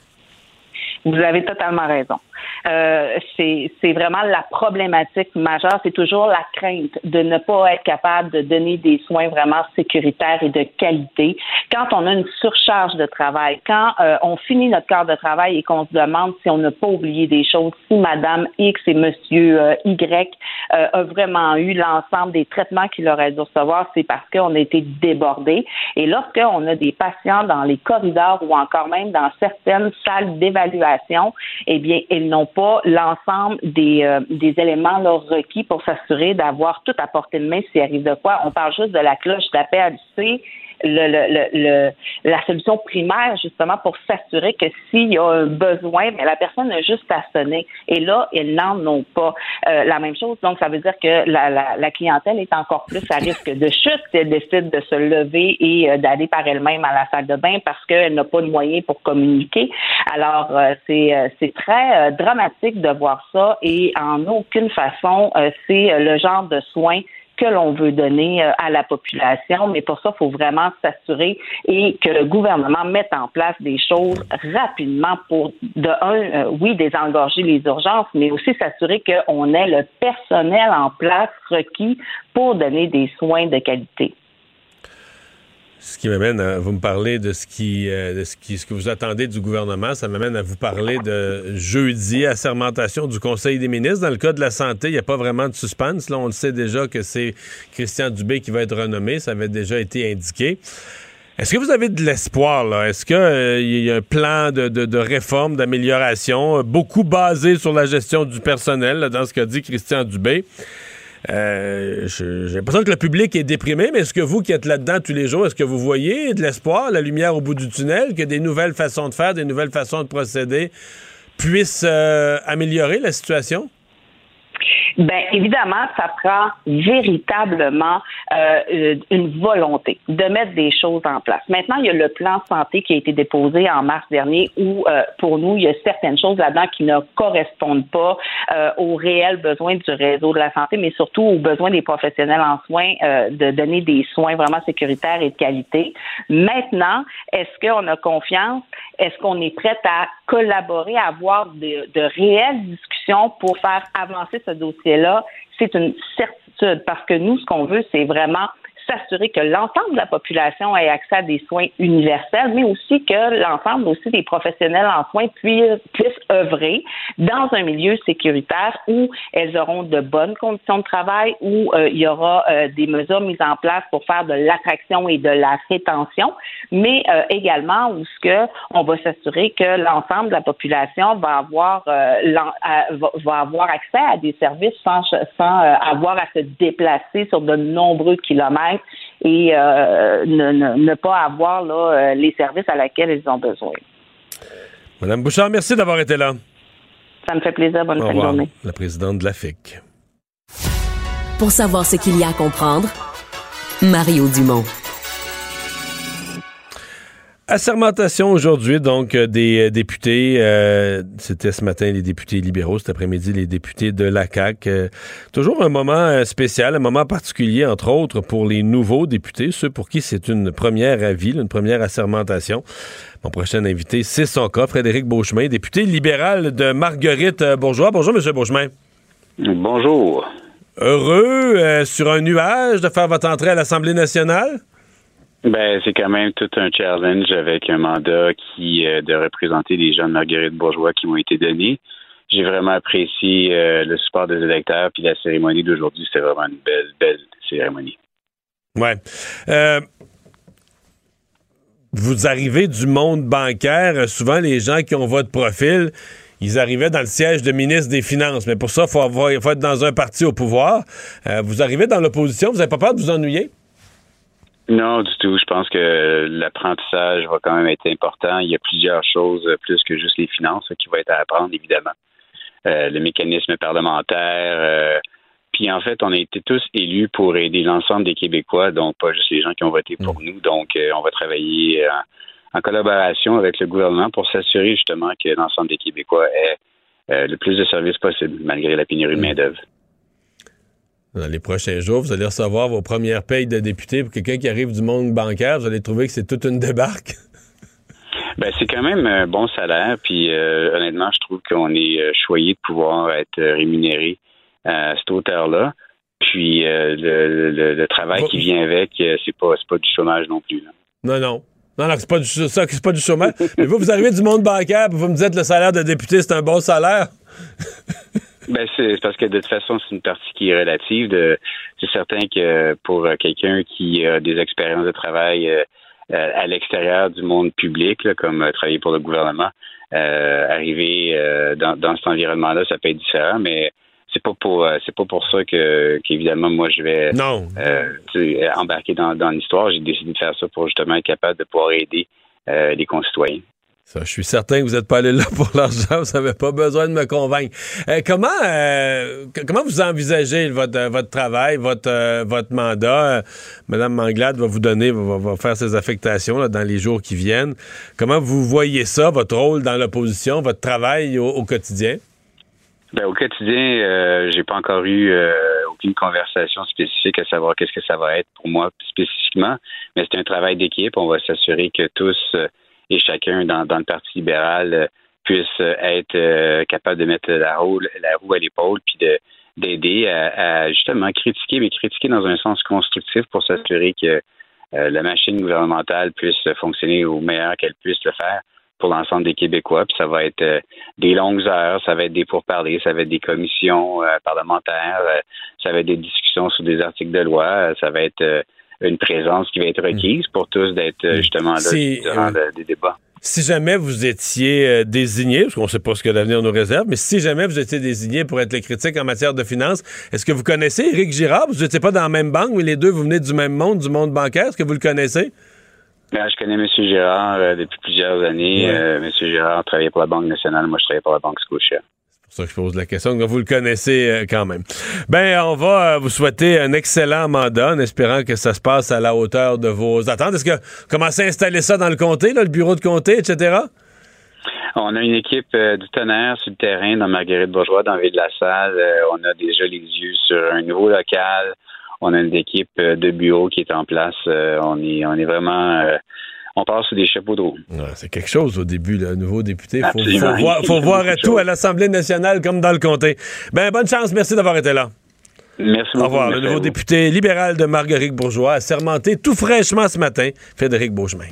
Vous avez totalement raison. Euh, c'est, c'est vraiment la problématique majeure. C'est toujours la crainte de ne pas être capable de donner des soins vraiment sécuritaires et de qualité. Quand on a une surcharge de travail, quand euh, on finit notre quart de travail et qu'on se demande si on n'a pas oublié des choses, si Madame X et Monsieur euh, Y euh, a vraiment eu l'ensemble des traitements qu'il aurait dû recevoir, c'est parce qu'on a été débordé. Et lorsqu'on a des patients dans les corridors ou encore même dans certaines salles d'évaluation, eh bien, ils n'ont pas l'ensemble des, euh, des éléments là, requis pour s'assurer d'avoir tout à portée de main s'il arrive de quoi. On parle juste de la cloche d'appel, c'est le, le, le, le, la solution primaire justement pour s'assurer que s'il y a un besoin, bien, la personne a juste à sonner. Et là, ils n'en ont pas. Euh, la même chose, donc ça veut dire que la, la, la clientèle est encore plus à risque de chute si elle décide de se lever et euh, d'aller par elle-même à la salle de bain parce qu'elle n'a pas de moyens pour communiquer. Alors, euh, c'est, euh, c'est très euh, dramatique de voir ça et en aucune façon, euh, c'est euh, le genre de soins que l'on veut donner euh, à la population, mais pour ça, il faut vraiment s'assurer et que le gouvernement mette en place des choses rapidement pour, de un, euh, oui, désengorger les urgences, mais aussi s'assurer qu'on ait le personnel en place requis pour donner des soins de qualité. Ce qui m'amène à vous me parler de ce qui, euh, de ce qui, ce que vous attendez du gouvernement, ça m'amène à vous parler de jeudi, assermentation du Conseil des ministres. Dans le cas de la santé, il n'y a pas vraiment de suspense. Là, on le sait déjà que c'est Christian Dubé qui va être renommé. Ça avait déjà été indiqué. Est-ce que vous avez de l'espoir, là? Est-ce qu'il euh, y a un plan de, de, de réforme, d'amélioration, euh, beaucoup basé sur la gestion du personnel, là, dans ce qu'a dit Christian Dubé? Euh, j'ai l'impression que le public est déprimé, mais est-ce que vous qui êtes là-dedans tous les jours, est-ce que vous voyez de l'espoir, la lumière au bout du tunnel, que des nouvelles façons de faire, des nouvelles façons de procéder puissent euh, améliorer la situation? Bien, évidemment, ça prend véritablement euh, une volonté de mettre des choses en place. Maintenant, il y a le plan santé qui a été déposé en mars dernier où, euh, pour nous, il y a certaines choses là-dedans qui ne correspondent pas euh, aux réels besoins du réseau de la santé, mais surtout aux besoins des professionnels en soins euh, de donner des soins vraiment sécuritaires et de qualité. Maintenant, est-ce qu'on a confiance? Est-ce qu'on est prêt à collaborer, à avoir de, de réelles discussions pour faire avancer ce dossier-là? C'est une certitude parce que nous, ce qu'on veut, c'est vraiment s'assurer que l'ensemble de la population ait accès à des soins universels, mais aussi que l'ensemble aussi des professionnels en soins puissent, puissent œuvrer dans un milieu sécuritaire où elles auront de bonnes conditions de travail, où euh, il y aura euh, des mesures mises en place pour faire de l'attraction et de la rétention, mais euh, également où ce que on va s'assurer que l'ensemble de la population va avoir euh, va, va avoir accès à des services sans, sans euh, avoir à se déplacer sur de nombreux kilomètres et euh, ne, ne, ne pas avoir là, les services à laquelle ils ont besoin. Madame Bouchard, merci d'avoir été là. Ça me fait plaisir. Bonne fin de journée. La présidente de l'A F I C. Pour savoir ce qu'il y a à comprendre, Mario Dumont. assermentation aujourd'hui, donc, euh, des euh, députés. Euh, c'était ce matin les députés libéraux, cet après-midi les députés de la C A Q. Euh, toujours un moment euh, spécial, un moment particulier, entre autres, pour les nouveaux députés, ceux pour qui c'est une première à vie, une première assermentation. Mon prochain invité, c'est son cas, Frédéric Beauchemin, député libéral de Marguerite-Bourgeoys. Bonjour, M. Beauchemin. Bonjour. Heureux, euh, sur un nuage, de faire votre entrée à l'Assemblée nationale? Ben, c'est quand même tout un challenge avec un mandat qui euh, de représenter les gens de Marguerite-Bourgeoys qui m'ont été donnés. J'ai vraiment apprécié euh, le support des électeurs, puis la cérémonie d'aujourd'hui, c'était vraiment une belle, belle cérémonie. Ouais. Euh, vous arrivez du monde bancaire. Souvent, les gens qui ont votre profil, ils arrivaient dans le siège de ministre des Finances. Mais pour ça, il faut, avoir, faut être dans un parti au pouvoir. Euh, vous arrivez dans l'opposition. Vous n'avez pas peur de vous ennuyer? Non, du tout. Je pense que l'apprentissage va quand même être important. Il y a plusieurs choses, plus que juste les finances, qui vont être à apprendre, évidemment. Euh, le mécanisme parlementaire. Euh, puis en fait, on a été tous élus pour aider l'ensemble des Québécois, donc pas juste les gens qui ont voté pour mmh. nous. Donc, euh, on va travailler en, en collaboration avec le gouvernement pour s'assurer justement que l'ensemble des Québécois ait euh, le plus de services possible, malgré la pénurie de main-d'œuvre. Dans les prochains jours, vous allez recevoir vos premières payes de députés. Pour quelqu'un qui arrive du monde bancaire, vous allez trouver que c'est toute une débarque. Ben, c'est quand même un bon salaire. Puis euh, honnêtement, je trouve qu'on est choyé de pouvoir être rémunéré à cette hauteur-là. Puis euh, le, le, le travail bon. qui vient avec, c'est pas, c'est pas du chômage non plus. Là. Non, non. Non, non, c'est pas du, ça, c'est pas du chômage. Mais vous, vous arrivez du monde bancaire, puis vous me dites que le salaire de député, c'est un bon salaire. Ben c'est parce que de toute façon, c'est une partie qui est relative. De, c'est certain que pour quelqu'un qui a des expériences de travail euh, à l'extérieur du monde public, là, comme euh, travailler pour le gouvernement, euh, arriver euh, dans, dans cet environnement-là, ça peut être différent, mais c'est pas pour euh, c'est pas pour ça que qu'évidemment moi je vais non. Euh, embarquer dans, dans l'histoire. J'ai décidé de faire ça pour justement être capable de pouvoir aider euh, les concitoyens. Ça, je suis certain que vous n'êtes pas allé là pour l'argent, vous n'avez pas besoin de me convaincre. Euh, comment euh, comment vous envisagez votre votre travail, votre euh, votre mandat? Euh, Mme Anglade va vous donner, va, va faire ses affectations là, dans les jours qui viennent. Comment vous voyez ça, votre rôle dans l'opposition, votre travail au, au quotidien? Ben, au quotidien, euh, j'ai pas encore eu euh, aucune conversation spécifique à savoir qu'est-ce que ça va être pour moi spécifiquement, mais c'est un travail d'équipe. On va s'assurer que tous euh, et chacun dans, dans le Parti libéral euh, puisse être euh, capable de mettre la roue, la roue à l'épaule puis de, d'aider à, à justement critiquer, mais critiquer dans un sens constructif pour s'assurer que euh, la machine gouvernementale puisse fonctionner au meilleur qu'elle puisse le faire pour l'ensemble des Québécois. Puis ça va être euh, des longues heures, ça va être des pourparlers, ça va être des commissions euh, parlementaires, euh, ça va être des discussions sur des articles de loi, euh, ça va être euh, une présence qui va être requise pour tous d'être euh, justement là si, durant euh, le, des débats. Si jamais vous étiez euh, désigné, parce qu'on ne sait pas ce que l'avenir nous réserve, mais si jamais vous étiez désigné pour être le critique en matière de finances, est-ce que vous connaissez Éric Girard? Vous n'étiez pas dans la même banque, mais les deux, vous venez du même monde, du monde bancaire. Est-ce que vous le connaissez? Bien, je connais M. Girard euh, depuis plusieurs années. Ouais. Euh, M. Girard travaillait pour la Banque nationale. Moi, je travaillais pour la Banque Scotia. C'est pour ça que je pose la question. Donc, vous le connaissez euh, quand même. Ben, on va euh, vous souhaiter un excellent mandat en espérant que ça se passe à la hauteur de vos attentes. Est-ce que vous commencez à installer ça dans le comté, là, le bureau de comté, et cetera? On a une équipe euh, du tonnerre sur le terrain dans Marguerite-Bourgeoys, dans Ville-de-la-Salle. Euh, on a déjà les yeux sur un nouveau local. On a une équipe euh, de bureau qui est en place. Euh, on est, on est vraiment... Euh, on passe sur des chapeaux de roue. Ouais, c'est quelque chose au début, le nouveau député. Il faut, faut voir, faut voir à tout à l'Assemblée nationale comme dans le comté. Ben, bonne chance. Merci d'avoir été là. Merci beaucoup. Au revoir. Le nouveau député libéral de Marguerite-Bourgeoys, assermenté tout fraîchement ce matin, Frédéric Beauchemin.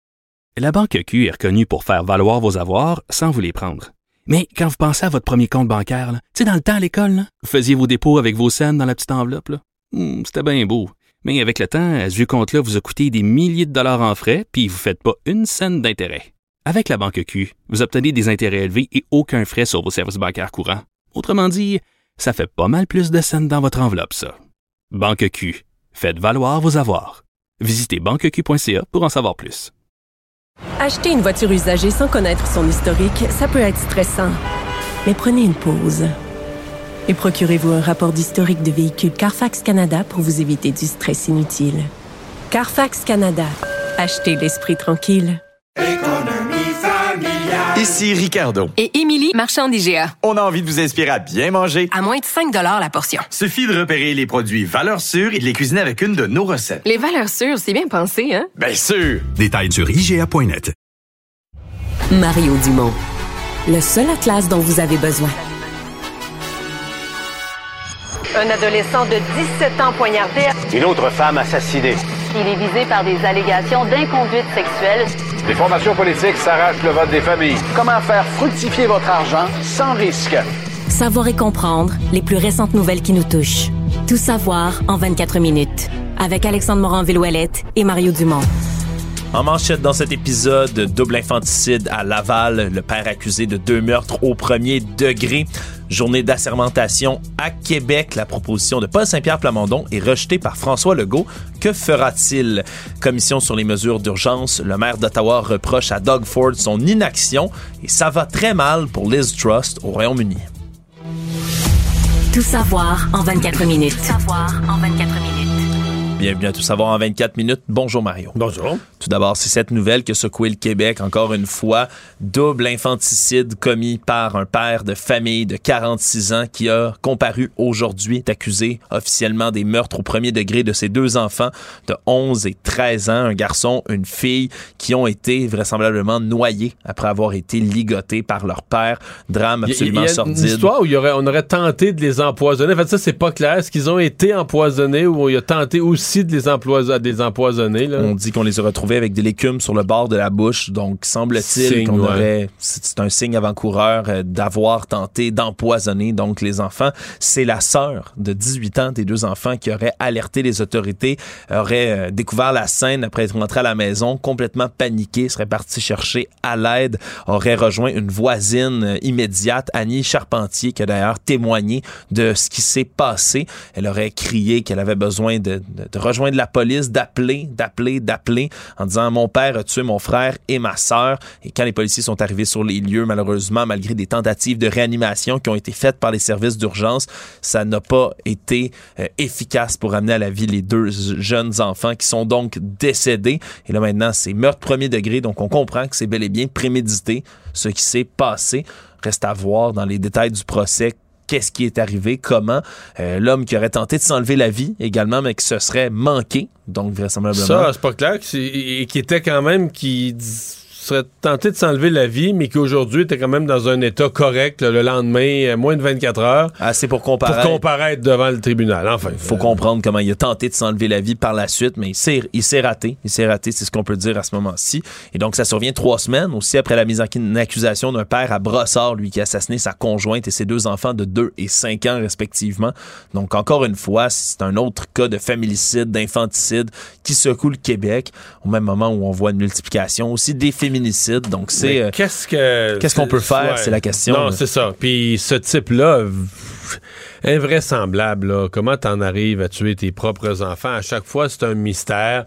La Banque Q est reconnue pour faire valoir vos avoirs sans vous les prendre. Mais quand vous pensez à votre premier compte bancaire, tu sais, dans le temps à l'école, là, vous faisiez vos dépôts avec vos scènes dans la petite enveloppe. Là. Hum, c'était bien beau. Mais avec le temps, ce vieux compte-là vous a coûté des milliers de dollars en frais, puis vous ne faites pas une scène d'intérêt. Avec la Banque Q, vous obtenez des intérêts élevés et aucun frais sur vos services bancaires courants. Autrement dit, ça fait pas mal plus de scènes dans votre enveloppe, ça. Banque Q. Faites valoir vos avoirs. Visitez banque q point c a pour en savoir plus. Acheter une voiture usagée sans connaître son historique, ça peut être stressant. Mais prenez une pause. Et procurez-vous un rapport d'historique de véhicule Carfax Canada pour vous éviter du stress inutile. Carfax Canada. Achetez l'esprit tranquille. Ici Ricardo. Et Émilie, marchand d'I G A. On a envie de vous inspirer à bien manger. À moins de cinq dollars la portion. Suffit de repérer les produits valeurs sûres et de les cuisiner avec une de nos recettes. Les valeurs sûres, c'est bien pensé, hein? Bien sûr! Détails sur I G A point net. Mario Dumont, le seul atlas dont vous avez besoin. Un adolescent de dix-sept ans poignardé. Une autre femme assassinée. Il est visé par des allégations d'inconduite sexuelle. Les formations politiques s'arrachent le vote des familles. Comment faire fructifier votre argent sans risque? Savoir et comprendre les plus récentes nouvelles qui nous touchent. Tout savoir en vingt-quatre minutes. Avec Alexandre Morin-Villouellette et Mario Dumont. En manchette dans cet épisode, double infanticide à Laval, le père accusé de deux meurtres au premier degré. Journée d'assermentation à Québec. La proposition de Paul Saint-Pierre Plamondon est rejetée par François Legault. Que fera-t-il? Commission sur les mesures d'urgence. Le maire d'Ottawa reproche à Doug Ford son inaction et ça va très mal pour Liz Truss au Royaume-Uni. Tout savoir en vingt-quatre minutes. Tout savoir en vingt-quatre minutes. Bienvenue à Tout savoir en vingt-quatre minutes. Bonjour Mario. Bonjour. Tout d'abord, c'est cette nouvelle que secoué le Québec encore une fois. Double infanticide commis par un père de famille de quarante-six ans qui a comparu aujourd'hui, est accusé officiellement des meurtres au premier degré de ses deux enfants de onze et treize ans, un garçon, une fille, qui ont été vraisemblablement noyés après avoir été ligotés par leur père. Drame absolument il y a, il y a sordide. Une histoire où il y aurait, on aurait tenté de les empoisonner. En fait, ça, c'est pas clair. Est-ce qu'ils ont été empoisonnés ou il a tenté aussi de les, emplois- des empoisonner? Là? On dit qu'on les a retrouvés avec de l'écume sur le bord de la bouche, donc semble-t-il signe, qu'on ouais. aurait, c'est un signe avant-coureur euh, d'avoir tenté d'empoisonner donc les enfants. C'est la sœur de dix-huit ans des deux enfants qui aurait alerté les autorités, aurait euh, découvert la scène après être rentrée à la maison, complètement paniquée, serait partie chercher à l'aide, aurait rejoint une voisine euh, immédiate, Annie Charpentier, qui a d'ailleurs témoigné de ce qui s'est passé. Elle aurait crié qu'elle avait besoin de, de, de rejoindre la police, d'appeler, d'appeler, d'appeler, en disant « Mon père a tué mon frère et ma sœur ». Et quand les policiers sont arrivés sur les lieux, malheureusement, malgré des tentatives de réanimation qui ont été faites par les services d'urgence, ça n'a pas été euh, efficace pour amener à la vie les deux jeunes enfants qui sont donc décédés. Et là, maintenant, c'est meurtre premier degré, donc on comprend que c'est bel et bien prémédité, ce qui s'est passé. Reste à voir dans les détails du procès qu'est-ce qui est arrivé, comment. Euh, l'homme qui aurait tenté de s'enlever la vie également, mais qui se serait manqué, donc vraisemblablement. Ça, c'est pas clair, et qui était quand même, qui serait tenté de s'enlever la vie, mais qui aujourd'hui était quand même dans un état correct là, le lendemain, moins de vingt-quatre heures. Assez pour comparaître. Pour comparaître devant le tribunal, enfin. Il faut euh... comprendre comment il a tenté de s'enlever la vie par la suite, mais il s'est, il s'est raté. Il s'est raté, c'est ce qu'on peut dire à ce moment-ci. Et donc, ça survient trois semaines aussi après la mise en accusation d'un père à Brossard, lui, qui a assassiné sa conjointe et ses deux enfants de deux et cinq ans, respectivement. Donc, encore une fois, c'est un autre cas de familicide, d'infanticide qui secoue le Québec, au même moment où on voit une multiplication aussi des féminicides. Donc, c'est. Qu'est-ce que. Qu'est-ce qu'on peut faire, ouais. C'est la question. Non, là. C'est ça. Puis ce type-là, invraisemblable, là. Comment t'en arrives à tuer tes propres enfants? À chaque fois, c'est un mystère.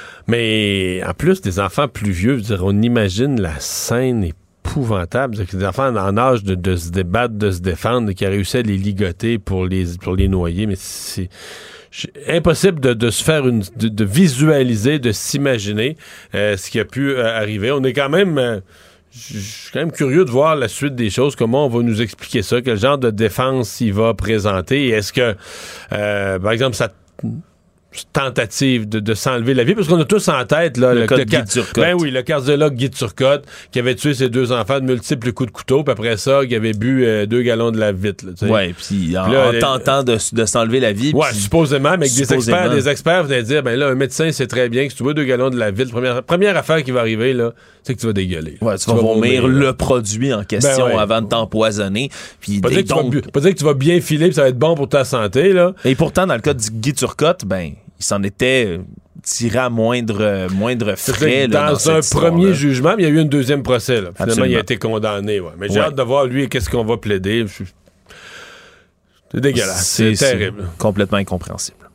Mais en plus, des enfants plus vieux, je veux dire, on imagine la scène épouvantable. Des enfants en âge de, de se débattre, de se défendre, qui a réussi à les ligoter pour les, pour les noyer. Mais c'est. Impossible de, de se faire une de, de visualiser, de s'imaginer euh, ce qui a pu euh, arriver. On est quand même euh, je suis quand même curieux de voir la suite des choses, comment on va nous expliquer ça, quel genre de défense il va présenter, et est-ce que euh, par exemple ça tentative de, de s'enlever la vie, parce qu'on a tous en tête là, le, le, cas le de Guy Turcotte. Ben oui, le cardiologue Guy Turcotte qui avait tué ses deux enfants de multiples coups de couteau, puis après ça, qui avait bu euh, deux gallons de lave-vite. Oui, puis en, là, en tentant de, de s'enlever la vie. Oui, pis, supposément, mais supposément. des experts, des experts venaient dire, ben là, un médecin sait très bien que si tu bois deux gallons de lave-vite, première, première affaire qui va arriver, là, c'est que tu vas dégueuler. Ouais, tu, tu vas vomir, vomir le produit en question ben ouais. avant de t'empoisonner. Puis pas, dire donc... pas dire que tu vas bien filer, puis ça va être bon pour ta santé, là. Et pourtant, dans le cas de Guy Turcotte, ben, il s'en était tiré à moindre, moindre frais. Dans, là, dans un histoire, premier là. jugement, il y a eu un deuxième procès. Là. Finalement, Absolument. il a été condamné. Ouais. Mais j'ai ouais. hâte de voir, lui, qu'est-ce qu'on va plaider. C'est dégueulasse. C'est, c'est terrible. C'est complètement incompréhensible.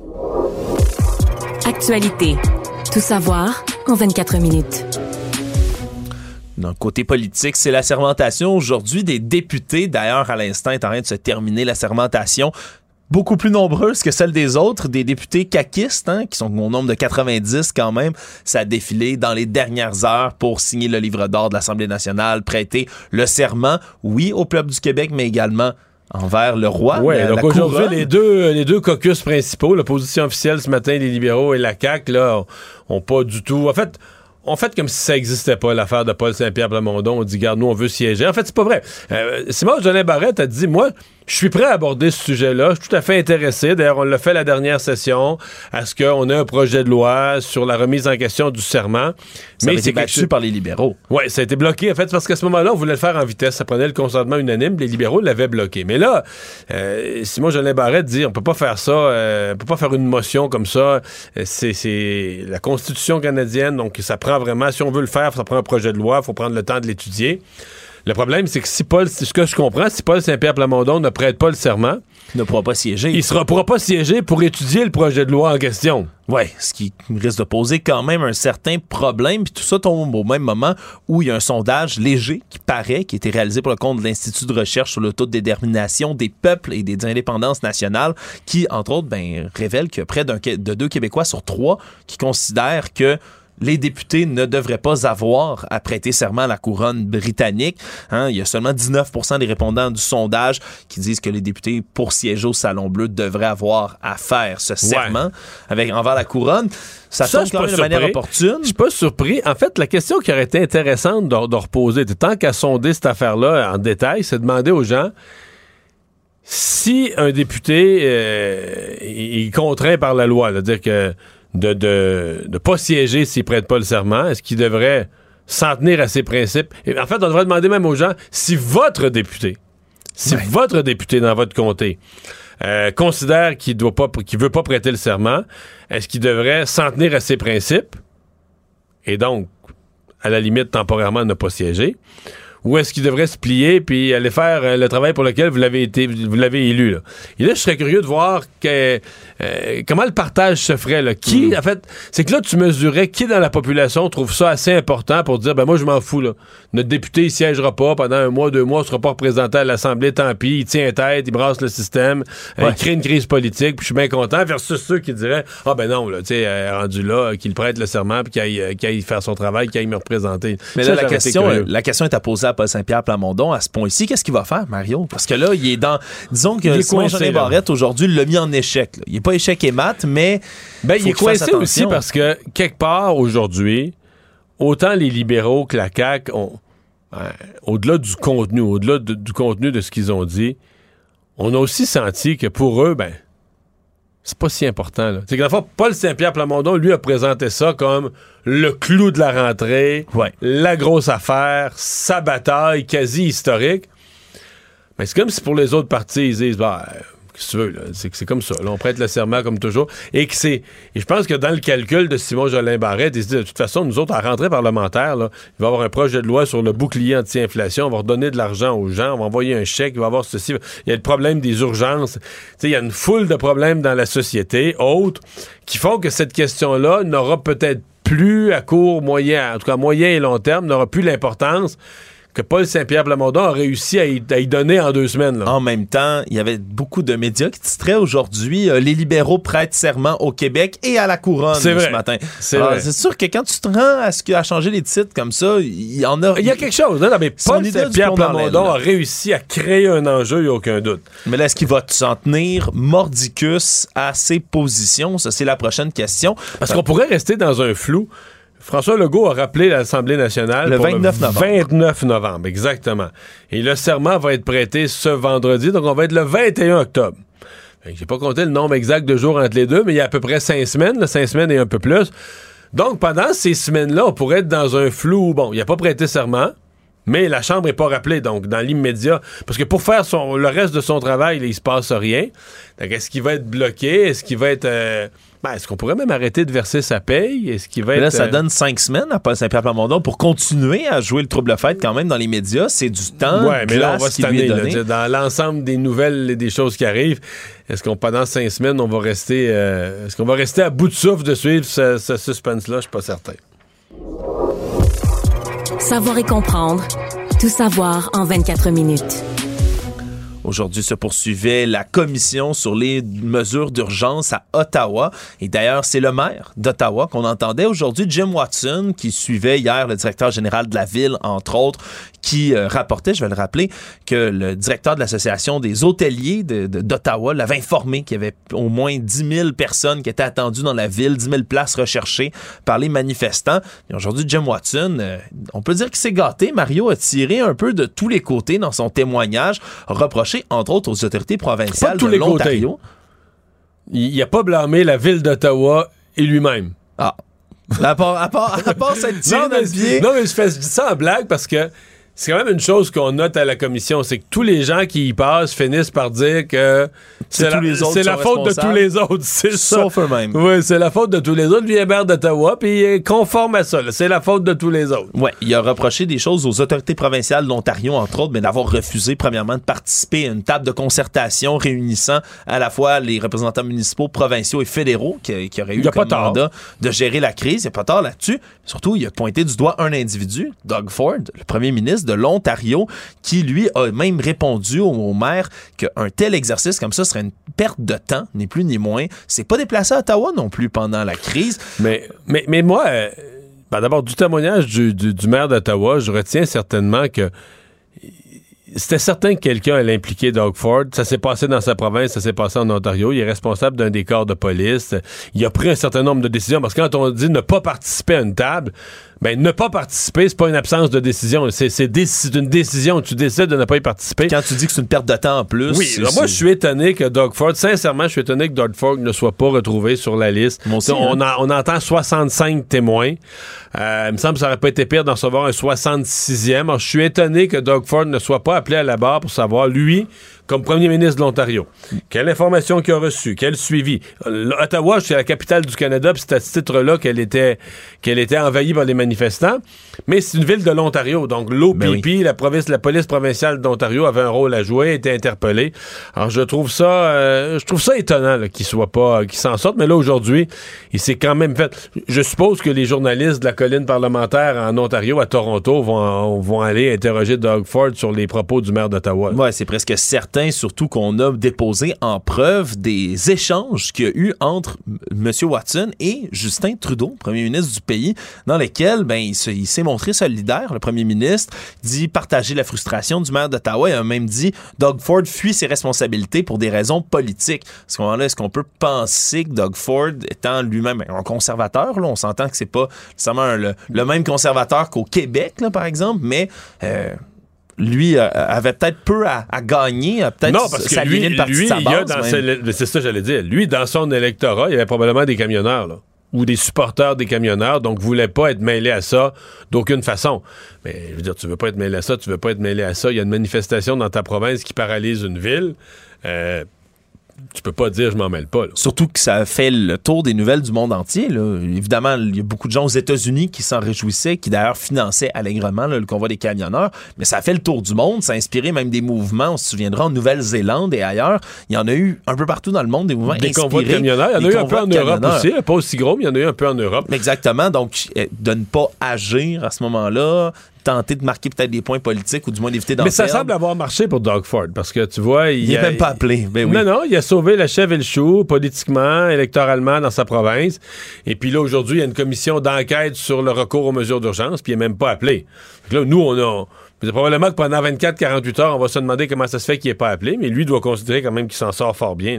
Actualité. Tout savoir en vingt-quatre minutes. Dans le côté politique, c'est la sermentation aujourd'hui des députés. D'ailleurs, à l'instant, est en train de se terminer la sermentation. beaucoup plus nombreuses que celles des autres, des députés caquistes, hein, qui sont au nombre de quatre-vingt-dix quand même. Ça a défilé dans les dernières heures pour signer le livre d'or de l'Assemblée nationale, prêter le serment, oui, au peuple du Québec, mais également envers le roi. Oui, la, donc la aujourd'hui, couronne. les deux, les deux caucus principaux, l'opposition officielle ce matin, les libéraux et la C A Q, là, ont pas du tout... En fait... On fait comme si ça n'existait pas, l'affaire de Paul Saint-Pierre Plamondon. On dit, garde, nous, on veut siéger. En fait, c'est pas vrai. Euh, Simon Jolin Barrette a dit, moi, je suis prêt à aborder ce sujet-là. Je suis tout à fait intéressé. D'ailleurs, on l'a fait la dernière session, à ce qu'on ait un projet de loi sur la remise en question du serment. Ça Mais a été battu que... par les libéraux. Oui, ça a été bloqué, en fait, parce qu'à ce moment-là, on voulait le faire en vitesse. Ça prenait le consentement unanime. Les libéraux l'avaient bloqué. Mais là, euh, Simon Jolin Barrette dit, on peut pas faire ça, euh, on peut pas faire une motion comme ça. C'est, c'est la Constitution canadienne, donc ça prend vraiment, si on veut le faire, ça prend un projet de loi, il faut prendre le temps de l'étudier. Le problème, c'est que si Paul, ce que je comprends, si Paul Saint-Pierre Plamondon ne prête pas le serment, il ne pourra pas siéger. Il ne pourra pas siéger pour étudier le projet de loi en question. Oui, ce qui risque de poser quand même un certain problème. Puis tout ça tombe au même moment où il y a un sondage léger qui paraît, qui a été réalisé pour le compte de l'Institut de recherche sur le taux de détermination des peuples et des indépendances nationales, qui, entre autres, ben, révèle que près d'un, de deux Québécois sur trois qui considèrent que les députés ne devraient pas avoir à prêter serment à la couronne britannique. Hein, il y a seulement dix-neuf pour cent des répondants du sondage qui disent que les députés, pour siéger au Salon Bleu, devraient avoir à faire ce serment ouais. avec, envers la couronne. Ça, ça tombe quand même de manière opportune. Je suis pas surpris. En fait, la question qui aurait été intéressante de, de reposer, tant qu'à sonder cette affaire-là en détail, c'est de demander aux gens si un député euh, est contraint par la loi, c'est-à-dire que de de de pas siéger s'il prête pas le serment, est-ce qu'il devrait s'en tenir à ses principes? Et en fait, on devrait demander même aux gens si votre député, si ouais. votre député dans votre comté euh, considère qu'il doit pas, qu'il veut pas prêter le serment, est-ce qu'il devrait s'en tenir à ses principes et donc, à la limite, temporairement ne pas siéger? Ou est-ce qu'il devrait se plier puis aller faire euh, le travail pour lequel vous l'avez été, vous l'avez élu, là? Et là, je serais curieux de voir que, euh, comment le partage se ferait, là. Qui, mmh. en fait, c'est que là, tu mesurais qui dans la population trouve ça assez important pour dire, ben moi, je m'en fous, là. Notre député, il siégera pas pendant un mois, deux mois, il sera pas représenté à l'Assemblée, tant pis, il tient tête, il brasse le système, ouais. euh, il crée une crise politique, puis je suis bien content, versus ceux qui diraient, ah ben non, là, tu sais, euh, rendu là, qu'il prête le serment, puis qu'il aille, euh, qu'il aille faire son travail, qu'il aille me représenter. Mais ça, là, la question, euh, la question est à poser à Paul Saint-Pierre Plamondon à ce point-ci. Qu'est-ce qu'il va faire, Mario? Parce que là, il est dans... Disons que Simon Jolin Barrette, aujourd'hui, l'a mis en échec. Là. Il n'est pas échec et mat, mais... Ben, il est coincé aussi parce que, quelque part, aujourd'hui, autant les libéraux que la C A Q ont... Euh, au-delà du contenu, au-delà de, du contenu de ce qu'ils ont dit, on a aussi senti que pour eux, ben... c'est pas si important, là. C'est que, dans le fond, Paul Saint-Pierre Plamondon, lui, a présenté ça comme le clou de la rentrée, ouais. la grosse affaire, sa bataille quasi historique. Mais c'est comme si pour les autres partis, ils disent, bah, qu'est-ce que tu veux, là? C'est, c'est comme ça, là. On prête le serment comme toujours. Et que c'est. Et je pense que dans le calcul de Simon Jolin Barrette, il se dit, de toute façon, nous autres, à la rentrée parlementaire, là, il va y avoir un projet de loi sur le bouclier anti-inflation, on va redonner de l'argent aux gens, on va envoyer un chèque, il va y avoir ceci. Il y a le problème des urgences. Tu sais, il y a une foule de problèmes dans la société, autres, qui font que cette question-là n'aura peut-être plus à court, moyen, en tout cas moyen et long terme, n'aura plus l'importance que Paul Saint-Pierre Plamondon a réussi à y, à y donner en deux semaines. Là. En même temps, il y avait beaucoup de médias qui titraient aujourd'hui euh, « Les libéraux prêtent serment au Québec et à la couronne » c'est vrai. ce matin. C'est, Alors, vrai. c'est sûr que quand tu te rends à, ce que, à changer les titres comme ça, il y en a... Il y a quelque chose. Hein? Non, mais Paul Saint-Pierre Plamondon a réussi à créer un enjeu, il n'y a aucun doute. Mais là, est-ce qu'il va s'en tenir mordicus à ses positions? Ça, c'est la prochaine question. Parce qu'on pourrait rester dans un flou. François Legault a rappelé l'Assemblée nationale le pour vingt-neuf novembre. vingt-neuf novembre, exactement. Et le serment va être prêté ce vendredi, donc on va être le vingt et un octobre. J'ai pas compté le nombre exact de jours entre les deux, mais il y a à peu près cinq semaines, là, cinq semaines et un peu plus. Donc, pendant ces semaines-là, on pourrait être dans un flou où, bon, il n'a pas prêté serment, mais la Chambre n'est pas rappelée, donc, dans l'immédiat. Parce que pour faire son, le reste de son travail, là, il se passe rien. Donc, est-ce qu'il va être bloqué? Est-ce qu'il va être... Euh, ben, est-ce qu'on pourrait même arrêter de verser sa paye? Est-ce qu'il va mais être... Là, ça euh... donne cinq semaines à Paul Saint-Pierre Plamondon pour continuer à jouer le trouble-fête quand même dans les médias. C'est du temps, ouais, mais là, on va qui lui est donné. Là, dans l'ensemble des nouvelles et des choses qui arrivent, est-ce qu'on, pendant cinq semaines, on va rester... Euh, est-ce qu'on va rester à bout de souffle de suivre ce, ce suspense-là? Je suis pas certain. Savoir et comprendre. Tout savoir en vingt-quatre minutes. Aujourd'hui se poursuivait la commission sur les mesures d'urgence à Ottawa. Et d'ailleurs, c'est le maire d'Ottawa qu'on entendait aujourd'hui, Jim Watson, qui suivait hier le directeur général de la ville, entre autres, qui euh, rapportait, je vais le rappeler, que le directeur de l'Association des hôteliers de, de, d'Ottawa l'avait informé qu'il y avait au moins dix mille personnes qui étaient attendues dans la ville, dix mille places recherchées par les manifestants. Et aujourd'hui, Jim Watson, euh, on peut dire qu'il s'est gâté. Mario a tiré un peu de tous les côtés dans son témoignage, reproché entre autres aux autorités provinciales pas de, tous de les l'Ontario. Côtés. Il n'a pas blâmé la ville d'Ottawa et lui-même. Ah. À part, à part, à part cette tirée non, dans le pied. Non, mais je, fais, je dis ça en blague parce que c'est quand même une chose qu'on note à la commission, c'est que tous les gens qui y passent finissent par dire que c'est, c'est, la, c'est la faute de tous les autres. C'est Sauf ça. eux-mêmes. Oui, c'est la faute de tous les autres. Lui est maire d'Ottawa, puis il est conforme à ça. Là. C'est la faute de tous les autres. Oui, il a reproché des choses aux autorités provinciales de l'Ontario, entre autres, mais d'avoir refusé, premièrement, de participer à une table de concertation réunissant à la fois les représentants municipaux, provinciaux et fédéraux qui, qui auraient eu comme mandat de gérer la crise. Il n'y a pas tard là-dessus. Surtout, il a pointé du doigt un individu, Doug Ford, le premier ministre de l'Ontario, qui, lui, a même répondu au, au maire qu'un tel exercice comme ça serait une perte de temps, ni plus ni moins. C'est pas déplacé à Ottawa non plus pendant la crise. Mais, mais, mais moi, euh, ben d'abord, du témoignage du, du, du maire d'Ottawa, je retiens certainement que c'était certain que quelqu'un allait impliquer Doug Ford. Ça s'est passé dans sa province, ça s'est passé en Ontario. Il est responsable d'un des corps de police. Il a pris un certain nombre de décisions. Parce que quand on dit ne pas participer à une table, ben ne pas participer, c'est pas une absence de décision. C'est, c'est, dé- c'est une décision. Tu décides de ne pas y participer. Quand tu dis que c'est une perte de temps en plus. Oui, alors moi, je suis étonné que Doug Ford, sincèrement, je suis étonné que Doug Ford ne soit pas retrouvé sur la liste. Aussi, on, hein? a, on entend soixante-cinq témoins. Euh, il me semble que ça aurait pas été pire d'en recevoir un soixante-sixième. Alors, je suis étonné que Doug Ford ne soit pas appelé à la barre pour savoir, lui, comme premier ministre de l'Ontario, quelle information qu'il a reçue, quel suivi. Ottawa, c'est la capitale du Canada, puis c'est à ce titre-là qu'elle était, qu'elle était envahie par les manifestants. Mais c'est une ville de l'Ontario, donc l'O P P, ben oui. la, province, la police provinciale d'Ontario avait un rôle à jouer, était interpellée. Alors je trouve ça, euh, je trouve ça étonnant là, qu'il soit pas, qu'il s'en sorte. Mais là aujourd'hui, il s'est quand même fait. Je suppose que les journalistes de la colline parlementaire en Ontario, à Toronto, vont, vont aller interroger Doug Ford sur les propos du maire d'Ottawa. Ouais, c'est presque certain. Surtout qu'on a déposé en preuve des échanges qu'il y a eu entre M. Watson et Justin Trudeau, premier ministre du pays, dans lesquels ben, il, se, il s'est montré solidaire. Le premier ministre dit partager la frustration du maire d'Ottawa. Il a même dit Doug Ford fuit ses responsabilités pour des raisons politiques. À ce moment-là, est-ce qu'on peut penser que Doug Ford, étant lui-même un conservateur, là, on s'entend que c'est pas nécessairement le, le même conservateur qu'au Québec, là, par exemple, mais... Euh, lui euh, avait peut-être peu à, à gagner, à peut-être non, parce que lui, une partie lui de sa il y a base, dans ses, c'est ça que j'allais dire. Lui, dans son électorat, il y avait probablement des camionneurs, là, ou des supporters des camionneurs, donc voulait pas être mêlé à ça d'aucune façon. Mais je veux dire, tu veux pas être mêlé à ça, tu veux pas être mêlé à ça. Il y a une manifestation dans ta province qui paralyse une ville. Euh, tu peux pas dire je m'en mêle pas. Là. Surtout que ça a fait le tour des nouvelles du monde entier. Là. Évidemment, il y a beaucoup de gens aux États-Unis qui s'en réjouissaient, qui d'ailleurs finançaient allègrement là, le convoi des camionneurs. Mais ça a fait le tour du monde, ça a inspiré même des mouvements. On se souviendra en Nouvelle-Zélande et ailleurs. Il y en a eu un peu partout dans le monde, des mouvements des inspirés. Convois de camionneurs. Il y en a eu un peu en Europe aussi. Pas aussi gros, mais il y en a eu un peu en Europe. Exactement. Donc, de ne pas agir à ce moment-là, tenter de marquer peut-être des points politiques ou du moins d'éviter d'en Mais ça perdre. semble avoir marché pour Doug Ford parce que tu vois... Il, il est a, même pas appelé. Ben oui. Non, non, il a sauvé la chèvre et le chou politiquement, électoralement dans sa province. Et puis là, aujourd'hui, il y a une commission d'enquête sur le recours aux mesures d'urgence puis il n'est même pas appelé. Donc là, nous, on a... C'est probablement que pendant vingt-quatre à quarante-huit heures, on va se demander comment ça se fait qu'il n'est pas appelé, mais lui doit considérer quand même qu'il s'en sort fort bien, là.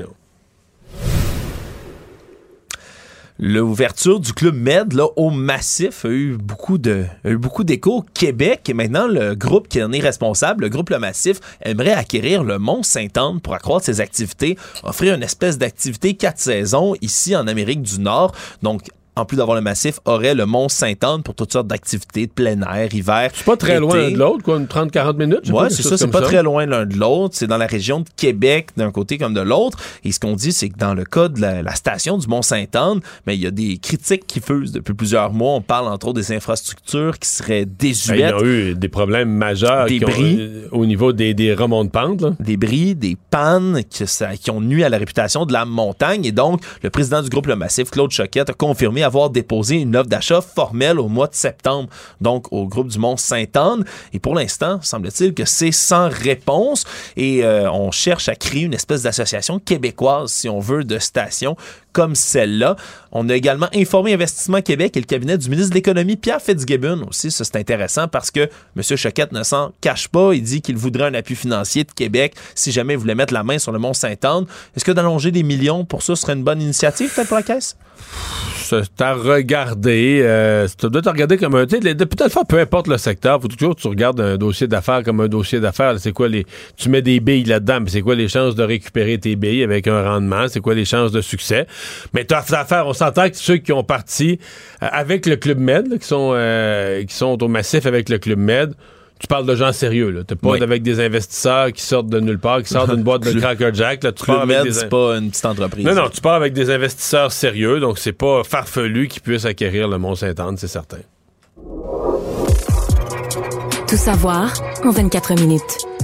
L'ouverture du Club Med là, au Massif a eu beaucoup de a eu beaucoup d'écho au Québec et maintenant le groupe qui en est responsable, le groupe Le Massif, aimerait acquérir le Mont-Sainte-Anne pour accroître ses activités, offrir une espèce d'activité quatre saisons ici en Amérique du Nord. Donc en plus d'avoir le Massif, aurait le Mont-Sainte-Anne pour toutes sortes d'activités de plein air, hiver. C'est pas très été. Loin l'un de l'autre, quoi, une trente à quarante minutes. Oui, c'est ça, c'est pas ça. Très loin l'un de l'autre. C'est dans la région de Québec, d'un côté comme de l'autre. Et ce qu'on dit, c'est que dans le cas de la, la station du Mont-Sainte-Anne, ben, il y a des critiques qui fusent depuis plusieurs mois. On parle entre autres des infrastructures qui seraient désuètes. Ben, il y a eu des problèmes majeurs des qui bris, ont, au niveau des, des remonts de pente. Là. Des bris, des pannes qui, ça, qui ont nui à la réputation de la montagne. Et donc, le président du groupe Le Massif, Claude Choquette, a confirmé avoir déposé une offre d'achat formelle au mois de septembre, donc au groupe du Mont-Sainte-Anne. Et pour l'instant, semble-t-il que c'est sans réponse et euh, on cherche à créer une espèce d'association québécoise, si on veut, de stations comme celle-là. On a également informé Investissement Québec et le cabinet du ministre de l'Économie, Pierre Fitzgibbon aussi. Ça, c'est intéressant parce que M. Choquette ne s'en cache pas. Il dit qu'il voudrait un appui financier de Québec si jamais il voulait mettre la main sur le Mont-Sainte-Anne. Est-ce que d'allonger des millions pour ça serait une bonne initiative, peut-être, pour la Caisse? C'est à regarder. Euh, tu dois te regarder comme un... Tu sais, depuis le fois, peu importe le secteur, faut toujours que tu regardes un dossier d'affaires comme un dossier d'affaires. C'est quoi les... Tu mets des billes là-dedans, mais c'est quoi les chances de récupérer tes billes avec un rendement? C'est quoi les chances de succès? Mais tu as affaire, on s'entend que ceux qui ont parti euh, avec le Club Med, là, qui sont euh, qui sont au massif avec le Club Med, tu parles de gens sérieux, là. T'es pas oui. avec des investisseurs qui sortent de nulle part, qui sortent d'une boîte de Cracker Jack, là. Tu Club pars avec Med, des... c'est pas une petite entreprise. Non, non, tu pars avec des investisseurs sérieux, donc c'est pas farfelu qu'ils puissent acquérir le Mont-Sainte-Anne, c'est certain. Tout savoir en vingt-quatre minutes.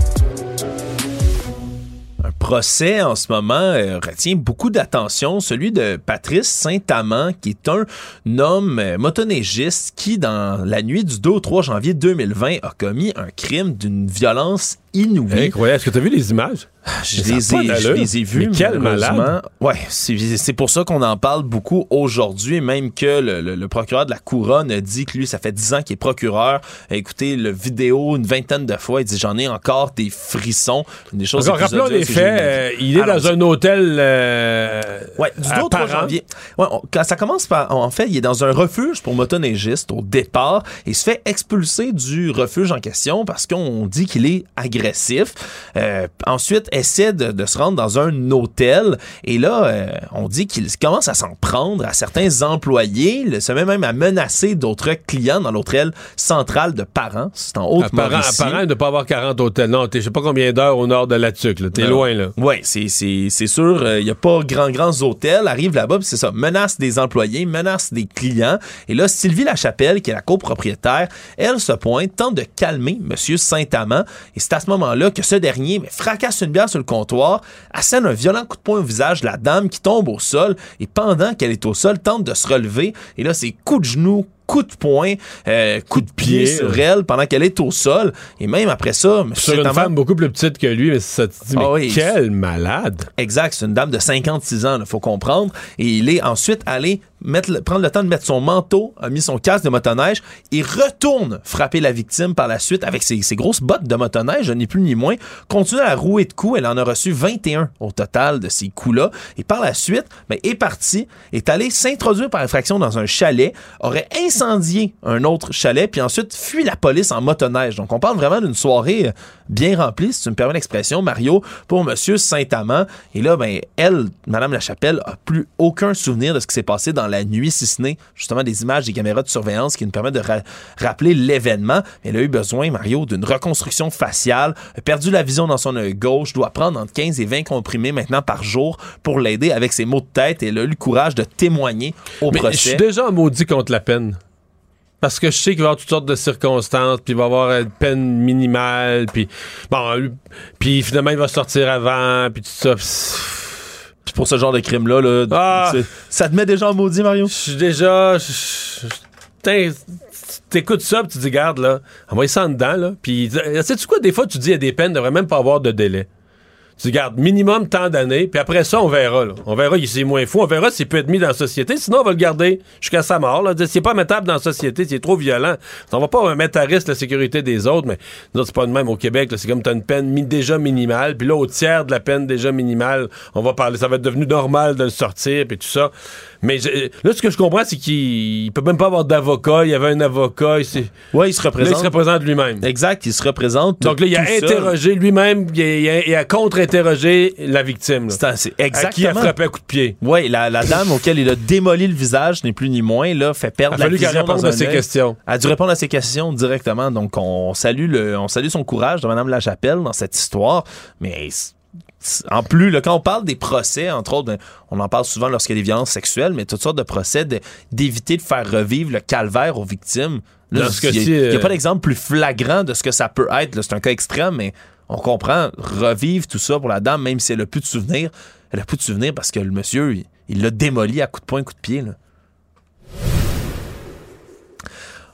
Un procès en ce moment euh, retient beaucoup d'attention, celui de Patrice Saint-Amand, qui est un homme euh, motoneigiste qui, dans la nuit du deux au trois janvier deux mille vingt, a commis un crime d'une violence inouïe. Incroyable. Est-ce que tu as vu les images? Je les, ai, je les ai vus. Mais quel malade! Ouais, c'est, c'est pour ça qu'on en parle beaucoup aujourd'hui, même que le, le, le procureur de la Couronne a dit que lui, ça fait dix ans qu'il est procureur. A écouté le vidéo une vingtaine de fois. Il dit, j'en ai encore des frissons. Des choses encore, rappelons les faits. Euh, il est Alors, dans un hôtel euh, ouais, du deux au trois janvier. Ouais, on, quand ça commence par... En fait, il est dans un refuge pour motoneigistes au départ et il se fait expulser du refuge en question parce qu'on dit qu'il est agressif. Euh, ensuite, essaie de, de se rendre dans un hôtel et là, euh, on dit qu'il commence à s'en prendre à certains employés, il se met même à menacer d'autres clients dans l'hôtel central de Parent, c'est en Haute-Mauricie. À Parent, de ne pas avoir quarante hôtels. Non, t'es je sais pas combien d'heures au nord de la Tuque, là. T'es non. loin, là. Oui, c'est, c'est, c'est sûr, il euh, n'y a pas grand, grands hôtels, arrive là-bas, puis c'est ça, menace des employés, menace des clients, et là, Sylvie Lachapelle, qui est la copropriétaire, elle se pointe, tente de calmer M. Saint-Amand, et c'est à ce moment-là que ce dernier mais, fracasse une bière sur le comptoir, assène un violent coup de poing au visage de la dame qui tombe au sol et pendant qu'elle est au sol, tente de se relever et là, c'est coup de genou, coup de poing, euh, coup de pied sur elle pendant qu'elle est au sol. Et même après ça... Sur une femme beaucoup plus petite que lui, mais ça te dit, mais oh oui, quel malade! Exact, c'est une dame de cinquante-six ans, il faut comprendre. Et il est ensuite allé mettre, prendre le temps de mettre son manteau, a mis son casque de motoneige et retourne frapper la victime par la suite avec ses, ses grosses bottes de motoneige, ni plus ni moins. Continue à rouer de coups. Elle en a reçu vingt et un au total de ces coups-là. Et par la suite, ben, est parti, est allé s'introduire par effraction dans un chalet, aurait incendié un autre chalet, puis ensuite fuit la police en motoneige. Donc, on parle vraiment d'une soirée bien remplie, si tu me permets l'expression, Mario, pour M. Saint-Amand. Et là, ben, elle, Mme Lachapelle, a plus aucun souvenir de ce qui s'est passé dans la nuit, si ce n'est justement des images des caméras de surveillance qui nous permettent de ra- rappeler l'événement. Elle a eu besoin, Mario, d'une reconstruction faciale, a perdu la vision dans son œil gauche, doit prendre entre quinze et vingt comprimés maintenant par jour pour l'aider avec ses maux de tête et elle a eu le courage de témoigner au Mais procès. Je suis déjà maudit contre la peine. Parce que je sais qu'il va y avoir toutes sortes de circonstances, puis il va y avoir une peine minimale, puis bon, puis finalement il va sortir avant, puis tout ça. Puis pour ce genre de crime-là, là, ah, ça te met déjà en maudit, Mario? Je suis déjà... T'écoutes ça, puis tu te dis, garde, là, envoie ça en dedans, là. Puis, sais-tu quoi, des fois, tu dis, il y a des peines, il ne devrait même pas avoir de délai. Tu dis, garde, minimum tant d'années, puis après ça, on verra, là. On verra s'il est moins fou, on verra s'il peut être mis dans la société, sinon on va le garder jusqu'à sa mort, là. S'il n'est pas mettable dans la société, s'il est trop violent, on va pas mettre à risque la sécurité des autres, mais nous, c'est pas de même au Québec, là. C'est comme t'as une peine mi- déjà minimale, puis là, au tiers de la peine déjà minimale, on va parler, ça va être devenu normal de le sortir, puis tout ça. Mais je, là, ce que je comprends, c'est qu'il il peut même pas avoir d'avocat. Il y avait un avocat. Oui, il se représente. Là, il se représente lui-même. Exact, il se représente. Donc là, il a interrogé ça. lui-même, il a, il a contre-interrogé la victime. C'est, c'est exactement. À qui a frappé un coup de pied. Oui, la, la dame auquel il a démoli le visage, n'est plus ni moins, là, fait perdre la vision. Il a fallu qu'elle réponde à ses questions. Elle a dû répondre à ses questions directement. Donc, on salue, le, on salue son courage de Mme Lachapelle dans cette histoire. Mais... En plus, là, quand on parle des procès, entre autres, on en parle souvent lorsqu'il y a des violences sexuelles, mais toutes sortes de procès de, d'éviter de faire revivre le calvaire aux victimes. Là, il n'y a, euh... a pas d'exemple plus flagrant de ce que ça peut être. Là, c'est un cas extrême, mais on comprend revivre tout ça pour la dame, même si elle n'a plus de souvenirs. Elle n'a plus de souvenirs parce que le monsieur, il, il l'a démoli à coups de poing, coup de pied. Là.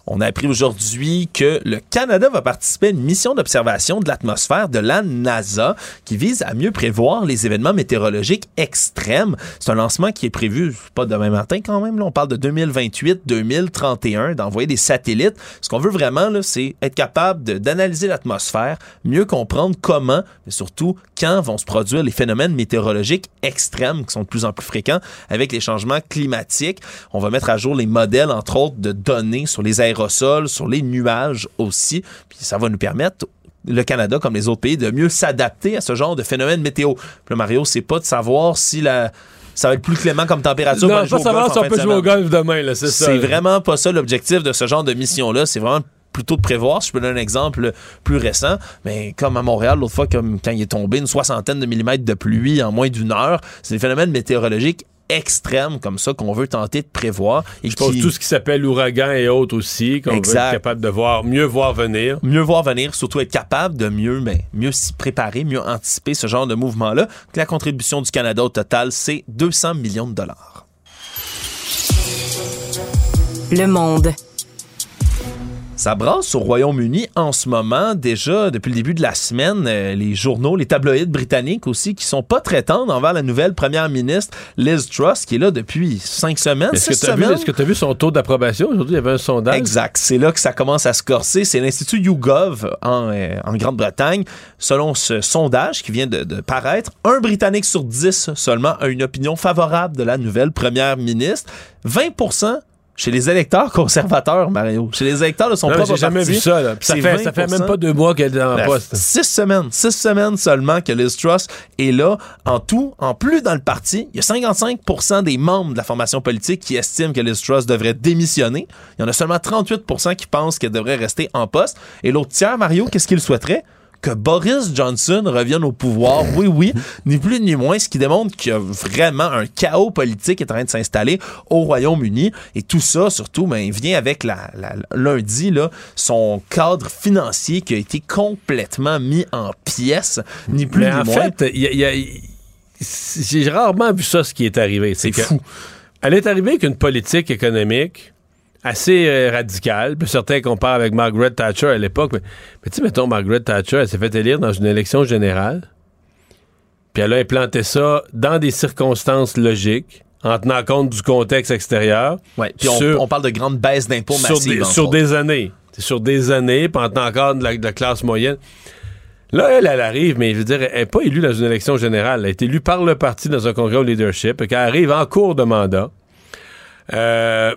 On a appris aujourd'hui que le Canada va participer à une mission d'observation de l'atmosphère de la NASA qui vise à mieux prévoir les événements météorologiques extrêmes. C'est un lancement qui est prévu, pas demain matin quand même, là, on parle de deux mille vingt-huit deux mille trente et un, d'envoyer des satellites. Ce qu'on veut vraiment, là, c'est être capable de, d'analyser l'atmosphère, mieux comprendre comment, mais surtout quand vont se produire les phénomènes météorologiques extrêmes qui sont de plus en plus fréquents avec les changements climatiques. On va mettre à jour les modèles, entre autres, de données sur les aérosols, sur les nuages aussi. Puis ça va nous permettre, le Canada, comme les autres pays, de mieux s'adapter à ce genre de phénomène météo. Puis là, Mario, c'est pas de savoir si la... ça va être plus clément comme température. Non, pas savoir si on peut jouer au golf demain, là, c'est ça. C'est vraiment pas ça l'objectif de ce genre de mission-là. C'est vraiment plutôt de prévoir. Si je peux donner un exemple plus récent, mais comme à Montréal, l'autre fois, comme quand il est tombé une soixantaine de millimètres de pluie en moins d'une heure, c'est des phénomènes météorologiques extrêmes comme ça qu'on veut tenter de prévoir. Et je pense qui... tout ce qui s'appelle ouragan et autres aussi, qu'on exact. veut être capable de voir, mieux voir venir. Mieux voir venir, surtout être capable de mieux, ben, mieux s'y préparer, mieux anticiper ce genre de mouvement-là. La contribution du Canada au total, c'est deux cents millions de dollars. Le Monde. Ça brasse au Royaume-Uni en ce moment. Déjà, depuis le début de la semaine, euh, les journaux, les tabloïds britanniques aussi, qui sont pas très tendres envers la nouvelle première ministre Liz Truss, qui est là depuis cinq semaines, est-ce six que t'as semaines. Vu, est-ce que tu as vu son taux d'approbation? Aujourd'hui, il y avait un sondage. Exact. C'est là que ça commence à se corser. C'est l'Institut YouGov en, euh, en Grande-Bretagne. Selon ce sondage qui vient de, de paraître, un Britannique sur dix seulement a une opinion favorable de la nouvelle première ministre. vingt pour cent chez les électeurs conservateurs, Mario. Chez les électeurs de son non, propre j'ai jamais parti, vu ça. Là. Ça, fait, ça fait même pas deux mois qu'elle est en poste. Six semaines. Six semaines seulement que Liz Truss est là. En tout, en plus dans le parti, il y a cinquante-cinq pour cent des membres de la formation politique qui estiment que Liz Truss devrait démissionner. Il y en a seulement trente-huit pour cent qui pensent qu'elle devrait rester en poste. Et l'autre tiers, Mario, qu'est-ce qu'il souhaiterait? Que Boris Johnson revienne au pouvoir, oui, oui, ni plus ni moins, ce qui démontre qu'il y a vraiment un chaos politique qui est en train de s'installer au Royaume-Uni. Et tout ça, surtout, ben, il vient avec la, la, lundi, là, son cadre financier qui a été complètement mis en pièces, ni plus Mais ni en moins. En fait, y a, y a, y, j'ai rarement vu ça, ce qui est arrivé. C'est, c'est fou. Elle est arrivée avec une politique économique assez euh, radical. Puis certains comparent avec Margaret Thatcher à l'époque. Mais, mais tu sais, mettons, Margaret Thatcher, elle s'est fait élire dans une élection générale. Puis elle a implanté ça dans des circonstances logiques, en tenant compte du contexte extérieur. Ouais, puis on, on parle de grandes baisses d'impôts sur massives. Des, sur des années. C'est sur des années, puis en tenant compte de la, de la classe moyenne. Là, elle, elle arrive, mais je veux dire, elle n'est pas élue dans une élection générale. Elle a été élue par le parti dans un congrès au leadership, et qu'elle arrive en cours de mandat. Euh...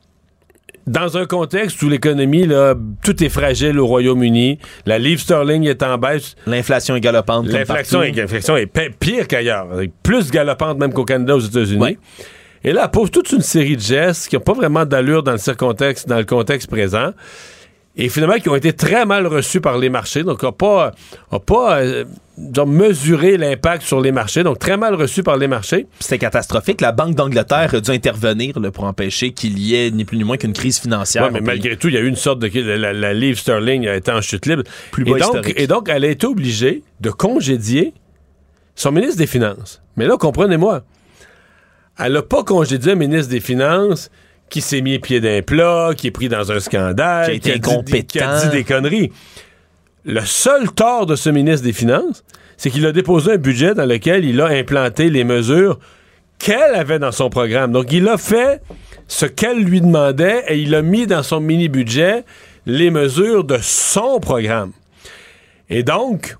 Dans un contexte où l'économie, là, tout est fragile au Royaume-Uni, la livre sterling est en baisse. L'inflation est galopante. L'inflation est, l'inflation est pire qu'ailleurs. Plus galopante même qu'au Canada, aux États-Unis. Ouais. Et là, elle pose toute une série de gestes qui n'ont pas vraiment d'allure dans le contexte, dans le contexte présent. Et finalement, qui ont été très mal reçus par les marchés. Donc, n'a pas, a pas euh, genre, mesuré l'impact sur les marchés. Donc, très mal reçus par les marchés. C'était catastrophique. La Banque d'Angleterre a dû intervenir là, pour empêcher qu'il y ait ni plus ni moins qu'une crise financière. Oui, mais malgré tout, il y a eu une sorte de... La, la, la livre sterling a été en chute libre. Plus bas et, donc, historique. et donc, elle a été obligée de congédier son ministre des Finances. Mais là, comprenez-moi, elle n'a pas congédié un ministre des Finances qui s'est mis pied d'un plat, qui est pris dans un scandale, qui a été qui, a dit, qui a dit des conneries. Le seul tort de ce ministre des Finances, c'est qu'il a déposé un budget dans lequel il a implanté les mesures qu'elle avait dans son programme. Donc, il a fait ce qu'elle lui demandait et il a mis dans son mini-budget les mesures de son programme. Et donc,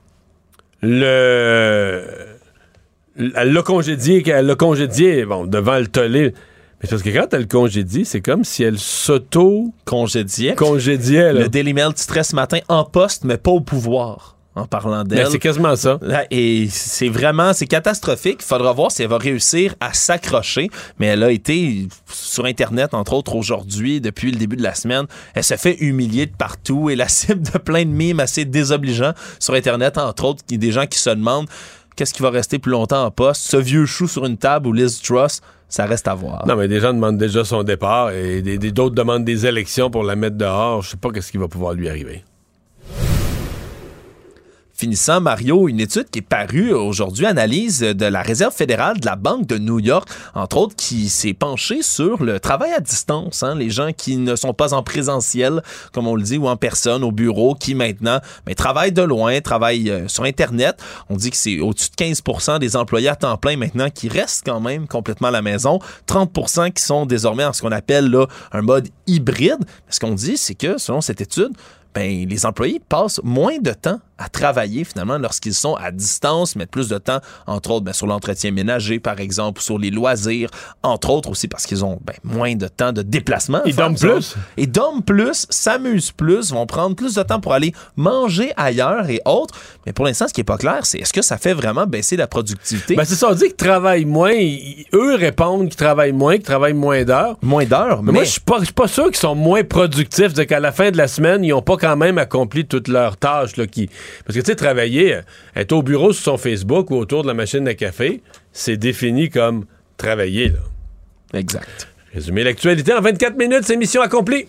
le... elle l'a congédié, elle l'a congédié, bon, devant le tollé. Mais parce que quand elle congédie, c'est comme si elle s'auto-congédiait. Congédiait, là. Le Daily Mail titrait ce matin en poste, mais pas au pouvoir, en parlant d'elle. Ben, c'est quasiment ça. Et c'est vraiment, c'est catastrophique. Il faudra voir si elle va réussir à s'accrocher. Mais elle a été sur Internet, entre autres, aujourd'hui, depuis le début de la semaine. Elle se fait humilier de partout et la cible de plein de mimes assez désobligeants sur Internet, entre autres, il y a des gens qui se demandent qu'est-ce qui va rester plus longtemps en poste. Ce vieux chou sur une table ou Liz Truss, ça reste à voir. Non, mais des gens demandent déjà son départ et des, des, d'autres demandent des élections pour la mettre dehors. Je sais pas qu'est-ce qui va pouvoir lui arriver. Finissant, Mario, une étude qui est parue aujourd'hui, analyse de la Réserve fédérale de la Banque de New York, entre autres, qui s'est penchée sur le travail à distance, hein, les gens qui ne sont pas en présentiel, comme on le dit, ou en personne, au bureau, qui maintenant ben, travaillent de loin, travaillent euh, sur Internet. On dit que c'est au-dessus de quinze pour cent des employés à temps plein maintenant qui restent quand même complètement à la maison, trente pour cent qui sont désormais en ce qu'on appelle là, un mode hybride. Ce qu'on dit, c'est que, selon cette étude, ben, les employés passent moins de temps à travailler finalement lorsqu'ils sont à distance, mettent plus de temps, entre autres, ben, sur l'entretien ménager, par exemple, sur les loisirs, entre autres aussi parce qu'ils ont ben, moins de temps de déplacement. Ils dorment plus. Ils dorment plus, s'amusent plus, vont prendre plus de temps pour aller manger ailleurs et autres. Mais pour l'instant, ce qui n'est pas clair, c'est est-ce que ça fait vraiment baisser la productivité? Ben, c'est ça, on dit qu'ils travaillent moins. Ils, eux répondent qu'ils travaillent moins, qu'ils travaillent moins d'heures. Moins d'heures, mais... Moi, je suis pas, je suis pas sûr qu'ils sont moins productifs. C'est-à-dire qu'à la fin de la semaine, ils n'ont pas quand même accompli toutes leurs tâches, là, qui... Parce que, tu sais, travailler, être au bureau sur son Facebook ou autour de la machine à café, c'est défini comme travailler, là. Exact. Résumer l'actualité en vingt-quatre minutes, c'est mission accomplie.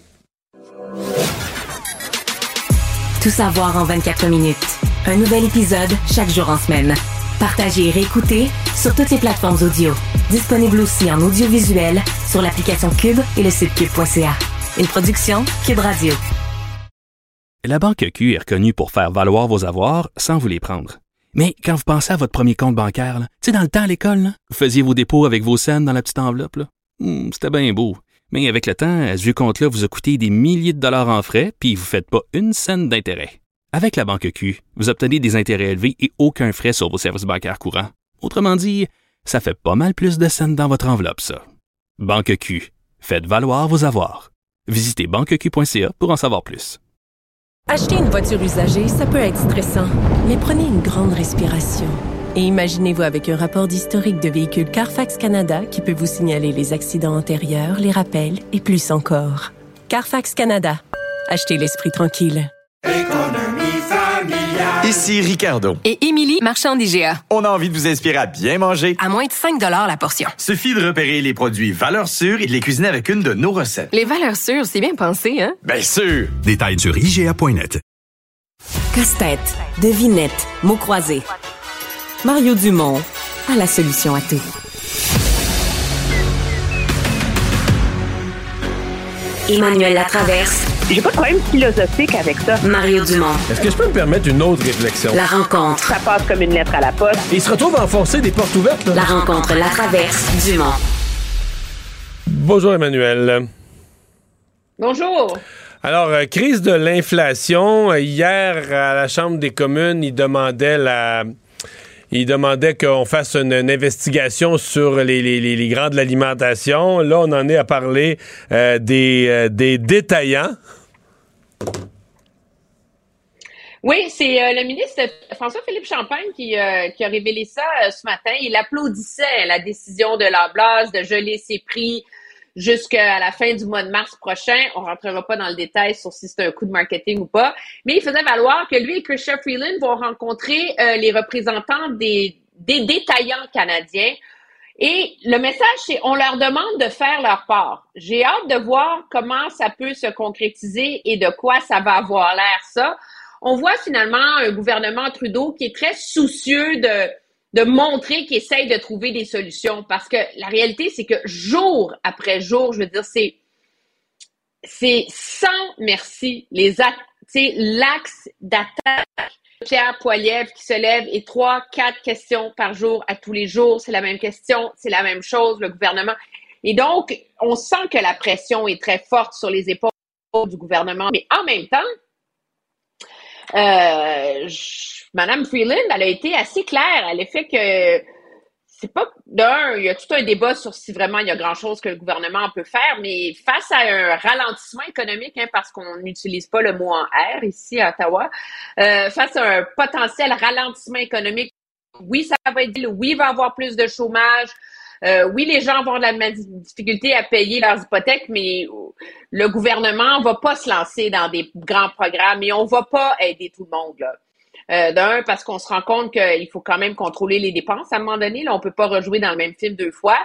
Tout savoir en vingt-quatre minutes. Un nouvel épisode chaque jour en semaine. Partagez et réécoutez sur toutes les plateformes audio. Disponible aussi en audiovisuel sur l'application Cube et le site cube point c a. Une production Cube Radio. La Banque Q est reconnue pour faire valoir vos avoirs sans vous les prendre. Mais quand vous pensez à votre premier compte bancaire, tu sais, dans le temps à l'école, là, vous faisiez vos dépôts avec vos scènes dans la petite enveloppe. Là. Hum, c'était bien beau. Mais avec le temps, ce vieux compte-là vous a coûté des milliers de dollars en frais, puis vous ne faites pas une scène d'intérêt. Avec la Banque Q, vous obtenez des intérêts élevés et aucun frais sur vos services bancaires courants. Autrement dit, ça fait pas mal plus de scènes dans votre enveloppe, ça. Banque Q. Faites valoir vos avoirs. Visitez banque q point c a pour en savoir plus. Acheter une voiture usagée, ça peut être stressant, mais prenez une grande respiration. Et imaginez-vous avec un rapport d'historique de véhicule Carfax Canada qui peut vous signaler les accidents antérieurs, les rappels et plus encore. Carfax Canada. Achetez l'esprit tranquille. Ici Ricardo. Et Émilie, marchand d'I G A. On a envie de vous inspirer à bien manger. À moins de cinq dollars la portion. Suffit de repérer les produits valeurs sûres et de les cuisiner avec une de nos recettes. Les valeurs sûres, c'est bien pensé, hein? Bien sûr! Détails sur I G A point net. Casse-tête, devinette, mots croisés. Mario Dumont a la solution à tout. Emmanuel Latraverse. J'ai pas de problème philosophique avec ça. Mario Dumont. Est-ce que je peux me permettre une autre réflexion? La rencontre. Ça passe comme une lettre à la poste. Et il se retrouve à enfoncer des portes ouvertes. Là. La rencontre Latraverse Dumont. Bonjour Emmanuel. Bonjour. Alors, euh, crise de l'inflation. Hier, à la Chambre des communes, ils demandaient la... Il demandait qu'on fasse une, une investigation sur les, les, les, les grands de l'alimentation. Là, on en est à parler euh, des, euh, des détaillants. Oui, c'est euh, le ministre François-Philippe Champagne qui, euh, qui a révélé ça euh, ce matin. Il applaudissait la décision de Loblaws de geler ses prix jusqu'à la fin du mois de mars prochain. On rentrera pas dans le détail sur si c'est un coup de marketing ou pas, mais il faisait valoir que lui et Chrystia Freeland vont rencontrer euh, les représentants des, des détaillants canadiens. Et le message, c'est on leur demande de faire leur part. J'ai hâte de voir comment ça peut se concrétiser et de quoi ça va avoir l'air, ça. On voit finalement un gouvernement Trudeau qui est très soucieux de de montrer qu'il essaye de trouver des solutions. Parce que la réalité, c'est que jour après jour, je veux dire, c'est c'est sans merci les actes, tu sais, l'axe d'attaque. Pierre Poilievre qui se lève et trois, quatre questions par jour à tous les jours. C'est la même question, c'est la même chose, le gouvernement. Et donc, on sent que la pression est très forte sur les épaules du gouvernement. Mais en même temps, euh, je, Madame Freeland, elle a été assez claire à l'effet que c'est pas d'un, il y a tout un débat sur si vraiment il y a grand-chose que le gouvernement peut faire, mais face à un ralentissement économique, hein, parce qu'on n'utilise pas le mot en R ici à Ottawa, euh, face à un potentiel ralentissement économique, oui, ça va être dit, oui, il va y avoir plus de chômage, euh, oui, les gens vont avoir de la difficulté à payer leurs hypothèques, mais le gouvernement va pas se lancer dans des grands programmes et on va pas aider tout le monde, là. Euh, d'un, parce qu'on se rend compte qu'il faut quand même contrôler les dépenses à un moment donné. Là, on peut pas rejouer dans le même film deux fois.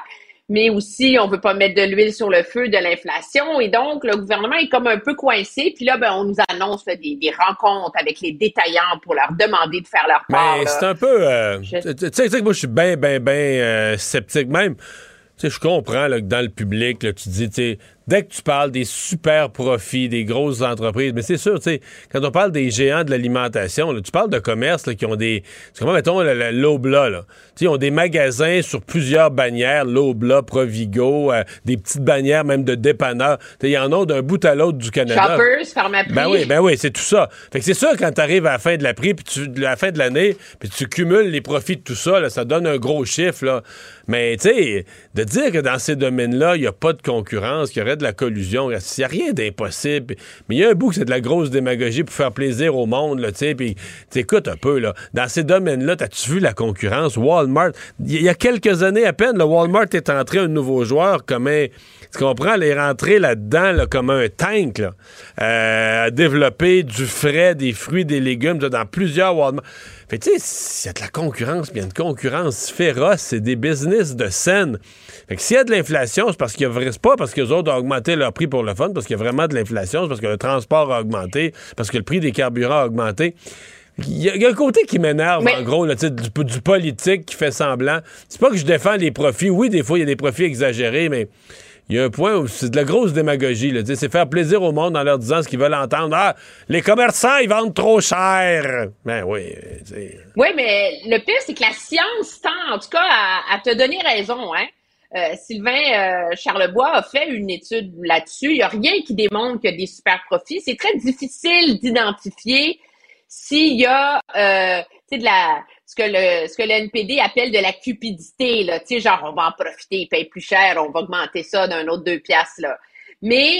mais aussi on veut pas mettre de l'huile sur le feu de l'inflation. Et donc, le gouvernement est comme un peu coincé. Puis là, ben, on nous annonce là, des, des rencontres avec les détaillants pour leur demander de faire leur part. Mais là. c'est un peu... Euh, Je... Tu sais que moi, je suis bien, bien, bien euh, sceptique même. Tu sais, je comprends là, que dans le public, là, tu dis, tu sais, dès que tu parles des super profits, des grosses entreprises, mais c'est sûr, tu sais, quand on parle des géants de l'alimentation, là, tu parles de commerces là, qui ont des... C'est comment, mettons, l'Obla, là. Tu sais, ils ont des magasins sur plusieurs bannières, l'Obla, Provigo, euh, des petites bannières même de dépanneurs. Tu sais, il y en a d'un bout à l'autre du Canada. Shoppers, Pharmaprix. Ben oui, ben oui, c'est tout ça. Fait que c'est sûr, quand tu arrives à la fin de la prix, puis tu, à la fin de l'année, puis tu cumules les profits de tout ça, là, ça donne un gros chiffre, là. Mais, tu sais, de dire que dans ces domaines-là, il n'y a pas de concurrence, qu'il y aurait de la collusion, il n'y a rien d'impossible. Mais il y a un bout que c'est de la grosse démagogie pour faire plaisir au monde, là, tu sais, puis t'écoutes un peu, là. Dans ces domaines-là, t'as-tu vu la concurrence? Walmart, il y a quelques années à peine, le Walmart est entré un nouveau joueur comme un... Tu comprends? Elle est rentrée là-dedans là, comme un tank, là, euh, à développer du frais, des fruits, des légumes, là, dans plusieurs Walmart. Fait tu sais, s'il y a de la concurrence, bien une concurrence féroce, c'est des business de scène. Fait que s'il y a de l'inflation, c'est parce qu'il y a c'est pas parce que les autres ont augmenté leur prix pour le fun, parce qu'il y a vraiment de l'inflation, c'est parce que le transport a augmenté, parce que le prix des carburants a augmenté. Il y, a, il y a un côté qui m'énerve, mais... en gros, là, du, du politique qui fait semblant. C'est pas que je défends les profits. Oui, des fois, il y a des profits exagérés, mais il y a un point où c'est de la grosse démagogie. Là. C'est faire plaisir au monde en leur disant ce qu'ils veulent entendre. Ah, les commerçants, ils vendent trop cher. Ben oui. T'sais. Oui, mais le pire, c'est que la science tend, en tout cas, à, à te donner raison. Hein? Euh, Sylvain euh, Charlebois a fait une étude là-dessus. Il n'y a rien qui démontre qu'il y a des super profits. C'est très difficile d'identifier s'il y a euh, tu sais, de la... ce que le ce que le N P D appelle de la cupidité, là, tu sais, genre on va en profiter, il paye plus cher, on va augmenter ça d'un autre deux piastres, là. Mais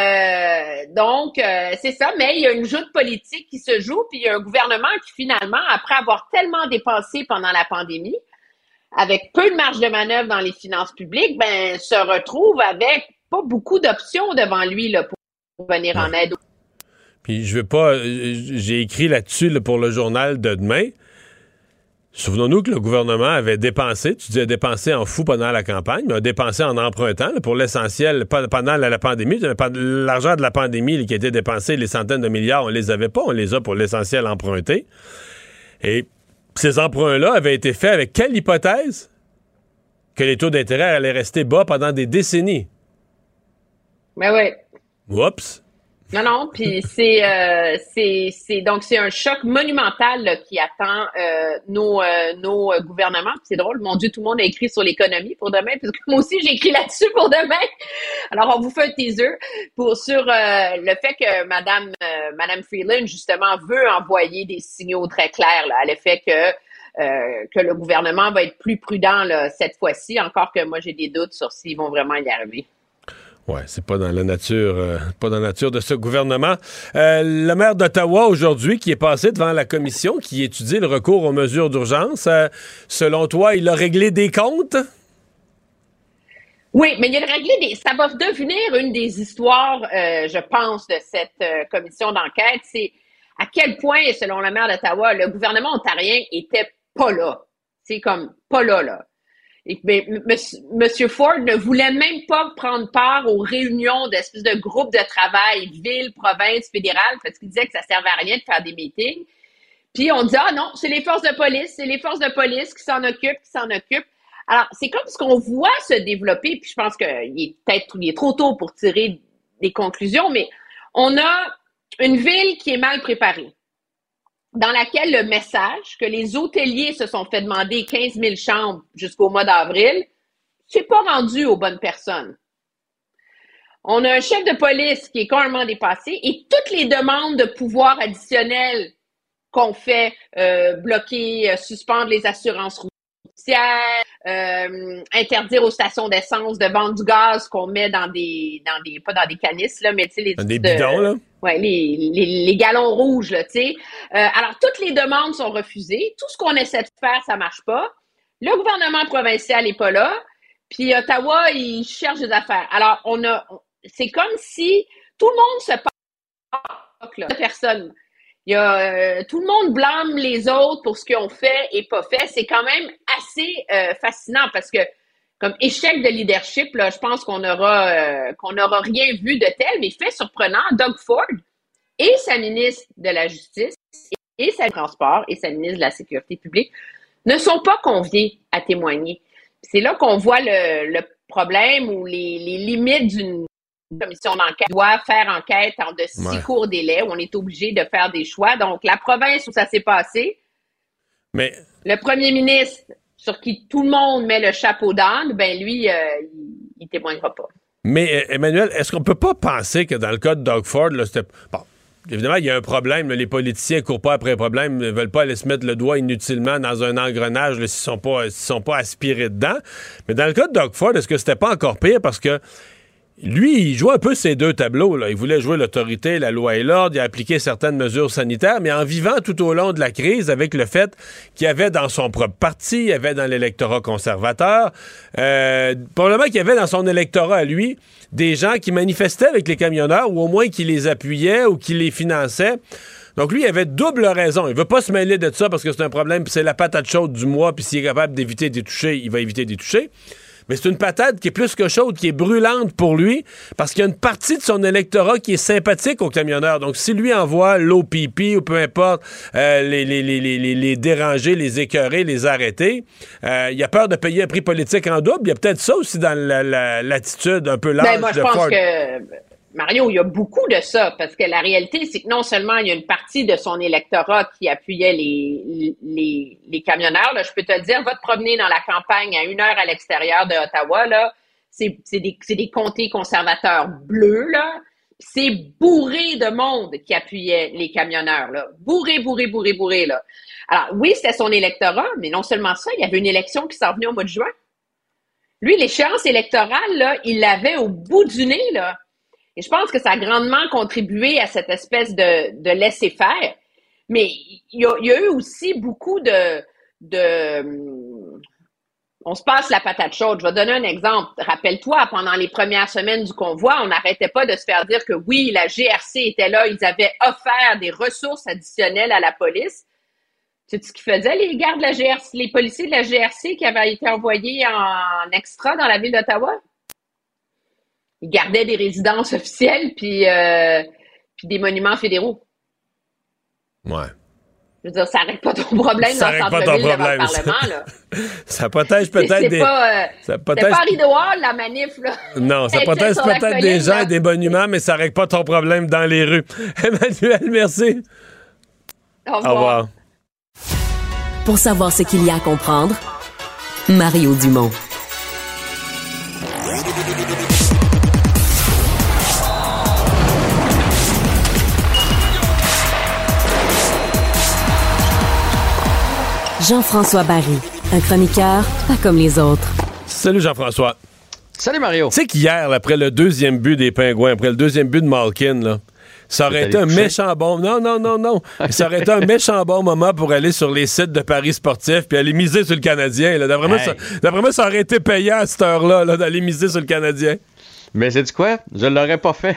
euh, donc euh, c'est ça, mais il y a une joute politique qui se joue, puis il y a un gouvernement qui finalement, après avoir tellement dépensé pendant la pandémie, avec peu de marge de manœuvre dans les finances publiques, ben se retrouve avec pas beaucoup d'options devant lui là pour venir en aide. Puis je veux pas, j'ai écrit là-dessus là, pour le journal de demain. Souvenons-nous que le gouvernement avait dépensé, tu dis a dépensé en fou pendant la campagne, mais a dépensé en empruntant là, pour l'essentiel pendant la, la pandémie. L'argent de la pandémie là, qui a été dépensé, les centaines de milliards, on les avait pas, on les a pour l'essentiel empruntés. Et ces emprunts-là avaient été faits avec quelle hypothèse? Que les taux d'intérêt allaient rester bas pendant des décennies. Ben oui. Oups! Non, non, puis c'est, euh, c'est, c'est donc c'est un choc monumental là, qui attend euh, nos, euh, nos gouvernements. Puis c'est drôle, mon Dieu, tout le monde a écrit sur l'économie pour demain, parce que moi aussi j'ai écrit là-dessus pour demain. Alors on vous fait un teaser pour sur euh, le fait que Madame euh, Madame Freeland justement veut envoyer des signaux très clairs là, à l'effet que euh, que le gouvernement va être plus prudent là, cette fois-ci. Encore que moi j'ai des doutes sur s'ils vont vraiment y arriver. Ouais, c'est pas dans la nature, euh, pas dans la nature de ce gouvernement. Euh, le maire d'Ottawa aujourd'hui qui est passé devant la commission qui étudie le recours aux mesures d'urgence. Euh, selon toi, il a réglé des comptes? Oui, mais il a réglé des. Ça va devenir une des histoires, euh, je pense, de cette euh, commission d'enquête. C'est à quel point, selon le maire d'Ottawa, le gouvernement ontarien était pas là. C'est comme pas là, là. Et, mais M. Ford ne voulait même pas prendre part aux réunions d'espèces de groupes de travail, ville, province, fédérale, parce qu'il disait que ça servait à rien de faire des meetings. Puis on dit, ah non, c'est les forces de police, c'est les forces de police qui s'en occupent, qui s'en occupent. Alors, c'est comme ce qu'on voit se développer, puis je pense qu'il est peut-être il est trop tôt pour tirer des conclusions, mais on a une ville qui est mal préparée, dans laquelle le message que les hôteliers se sont fait demander quinze mille chambres jusqu'au mois d'avril, c'est pas rendu aux bonnes personnes. On a un chef de police qui est complètement dépassé et toutes les demandes de pouvoir additionnels qu'on fait, euh, bloquer, euh, suspendre les assurances routières, euh, interdire aux stations d'essence de vendre du gaz qu'on met dans des, dans des, pas dans des canisses, là, mais tu sais, les... Dans des bidons, de, là? Ouais, les, les, les galons rouges, là, tu sais. Euh, alors, toutes les demandes sont refusées. Tout ce qu'on essaie de faire, ça marche pas. Le gouvernement provincial est pas là. Puis Ottawa, il cherche des affaires. Alors, on a, c'est comme si tout le monde se parle, là, personne. Il y a, euh, tout le monde blâme les autres pour ce qu'ils ont fait et pas fait. C'est quand même assez euh, fascinant parce que comme échec de leadership, là, je pense qu'on aura euh, qu'on n'aura rien vu de tel, mais fait surprenant, Doug Ford et sa ministre de la Justice et sa Transport et sa ministre de la Sécurité publique ne sont pas conviés à témoigner. C'est là qu'on voit le, le problème ou les, les limites d'une commission d'enquête doit faire enquête en de si ouais. courts délais où on est obligé de faire des choix. Donc, la province où ça s'est passé, mais le premier ministre sur qui tout le monde met le chapeau d'âne, ben lui, euh, il, il témoignera pas. Mais Emmanuel, est-ce qu'on peut pas penser que dans le cas de Doug Ford, là, c'était... Bon, évidemment, il y a un problème. Là, les politiciens ne courent pas après un problème, ne veulent pas aller se mettre le doigt inutilement dans un engrenage là, s'ils ne sont pas, s'ils sont pas aspirés dedans. Mais dans le cas de Doug Ford, est-ce que c'était pas encore pire? Parce que lui, il jouait un peu ces deux tableaux. Là. Il voulait jouer l'autorité, la loi et l'ordre, il a appliqué certaines mesures sanitaires, mais en vivant tout au long de la crise avec le fait qu'il y avait dans son propre parti, il y avait dans l'électorat conservateur, euh, probablement qu'il y avait dans son électorat à lui des gens qui manifestaient avec les camionneurs ou au moins qui les appuyaient ou qui les finançaient. Donc lui, il avait double raison. Il veut pas se mêler de ça parce que c'est un problème, puis c'est la patate chaude du mois, puis s'il est capable d'éviter d'y toucher, il va éviter d'y toucher. Mais c'est une patate qui est plus que chaude, qui est brûlante pour lui, parce qu'il y a une partie de son électorat qui est sympathique aux camionneurs. Donc, si lui envoie l'O P P ou peu importe, euh, les, les, les, les, les déranger, les écœurer, les arrêter, euh, il a peur de payer un prix politique en double. Il y a peut-être ça aussi dans la, la, l'attitude un peu large ben, moi, de je pense Ford. Que... Mario, il y a beaucoup de ça, parce que la réalité, c'est que non seulement il y a une partie de son électorat qui appuyait les, les, les camionneurs, là, je peux te le dire, va te promener dans la campagne à une heure à l'extérieur de Ottawa, là, c'est, c'est, des, c'est des comtés conservateurs bleus, là, c'est bourré de monde qui appuyait les camionneurs, là, bourré, bourré, bourré, bourré, là. Alors, oui, c'était son électorat, mais non seulement ça, il y avait une élection qui s'en venait au mois de juin. Lui, l'échéance électorale, là, il l'avait au bout du nez, là. Et je pense que ça a grandement contribué à cette espèce de, de laisser-faire. Mais il y a, il y a eu aussi beaucoup de, de... On se passe la patate chaude. Je vais donner un exemple. Rappelle-toi, pendant les premières semaines du convoi, on n'arrêtait pas de se faire dire que oui, la G R C était là, ils avaient offert des ressources additionnelles à la police. Tu sais ce qu'ils faisaient, les gardes de la G R C, les policiers de la G R C qui avaient été envoyés en extra dans la ville d'Ottawa? Ils gardaient des résidences officielles puis, euh, puis des monuments fédéraux. Ouais. Je veux dire, ça n'arrête pas ton problème ça dans le centre-ville devant le Parlement, là. Ça protège peut-être c'est, c'est des... Pas, euh, ça protège... C'est pas Harry Dewar, la manif, là. Non, ça protège peut-être colline, des gens là. Et des monuments, mais ça règle pas ton problème dans les rues. Emmanuel, merci. Au revoir. Au revoir. Pour savoir ce qu'il y a à comprendre, Mario Dumont. Jean-François Barry, un chroniqueur pas comme les autres. Salut Jean-François. Salut Mario. Tu sais qu'hier, après le deuxième but des Pingouins, après le deuxième but de Malkin, là, ça aurait été un coucher. méchant bon... Non, non, non, non. Ça aurait été un méchant bon moment pour aller sur les sites de paris sportifs puis aller miser sur le Canadien. Là. D'après, hey. moi, ça, d'après moi, ça aurait été payant à cette heure-là là, d'aller miser sur le Canadien. Mais sais-tu quoi? Je l'aurais pas fait.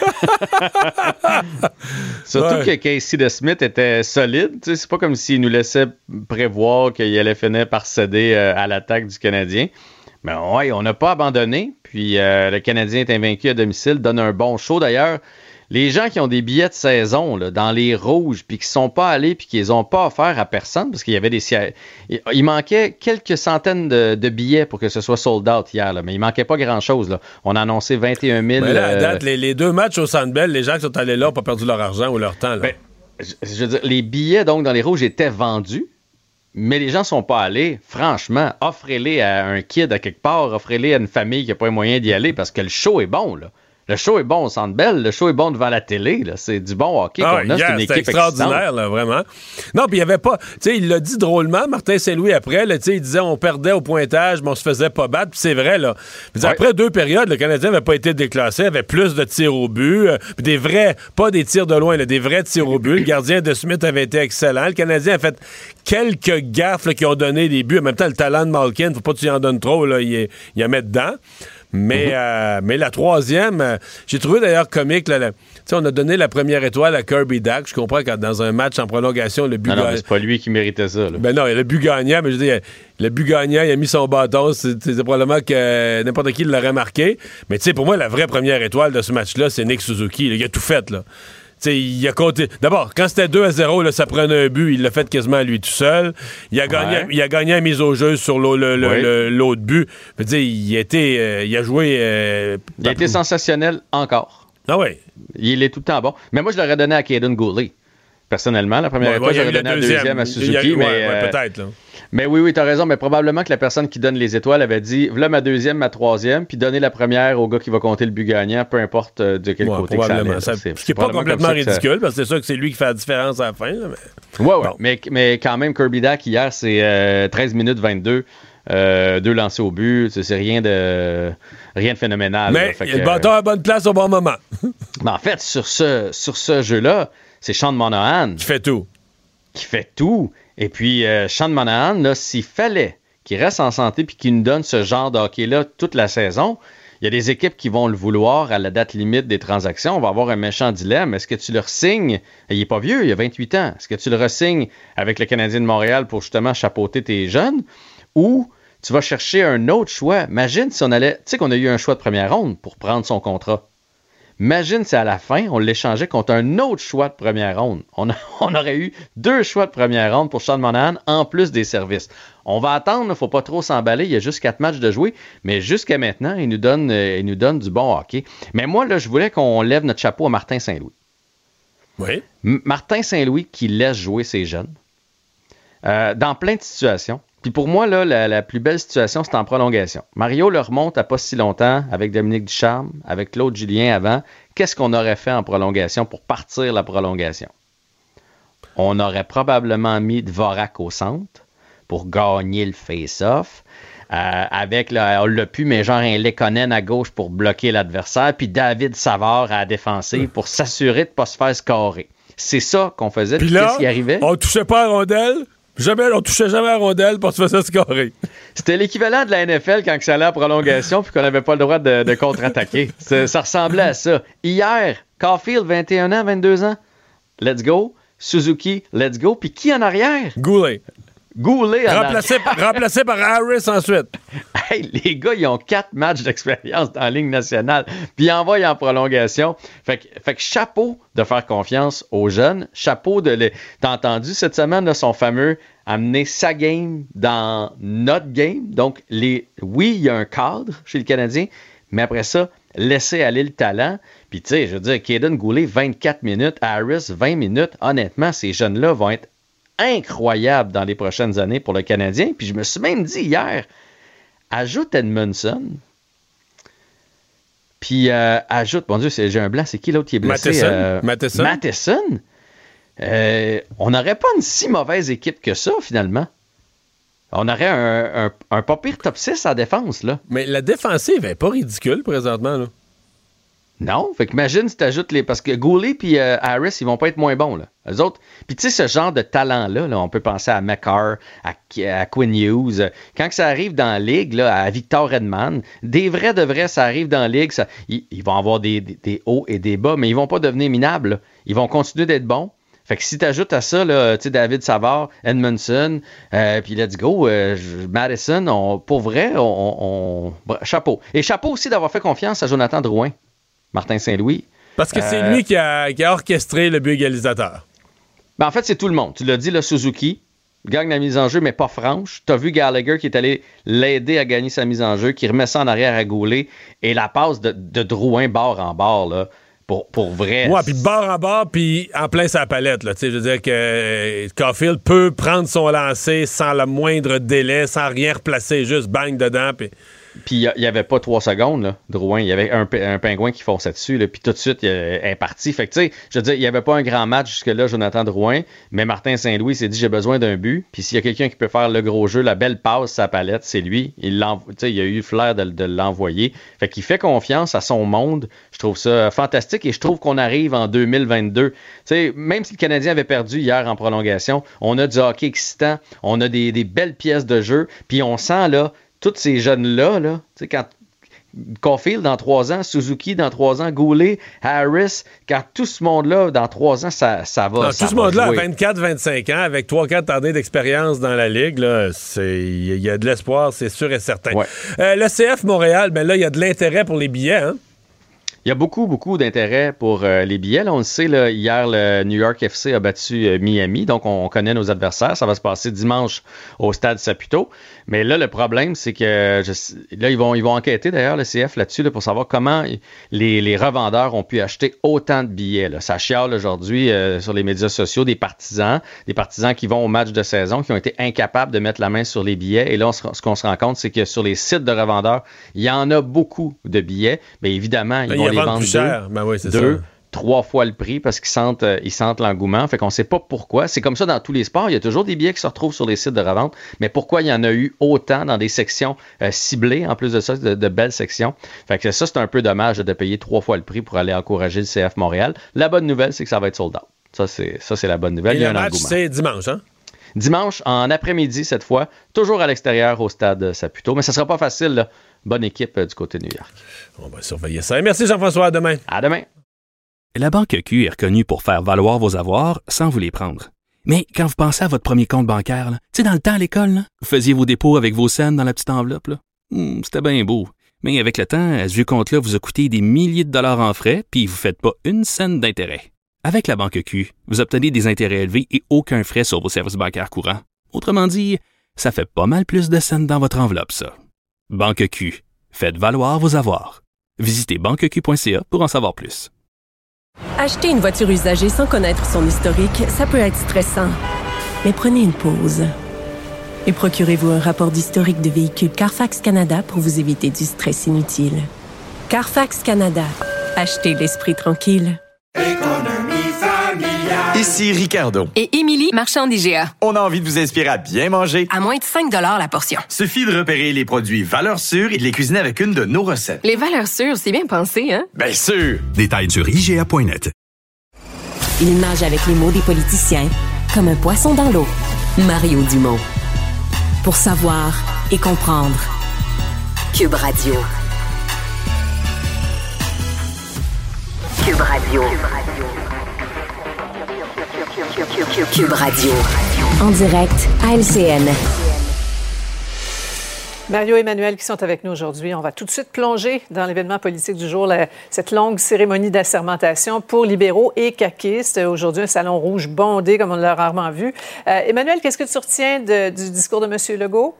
Surtout ouais. que Casey DeSmith était solide. Tu sais, c'est pas comme s'il nous laissait prévoir qu'il allait finir par céder euh, à l'attaque du Canadien. Mais ouais, on n'a pas abandonné. Puis euh, le Canadien est invaincu à domicile, donne un bon show. D'ailleurs, les gens qui ont des billets de saison là, dans les rouges, puis qui sont pas allés, puis qui les ont pas offerts à personne, parce qu'il y avait des... Il manquait quelques centaines de, de billets pour que ce soit sold out hier, là, mais il manquait pas grand-chose. Là. On a annoncé vingt et un mille... Mais là, à date, euh... les, les deux matchs au Centre Bell, les gens qui sont allés là n'ont pas perdu leur argent ou leur temps. Là. Ben, je, je veux dire, les billets donc dans les rouges étaient vendus, mais les gens sont pas allés. Franchement, offrez-les à un kid à quelque part, offrez-les à une famille qui n'a pas les moyens d'y aller, parce que le show est bon, là. Le show est bon au Centre Bell, le show est bon devant la télé, là. C'est du bon hockey ah, qu'on a, yeah, c'est une équipe extraordinaire, là, vraiment. Non, puis il y avait pas, tu sais, il l'a dit drôlement, Martin Saint-Louis après, tu sais, il disait on perdait au pointage, mais on se faisait pas battre, puis c'est vrai, là. Puis ouais. Après deux périodes, le Canadien n'avait pas été déclassé, avait plus de tirs au but, euh, puis des vrais, pas des tirs de loin, là, des vrais tirs au but. Le gardien de Smith avait été excellent. Le Canadien a fait quelques gaffes là, qui ont donné des buts. En même temps, le talent de Malkin, faut pas que tu y en donnes trop, là, il, il en met dedans. Mais, mm-hmm. euh, mais la troisième, euh, j'ai trouvé d'ailleurs comique, là, la, on a donné la première étoile à Kirby Dach. Je comprends que dans un match en prolongation, le but gagnant... Non, non, c'est pas lui qui méritait ça. Là. Ben non, le but gagnant, mais je veux dire, le but gagnant, il a mis son bâton, c'est, c'est probablement que n'importe qui l'aurait marqué. Mais tu sais, pour moi, la vraie première étoile de ce match-là, c'est Nick Suzuki. Là, il a tout fait, là. T'sais, il a compté. D'abord, quand c'était deux à zéro, là, ça prenait un but, il l'a fait quasiment à lui tout seul. Il a gagné, ouais. il a gagné la mise au jeu sur l'autre, le, le, oui. le, l'autre but. Je veux dire, il a été, euh, il a joué. Euh, il a été sensationnel encore. Ah oui. Il est tout le temps bon. Mais moi, je l'aurais donné à Caden Gooley. Personnellement, la première ouais, étoile, ouais, j'aurais donné la deuxième à Suzuki. A, mais, ouais, euh, ouais, peut-être. Là. Mais oui, oui, t'as raison. Mais probablement que la personne qui donne les étoiles avait dit voilà ma deuxième, ma troisième, puis donner la première au gars qui va compter le but gagnant, peu importe euh, de quel ouais, côté que ça allait. Ça, c'est, ce qui n'est pas complètement ridicule, ça... parce que c'est sûr que c'est lui qui fait la différence à la fin. Là, mais... Ouais, ouais. Bon. Mais, mais quand même, Kirby Dach, hier, c'est euh, treize minutes vingt-deux. Euh, deux lancés au but, c'est, c'est rien de rien de phénoménal. Mais il y a le bâton à bonne place au bon moment. Mais en fait, sur ce, sur ce jeu-là, c'est Sean Monahan qui fait tout. Qui fait tout. Et puis, euh, Sean Monahan, là, s'il fallait qu'il reste en santé puis qu'il nous donne ce genre de hockey-là toute la saison, il y a des équipes qui vont le vouloir à la date limite des transactions. On va avoir un méchant dilemme. Est-ce que tu le re-signes? Il n'est pas vieux, il a vingt-huit ans. Est-ce que tu le re-signes avec le Canadien de Montréal pour justement chapeauter tes jeunes? Ou tu vas chercher un autre choix. Imagine si on allait... Tu sais qu'on a eu un choix de première ronde pour prendre son contrat. Imagine si à la fin, on l'échangeait contre un autre choix de première ronde. On, a, on aurait eu deux choix de première ronde pour Sean Monahan en plus des services. On va attendre, il ne faut pas trop s'emballer. Il y a juste quatre matchs de jouer. Mais jusqu'à maintenant, il nous donne, euh, il nous donne du bon hockey. Mais moi, là, je voulais qu'on lève notre chapeau à Martin Saint-Louis. Oui. M- Martin Saint-Louis qui laisse jouer ses jeunes euh, dans plein de situations. Puis pour moi, là, la, la plus belle situation, c'est en prolongation. Mario le remonte à pas si longtemps avec Dominique Ducharme, avec Claude Julien avant. Qu'est-ce qu'on aurait fait en prolongation pour partir la prolongation? On aurait probablement mis Dvorak au centre pour gagner le face-off. Euh, avec, là, on l'a pu, mais genre un Lekonen à gauche pour bloquer l'adversaire, puis David Savard à la défensive pour s'assurer de ne pas se faire scorer. C'est ça qu'on faisait. Puis là, qu'est-ce qui arrivait? On touchait pas à rondelle. Jamais, on touchait jamais à rondelle pour se faire scorer. C'était l'équivalent de la N F L quand ça allait en prolongation puis qu'on n'avait pas le droit de, de contre-attaquer. ça, ça ressemblait à ça. Hier, Caulfield, vingt et un ans, vingt-deux ans. Let's go. Suzuki, let's go. Puis qui en arrière? Goulet. Goulet en remplacé, arrière. Par, remplacé par Harris ensuite. Hey, les gars, ils ont quatre matchs d'expérience dans la Ligue nationale. Puis ils envoient en prolongation. Fait que, fait que chapeau de faire confiance aux jeunes. Chapeau de les... T'as entendu cette semaine là, son fameux amener sa game dans notre game. Donc, les oui, il y a un cadre chez le Canadien, mais après ça, laisser aller le talent. Puis tu sais, je veux dire, Caden Goulet, vingt-quatre minutes, Harris, vingt minutes. Honnêtement, ces jeunes-là vont être incroyables dans les prochaines années pour le Canadien. Puis je me suis même dit hier, ajoute Edmondson, puis euh, ajoute, mon Dieu, c'est, j'ai un blanc, c'est qui l'autre qui est blessé? Matheson. Euh, Matheson. Matheson. Euh, on n'aurait pas une si mauvaise équipe que ça, finalement. On aurait un, un, un pas pire top six en défense, là. Mais la défensive n'est pas ridicule, présentement, là. Non, fait qu'imagine si t'ajoutes les... Parce que Goulet et euh, Harris, ils vont pas être moins bons, là. Eux autres... Puis tu sais, ce genre de talent-là, là, on peut penser à McCarr, à, à Quinn Hughes. Quand que ça arrive dans la Ligue, là, à Victor Redman, des vrais de vrais, ça arrive dans la Ligue, ça, ils, ils vont avoir des, des, des hauts et des bas, mais ils vont pas devenir minables, là. Ils vont continuer d'être bons. Fait que si tu ajoutes à ça, là, tu sais, David Savard, Edmondson, euh, puis let's go, euh, Madison, on, pour vrai, on, on, on... Chapeau. Et chapeau aussi d'avoir fait confiance à Jonathan Drouin. Martin Saint-Louis. Parce que euh, c'est lui qui a, qui a orchestré le but égalisateur. Ben en fait, c'est tout le monde. Tu l'as dit, le Suzuki gagne la mise en jeu, mais pas franche. Tu as vu Gallagher qui est allé l'aider à gagner sa mise en jeu, qui remet ça en arrière à Goulet. Et la passe de, de Drouin bord en bord, là, pour, pour vrai. Ouais, puis bord en bord, puis en plein sa palette. Là. Je veux dire que euh, Caulfield peut prendre son lancer sans le moindre délai, sans rien replacer, juste bang dedans, puis... Puis il n'y avait pas trois secondes, là, Drouin. Il y avait un, un pingouin qui fonçait dessus, là, puis tout de suite, il est parti. Fait que, tu sais, je veux dire, il n'y avait pas un grand match jusque-là, Jonathan Drouin, mais Martin Saint-Louis s'est dit, j'ai besoin d'un but. Puis s'il y a quelqu'un qui peut faire le gros jeu, la belle passe, sa palette, c'est lui. Il, tu sais, il a eu le flair de, de l'envoyer. Fait qu'il fait confiance à son monde. Je trouve ça fantastique et je trouve qu'on arrive en deux mille vingt-deux. Tu sais, même si le Canadien avait perdu hier en prolongation, on a du hockey excitant, on a des, des belles pièces de jeu, puis on sent, là, tous ces jeunes-là, là, tu sais, quand, Caulfield dans trois ans, Suzuki dans trois ans, Goulet, Harris, quand tout ce monde-là, dans trois ans, ça, ça va. Non, ça tout ce va monde-là, jouer. à vingt-quatre vingt-cinq ans, avec trois quatre années d'expérience dans la Ligue, il y a de l'espoir, c'est sûr et certain. Ouais. Euh, le C F Montréal, ben là, il y a de l'intérêt pour les billets, hein? Il y a beaucoup, beaucoup d'intérêt pour euh, les billets. Là, on le sait, là, hier, le New York F C a battu euh, Miami, donc on, on connaît nos adversaires. Ça va se passer dimanche au Stade Saputo. Mais là, le problème, c'est que je, là, ils vont, ils vont enquêter d'ailleurs, le C F, là-dessus, là, pour savoir comment les, les revendeurs ont pu acheter autant de billets. Là. Ça chiale aujourd'hui euh, sur les médias sociaux des partisans, des partisans qui vont au match de saison, qui ont été incapables de mettre la main sur les billets. Et là, on se, ce qu'on se rend compte, c'est que sur les sites de revendeurs, il y en a beaucoup de billets. Mais évidemment, ils là, vont ils les vendre plus cher. deux, ben oui, c'est deux ça. trois fois le prix parce qu'ils sentent, euh, ils sentent l'engouement. Fait qu'on sait pas pourquoi. C'est comme ça dans tous les sports. Il y a toujours des billets qui se retrouvent sur les sites de revente. Mais pourquoi il y en a eu autant dans des sections euh, ciblées, en plus de ça, de, de belles sections. Fait que ça, c'est un peu dommage de payer trois fois le prix pour aller encourager le C F Montréal. La bonne nouvelle, c'est que ça va être sold out. Ça, c'est, ça, c'est la bonne nouvelle. Et il y a le un match, engouement. c'est dimanche, hein? Dimanche, en après-midi, cette fois, toujours à l'extérieur au Stade Saputo. Mais ça sera pas facile, là. Bonne équipe euh, du côté de New York. On va surveiller ça. Et merci Jean-François, à demain. À demain. La Banque Q est reconnue pour faire valoir vos avoirs sans vous les prendre. Mais quand vous pensez à votre premier compte bancaire, tu sais, dans le temps à l'école, là, vous faisiez vos dépôts avec vos scènes dans la petite enveloppe. Là. Hum, c'était bien beau. Mais avec le temps, ce vieux compte-là vous a coûté des milliers de dollars en frais, puis vous ne faites pas une scène d'intérêt. Avec la Banque Q, vous obtenez des intérêts élevés et aucun frais sur vos services bancaires courants. Autrement dit, ça fait pas mal plus de scènes dans votre enveloppe, ça. Banque Q. Faites valoir vos avoirs. Visitez banque q point c a pour en savoir plus. Acheter une voiture usagée sans connaître son historique, ça peut être stressant. Mais prenez une pause. Et procurez-vous un rapport d'historique de véhicule Carfax Canada pour vous éviter du stress inutile. Carfax Canada. Achetez l'esprit tranquille. Ici Ricardo. Et Émilie, marchand d'I G A. On a envie de vous inspirer à bien manger. À moins de cinq dollars la portion. Suffit de repérer les produits valeurs sûres et de les cuisiner avec une de nos recettes. Les valeurs sûres, c'est bien pensé, hein? Bien sûr! Détails sur I G A point net. Il nage avec les mots des politiciens comme un poisson dans l'eau. Mario Dumont. Pour savoir et comprendre. Cube Radio. Cube Radio. Cube Radio. En direct à L C N. Mario et Emmanuel qui sont avec nous aujourd'hui. On va tout de suite plonger dans l'événement politique du jour, la, cette longue cérémonie d'assermentation pour libéraux et caquistes. Aujourd'hui, un salon rouge bondé comme on l'a rarement vu. Euh, Emmanuel, qu'est-ce que tu retiens de, du discours de M. Legault?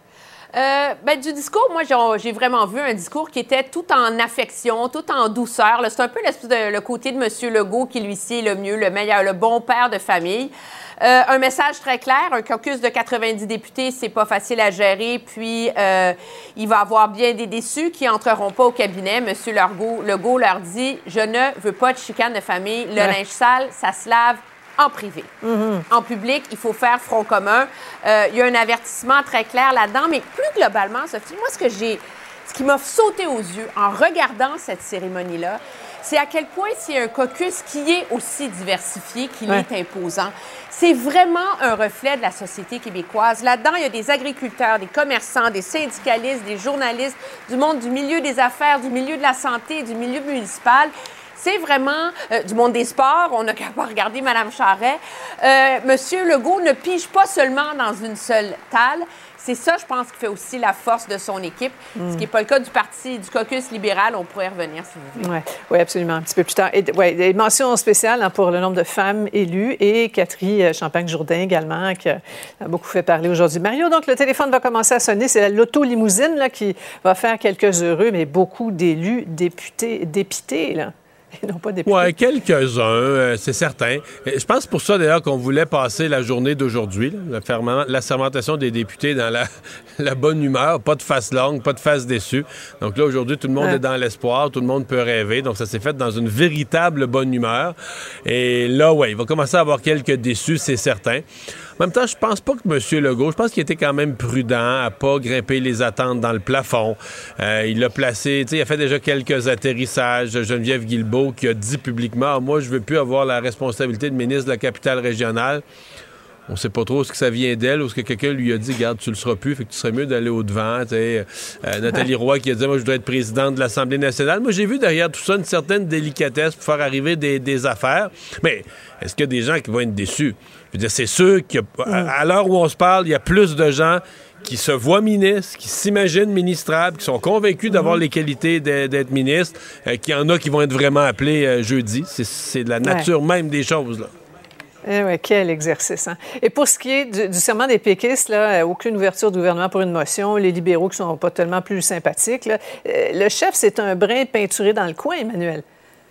Euh, ben, du discours, moi, j'ai, j'ai vraiment vu un discours qui était tout en affection, tout en douceur. Là. C'est un peu de, le côté de M. Legault qui, lui, sait le mieux, le meilleur, le bon père de famille. Euh, un message très clair, un caucus de quatre-vingt-dix députés, c'est pas facile à gérer, puis euh, il va y avoir bien des déçus qui entreront pas au cabinet. M. Legault, Legault leur dit « Je ne veux pas de chicane de famille. Le ouais. linge sale, ça se lave en privé. Mm-hmm. En public, il faut faire front commun. Euh, il y a un avertissement très clair là-dedans, mais plus globalement, Sophie, moi, ce que j'ai, ce qui m'a sauté aux yeux en regardant cette cérémonie-là, c'est à quel point c'est un caucus qui est aussi diversifié qu'il ouais. est imposant. C'est vraiment un reflet de la société québécoise. Là-dedans, il y a des agriculteurs, des commerçants, des syndicalistes, des journalistes, du monde du milieu des affaires, du milieu de la santé, du milieu municipal. C'est vraiment euh, du monde des sports. On n'a qu'à pas regarder Mme Charest. Euh, Monsieur Legault ne pige pas seulement dans une seule talle. C'est ça, je pense, qui fait aussi la force de son équipe, mm. ce qui n'est pas le cas du parti, du caucus libéral. On pourrait revenir, si vous voulez. Oui, ouais, absolument, un petit peu plus tard. Et, ouais, des mentions spéciales hein, pour le nombre de femmes élues et Catherine Champagne-Jourdain également, qui a beaucoup fait parler aujourd'hui. Mario, donc, le téléphone va commencer à sonner. C'est l'auto-limousine là, qui va faire quelques heureux, mais beaucoup d'élus, députés, dépités, là. Non, pas députés. Oui, quelques-uns, euh, c'est certain. Je pense pour ça, d'ailleurs, qu'on voulait passer la journée d'aujourd'hui, là, l'assermentation des députés dans la, la bonne humeur, pas de face longue, pas de face déçue. Donc là, aujourd'hui, tout le monde ouais. est dans l'espoir, tout le monde peut rêver. Donc ça s'est fait dans une véritable bonne humeur. Et là, oui, il va commencer à avoir quelques déçus, c'est certain. En même temps, je pense pas que M. Legault, je pense qu'il était quand même prudent à pas grimper les attentes dans le plafond. Euh, il l'a placé, tu sais, il a fait déjà quelques atterrissages. Geneviève Guilbeault qui a dit publiquement ah, « Moi, je veux plus avoir la responsabilité de ministre de la capitale régionale. » On sait pas trop ce que ça vient d'elle ou ce que quelqu'un lui a dit, garde, tu le seras plus, fait que tu serais mieux d'aller au-devant. Euh, Nathalie Roy qui a dit, moi, je voudrais être présidente de l'Assemblée nationale. Moi, j'ai vu derrière tout ça une certaine délicatesse pour faire arriver des, des affaires. Mais est-ce qu'il y a des gens qui vont être déçus? Je veux dire, c'est sûr qu'à à l'heure où on se parle, il y a plus de gens qui se voient ministres, qui s'imaginent ministrables, qui sont convaincus d'avoir mm-hmm. les qualités d'être ministre, euh, qu'il y en a qui vont être vraiment appelés euh, jeudi. C'est de la nature ouais. même des choses, là. Eh oui, quel exercice. Hein? Et pour ce qui est du, du serment des péquistes, là, aucune ouverture du gouvernement pour une motion, les libéraux qui sont pas tellement plus sympathiques, là, euh, le chef, c'est un brin peinturé dans le coin, Emmanuel.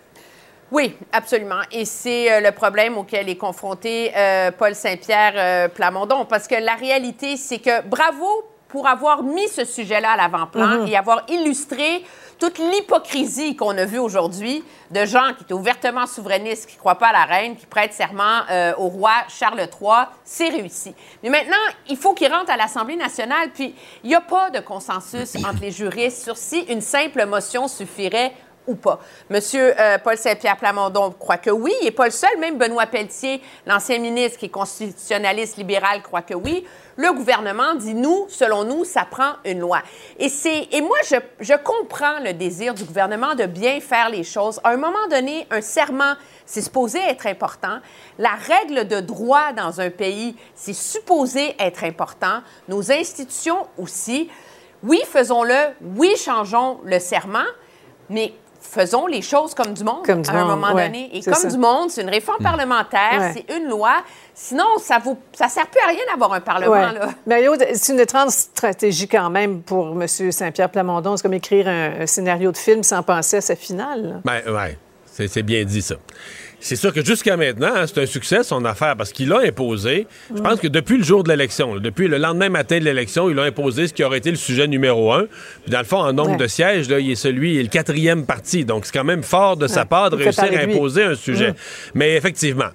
Oui, absolument. Et c'est euh, le problème auquel est confronté euh, Paul Saint-Pierre euh, Plamondon, parce que la réalité, c'est que bravo pour avoir mis ce sujet-là à l'avant-plan mm-hmm. et avoir illustré toute l'hypocrisie qu'on a vue aujourd'hui de gens qui étaient ouvertement souverainistes, qui ne croient pas à la reine, qui prêtent serment euh, au roi Charles trois. C'est réussi. Mais maintenant, il faut qu'il rentre à l'Assemblée nationale, puis il n'y a pas de consensus entre les juristes sur si une simple motion suffirait ou pas. Monsieur euh, Paul Saint-Pierre Plamondon croit que oui, et pas le seul, même Benoît Pelletier, l'ancien ministre qui est constitutionnaliste libéral, croit que oui. Le gouvernement dit, nous, selon nous, ça prend une loi. Et, c'est, et moi, je, je comprends le désir du gouvernement de bien faire les choses. À un moment donné, un serment, c'est supposé être important. La règle de droit dans un pays, c'est supposé être important. Nos institutions aussi. Oui, faisons-le. Oui, changeons le serment, mais faisons les choses comme du monde comme du à un monde, moment ouais, donné. Et comme ça. Du monde, c'est une réforme mmh. parlementaire, ouais. c'est une loi. Sinon, ça ne ça sert plus à rien d'avoir un Parlement. Ouais. Là. Mario, c'est une étrange stratégie quand même pour M. Saint-Pierre Plamondon. C'est comme écrire un, un scénario de film sans penser à sa finale. Ben, oui, c'est bien dit ça. C'est sûr que jusqu'à maintenant, hein, c'est un succès, son affaire, parce qu'il a imposé, je pense que depuis le jour de l'élection, depuis le lendemain matin de l'élection, il a imposé ce qui aurait été le sujet numéro un. Puis dans le fond, en nombre ouais. de sièges, là, il est celui, il est le quatrième parti. Donc, c'est quand même fort de ouais. sa part de il réussir à imposer un sujet. Mmh. Mais effectivement,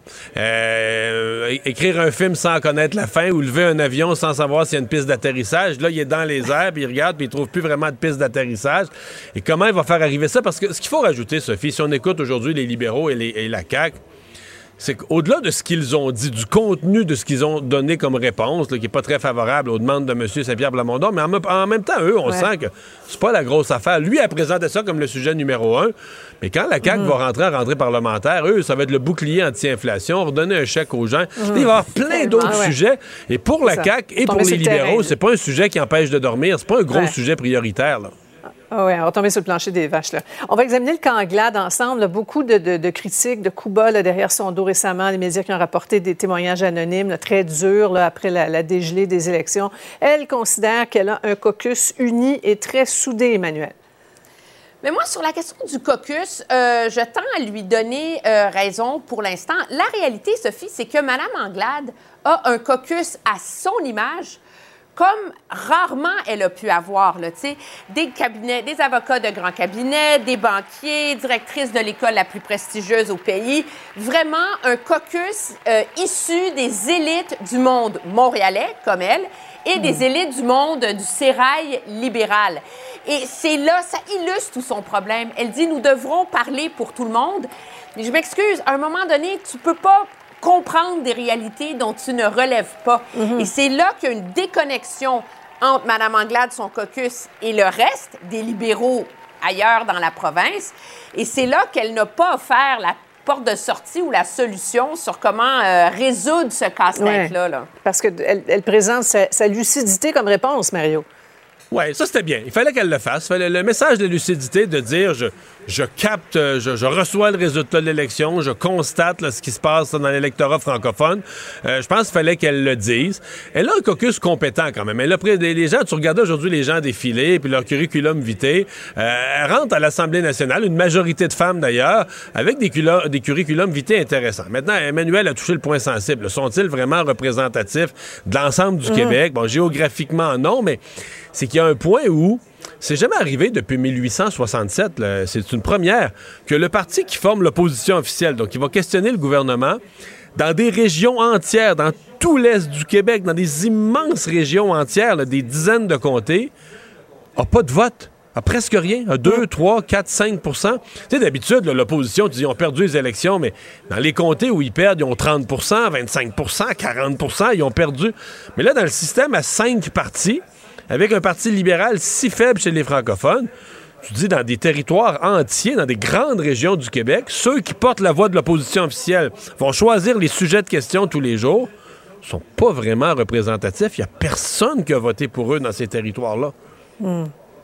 euh, écrire un film sans connaître la fin ou lever un avion sans savoir s'il y a une piste d'atterrissage, là, il est dans les airs, puis il regarde, puis il trouve plus vraiment de piste d'atterrissage. Et comment il va faire arriver ça? Parce que ce qu'il faut rajouter, Sophie, si on écoute aujourd'hui les libéraux et, les, et la C A Q, c'est qu'au-delà de ce qu'ils ont dit, du contenu de ce qu'ils ont donné comme réponse, là, qui n'est pas très favorable aux demandes de M. Saint-Pierre Plamondon, mais en, en même temps, eux, on ouais. sent que c'est pas la grosse affaire. Lui a présenté ça comme le sujet numéro un, mais quand la C A Q mmh. va rentrer en rentrée parlementaire, eux, ça va être le bouclier anti-inflation, redonner un chèque aux gens. Mmh. Il va y avoir plein d'autres ah ouais. sujets. Et pour la C A Q et pour les libéraux, c'est pas un sujet qui empêche de dormir, c'est pas un gros ouais. sujet prioritaire, là. Ah oui, on va tomber sur le plancher des vaches. Là. On va examiner le camp Glad ensemble. Là. Beaucoup de, de, de critiques, de coups bas là, derrière son dos récemment. Les médias qui ont rapporté des témoignages anonymes là, très durs là, après la, la dégelée des élections. Elle considère qu'elle a un caucus uni et très soudé, Emmanuel. Mais moi, sur la question du caucus, euh, je tends à lui donner euh, raison pour l'instant. La réalité, Sophie, c'est que Mme Anglade a un caucus à son image, comme rarement elle a pu avoir, là, tu sais, des cabinets, des avocats de grands cabinets, des banquiers, directrice de l'école la plus prestigieuse au pays. Vraiment un caucus euh, issu des élites du monde montréalais, comme elle, et des élites du monde du sérail libéral. Et c'est là, ça illustre tout son problème. Elle dit, nous devrons parler pour tout le monde. Mais je m'excuse, à un moment donné, tu peux pas comprendre des réalités dont tu ne relèves pas. Mm-hmm. Et c'est là qu'il y a une déconnexion entre Mme Anglade, son caucus, et le reste des libéraux ailleurs dans la province. Et c'est là qu'elle n'a pas offert la porte de sortie ou la solution sur comment euh, résoudre ce casse-tête-là. Ouais, là. Parce qu'elle elle présente sa, sa lucidité comme réponse, Mario. Oui, ça, c'était bien. Il fallait qu'elle le fasse. Fallait le message de lucidité de dire je, je capte, je, je reçois le résultat de l'élection, je constate là, ce qui se passe dans l'électorat francophone. Euh, je pense qu'il fallait qu'elle le dise. Elle a un caucus compétent quand même. Elle a pris des, les gens, tu regardais aujourd'hui les gens défiler, puis leur curriculum vitae. Euh, elle rentre à l'Assemblée nationale, une majorité de femmes d'ailleurs, avec des, culo- des curriculums vitae intéressants. Maintenant, Emmanuel a touché le point sensible. Sont-ils vraiment représentatifs de l'ensemble du mmh. Québec? Bon, géographiquement, non, mais c'est qu'il y a un point où c'est jamais arrivé depuis mille huit cent soixante-sept, là, c'est une première, que le parti qui forme l'opposition officielle, donc qui va questionner le gouvernement, dans des régions entières, dans tout l'est du Québec, dans des immenses régions entières, là, des dizaines de comtés, n'a pas de vote. À presque rien, à deux, trois, quatre, cinq pour cent. Tu sais, d'habitude, là, l'opposition, tu dis, ils ont perdu les élections, mais dans les comtés où ils perdent, ils ont trente pour cent, vingt-cinq pour cent, quarante pour cent, ils ont perdu. Mais là, dans le système à cinq partis, avec un parti libéral si faible chez les francophones, tu dis, dans des territoires entiers, dans des grandes régions du Québec, ceux qui portent la voix de l'opposition officielle vont choisir les sujets de questions tous les jours, sont pas vraiment représentatifs. Il n'y a personne qui a voté pour eux dans ces territoires-là. Mm.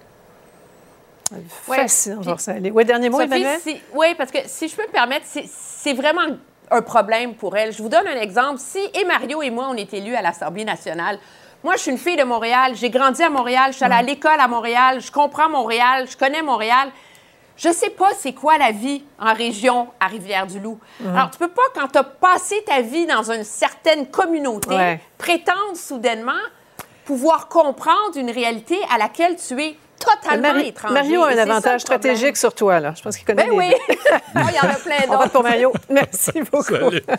Facile, ouais, ça aller. Oui, dernier mot, Sophie, Emmanuel? Si, oui, parce que si je peux me permettre, c'est, c'est vraiment un problème pour elle. Je vous donne un exemple. Si et Mario et moi, on est élus à l'Assemblée nationale, moi, je suis une fille de Montréal, j'ai grandi à Montréal, je suis allée à l'école à Montréal, je comprends Montréal, je connais Montréal. Je sais pas c'est quoi la vie en région à Rivière-du-Loup. Mm. Alors, tu peux pas, quand tu as passé ta vie dans une certaine communauté, ouais. prétendre soudainement pouvoir comprendre une réalité à laquelle tu es totalement Marie, étranger. Mario a un avantage stratégique sur toi, là. Je pense qu'il connaît ben les oui. Oh, il y en a plein d'autres. On vote pour Mario. Merci beaucoup.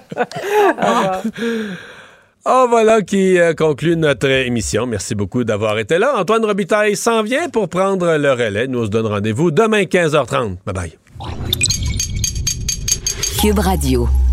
Oh, voilà qui euh, conclut notre émission. Merci beaucoup d'avoir été là. Antoine Robitaille s'en vient pour prendre le relais. Nous on se donne rendez-vous demain quinze heures trente. Bye bye. Cube Radio.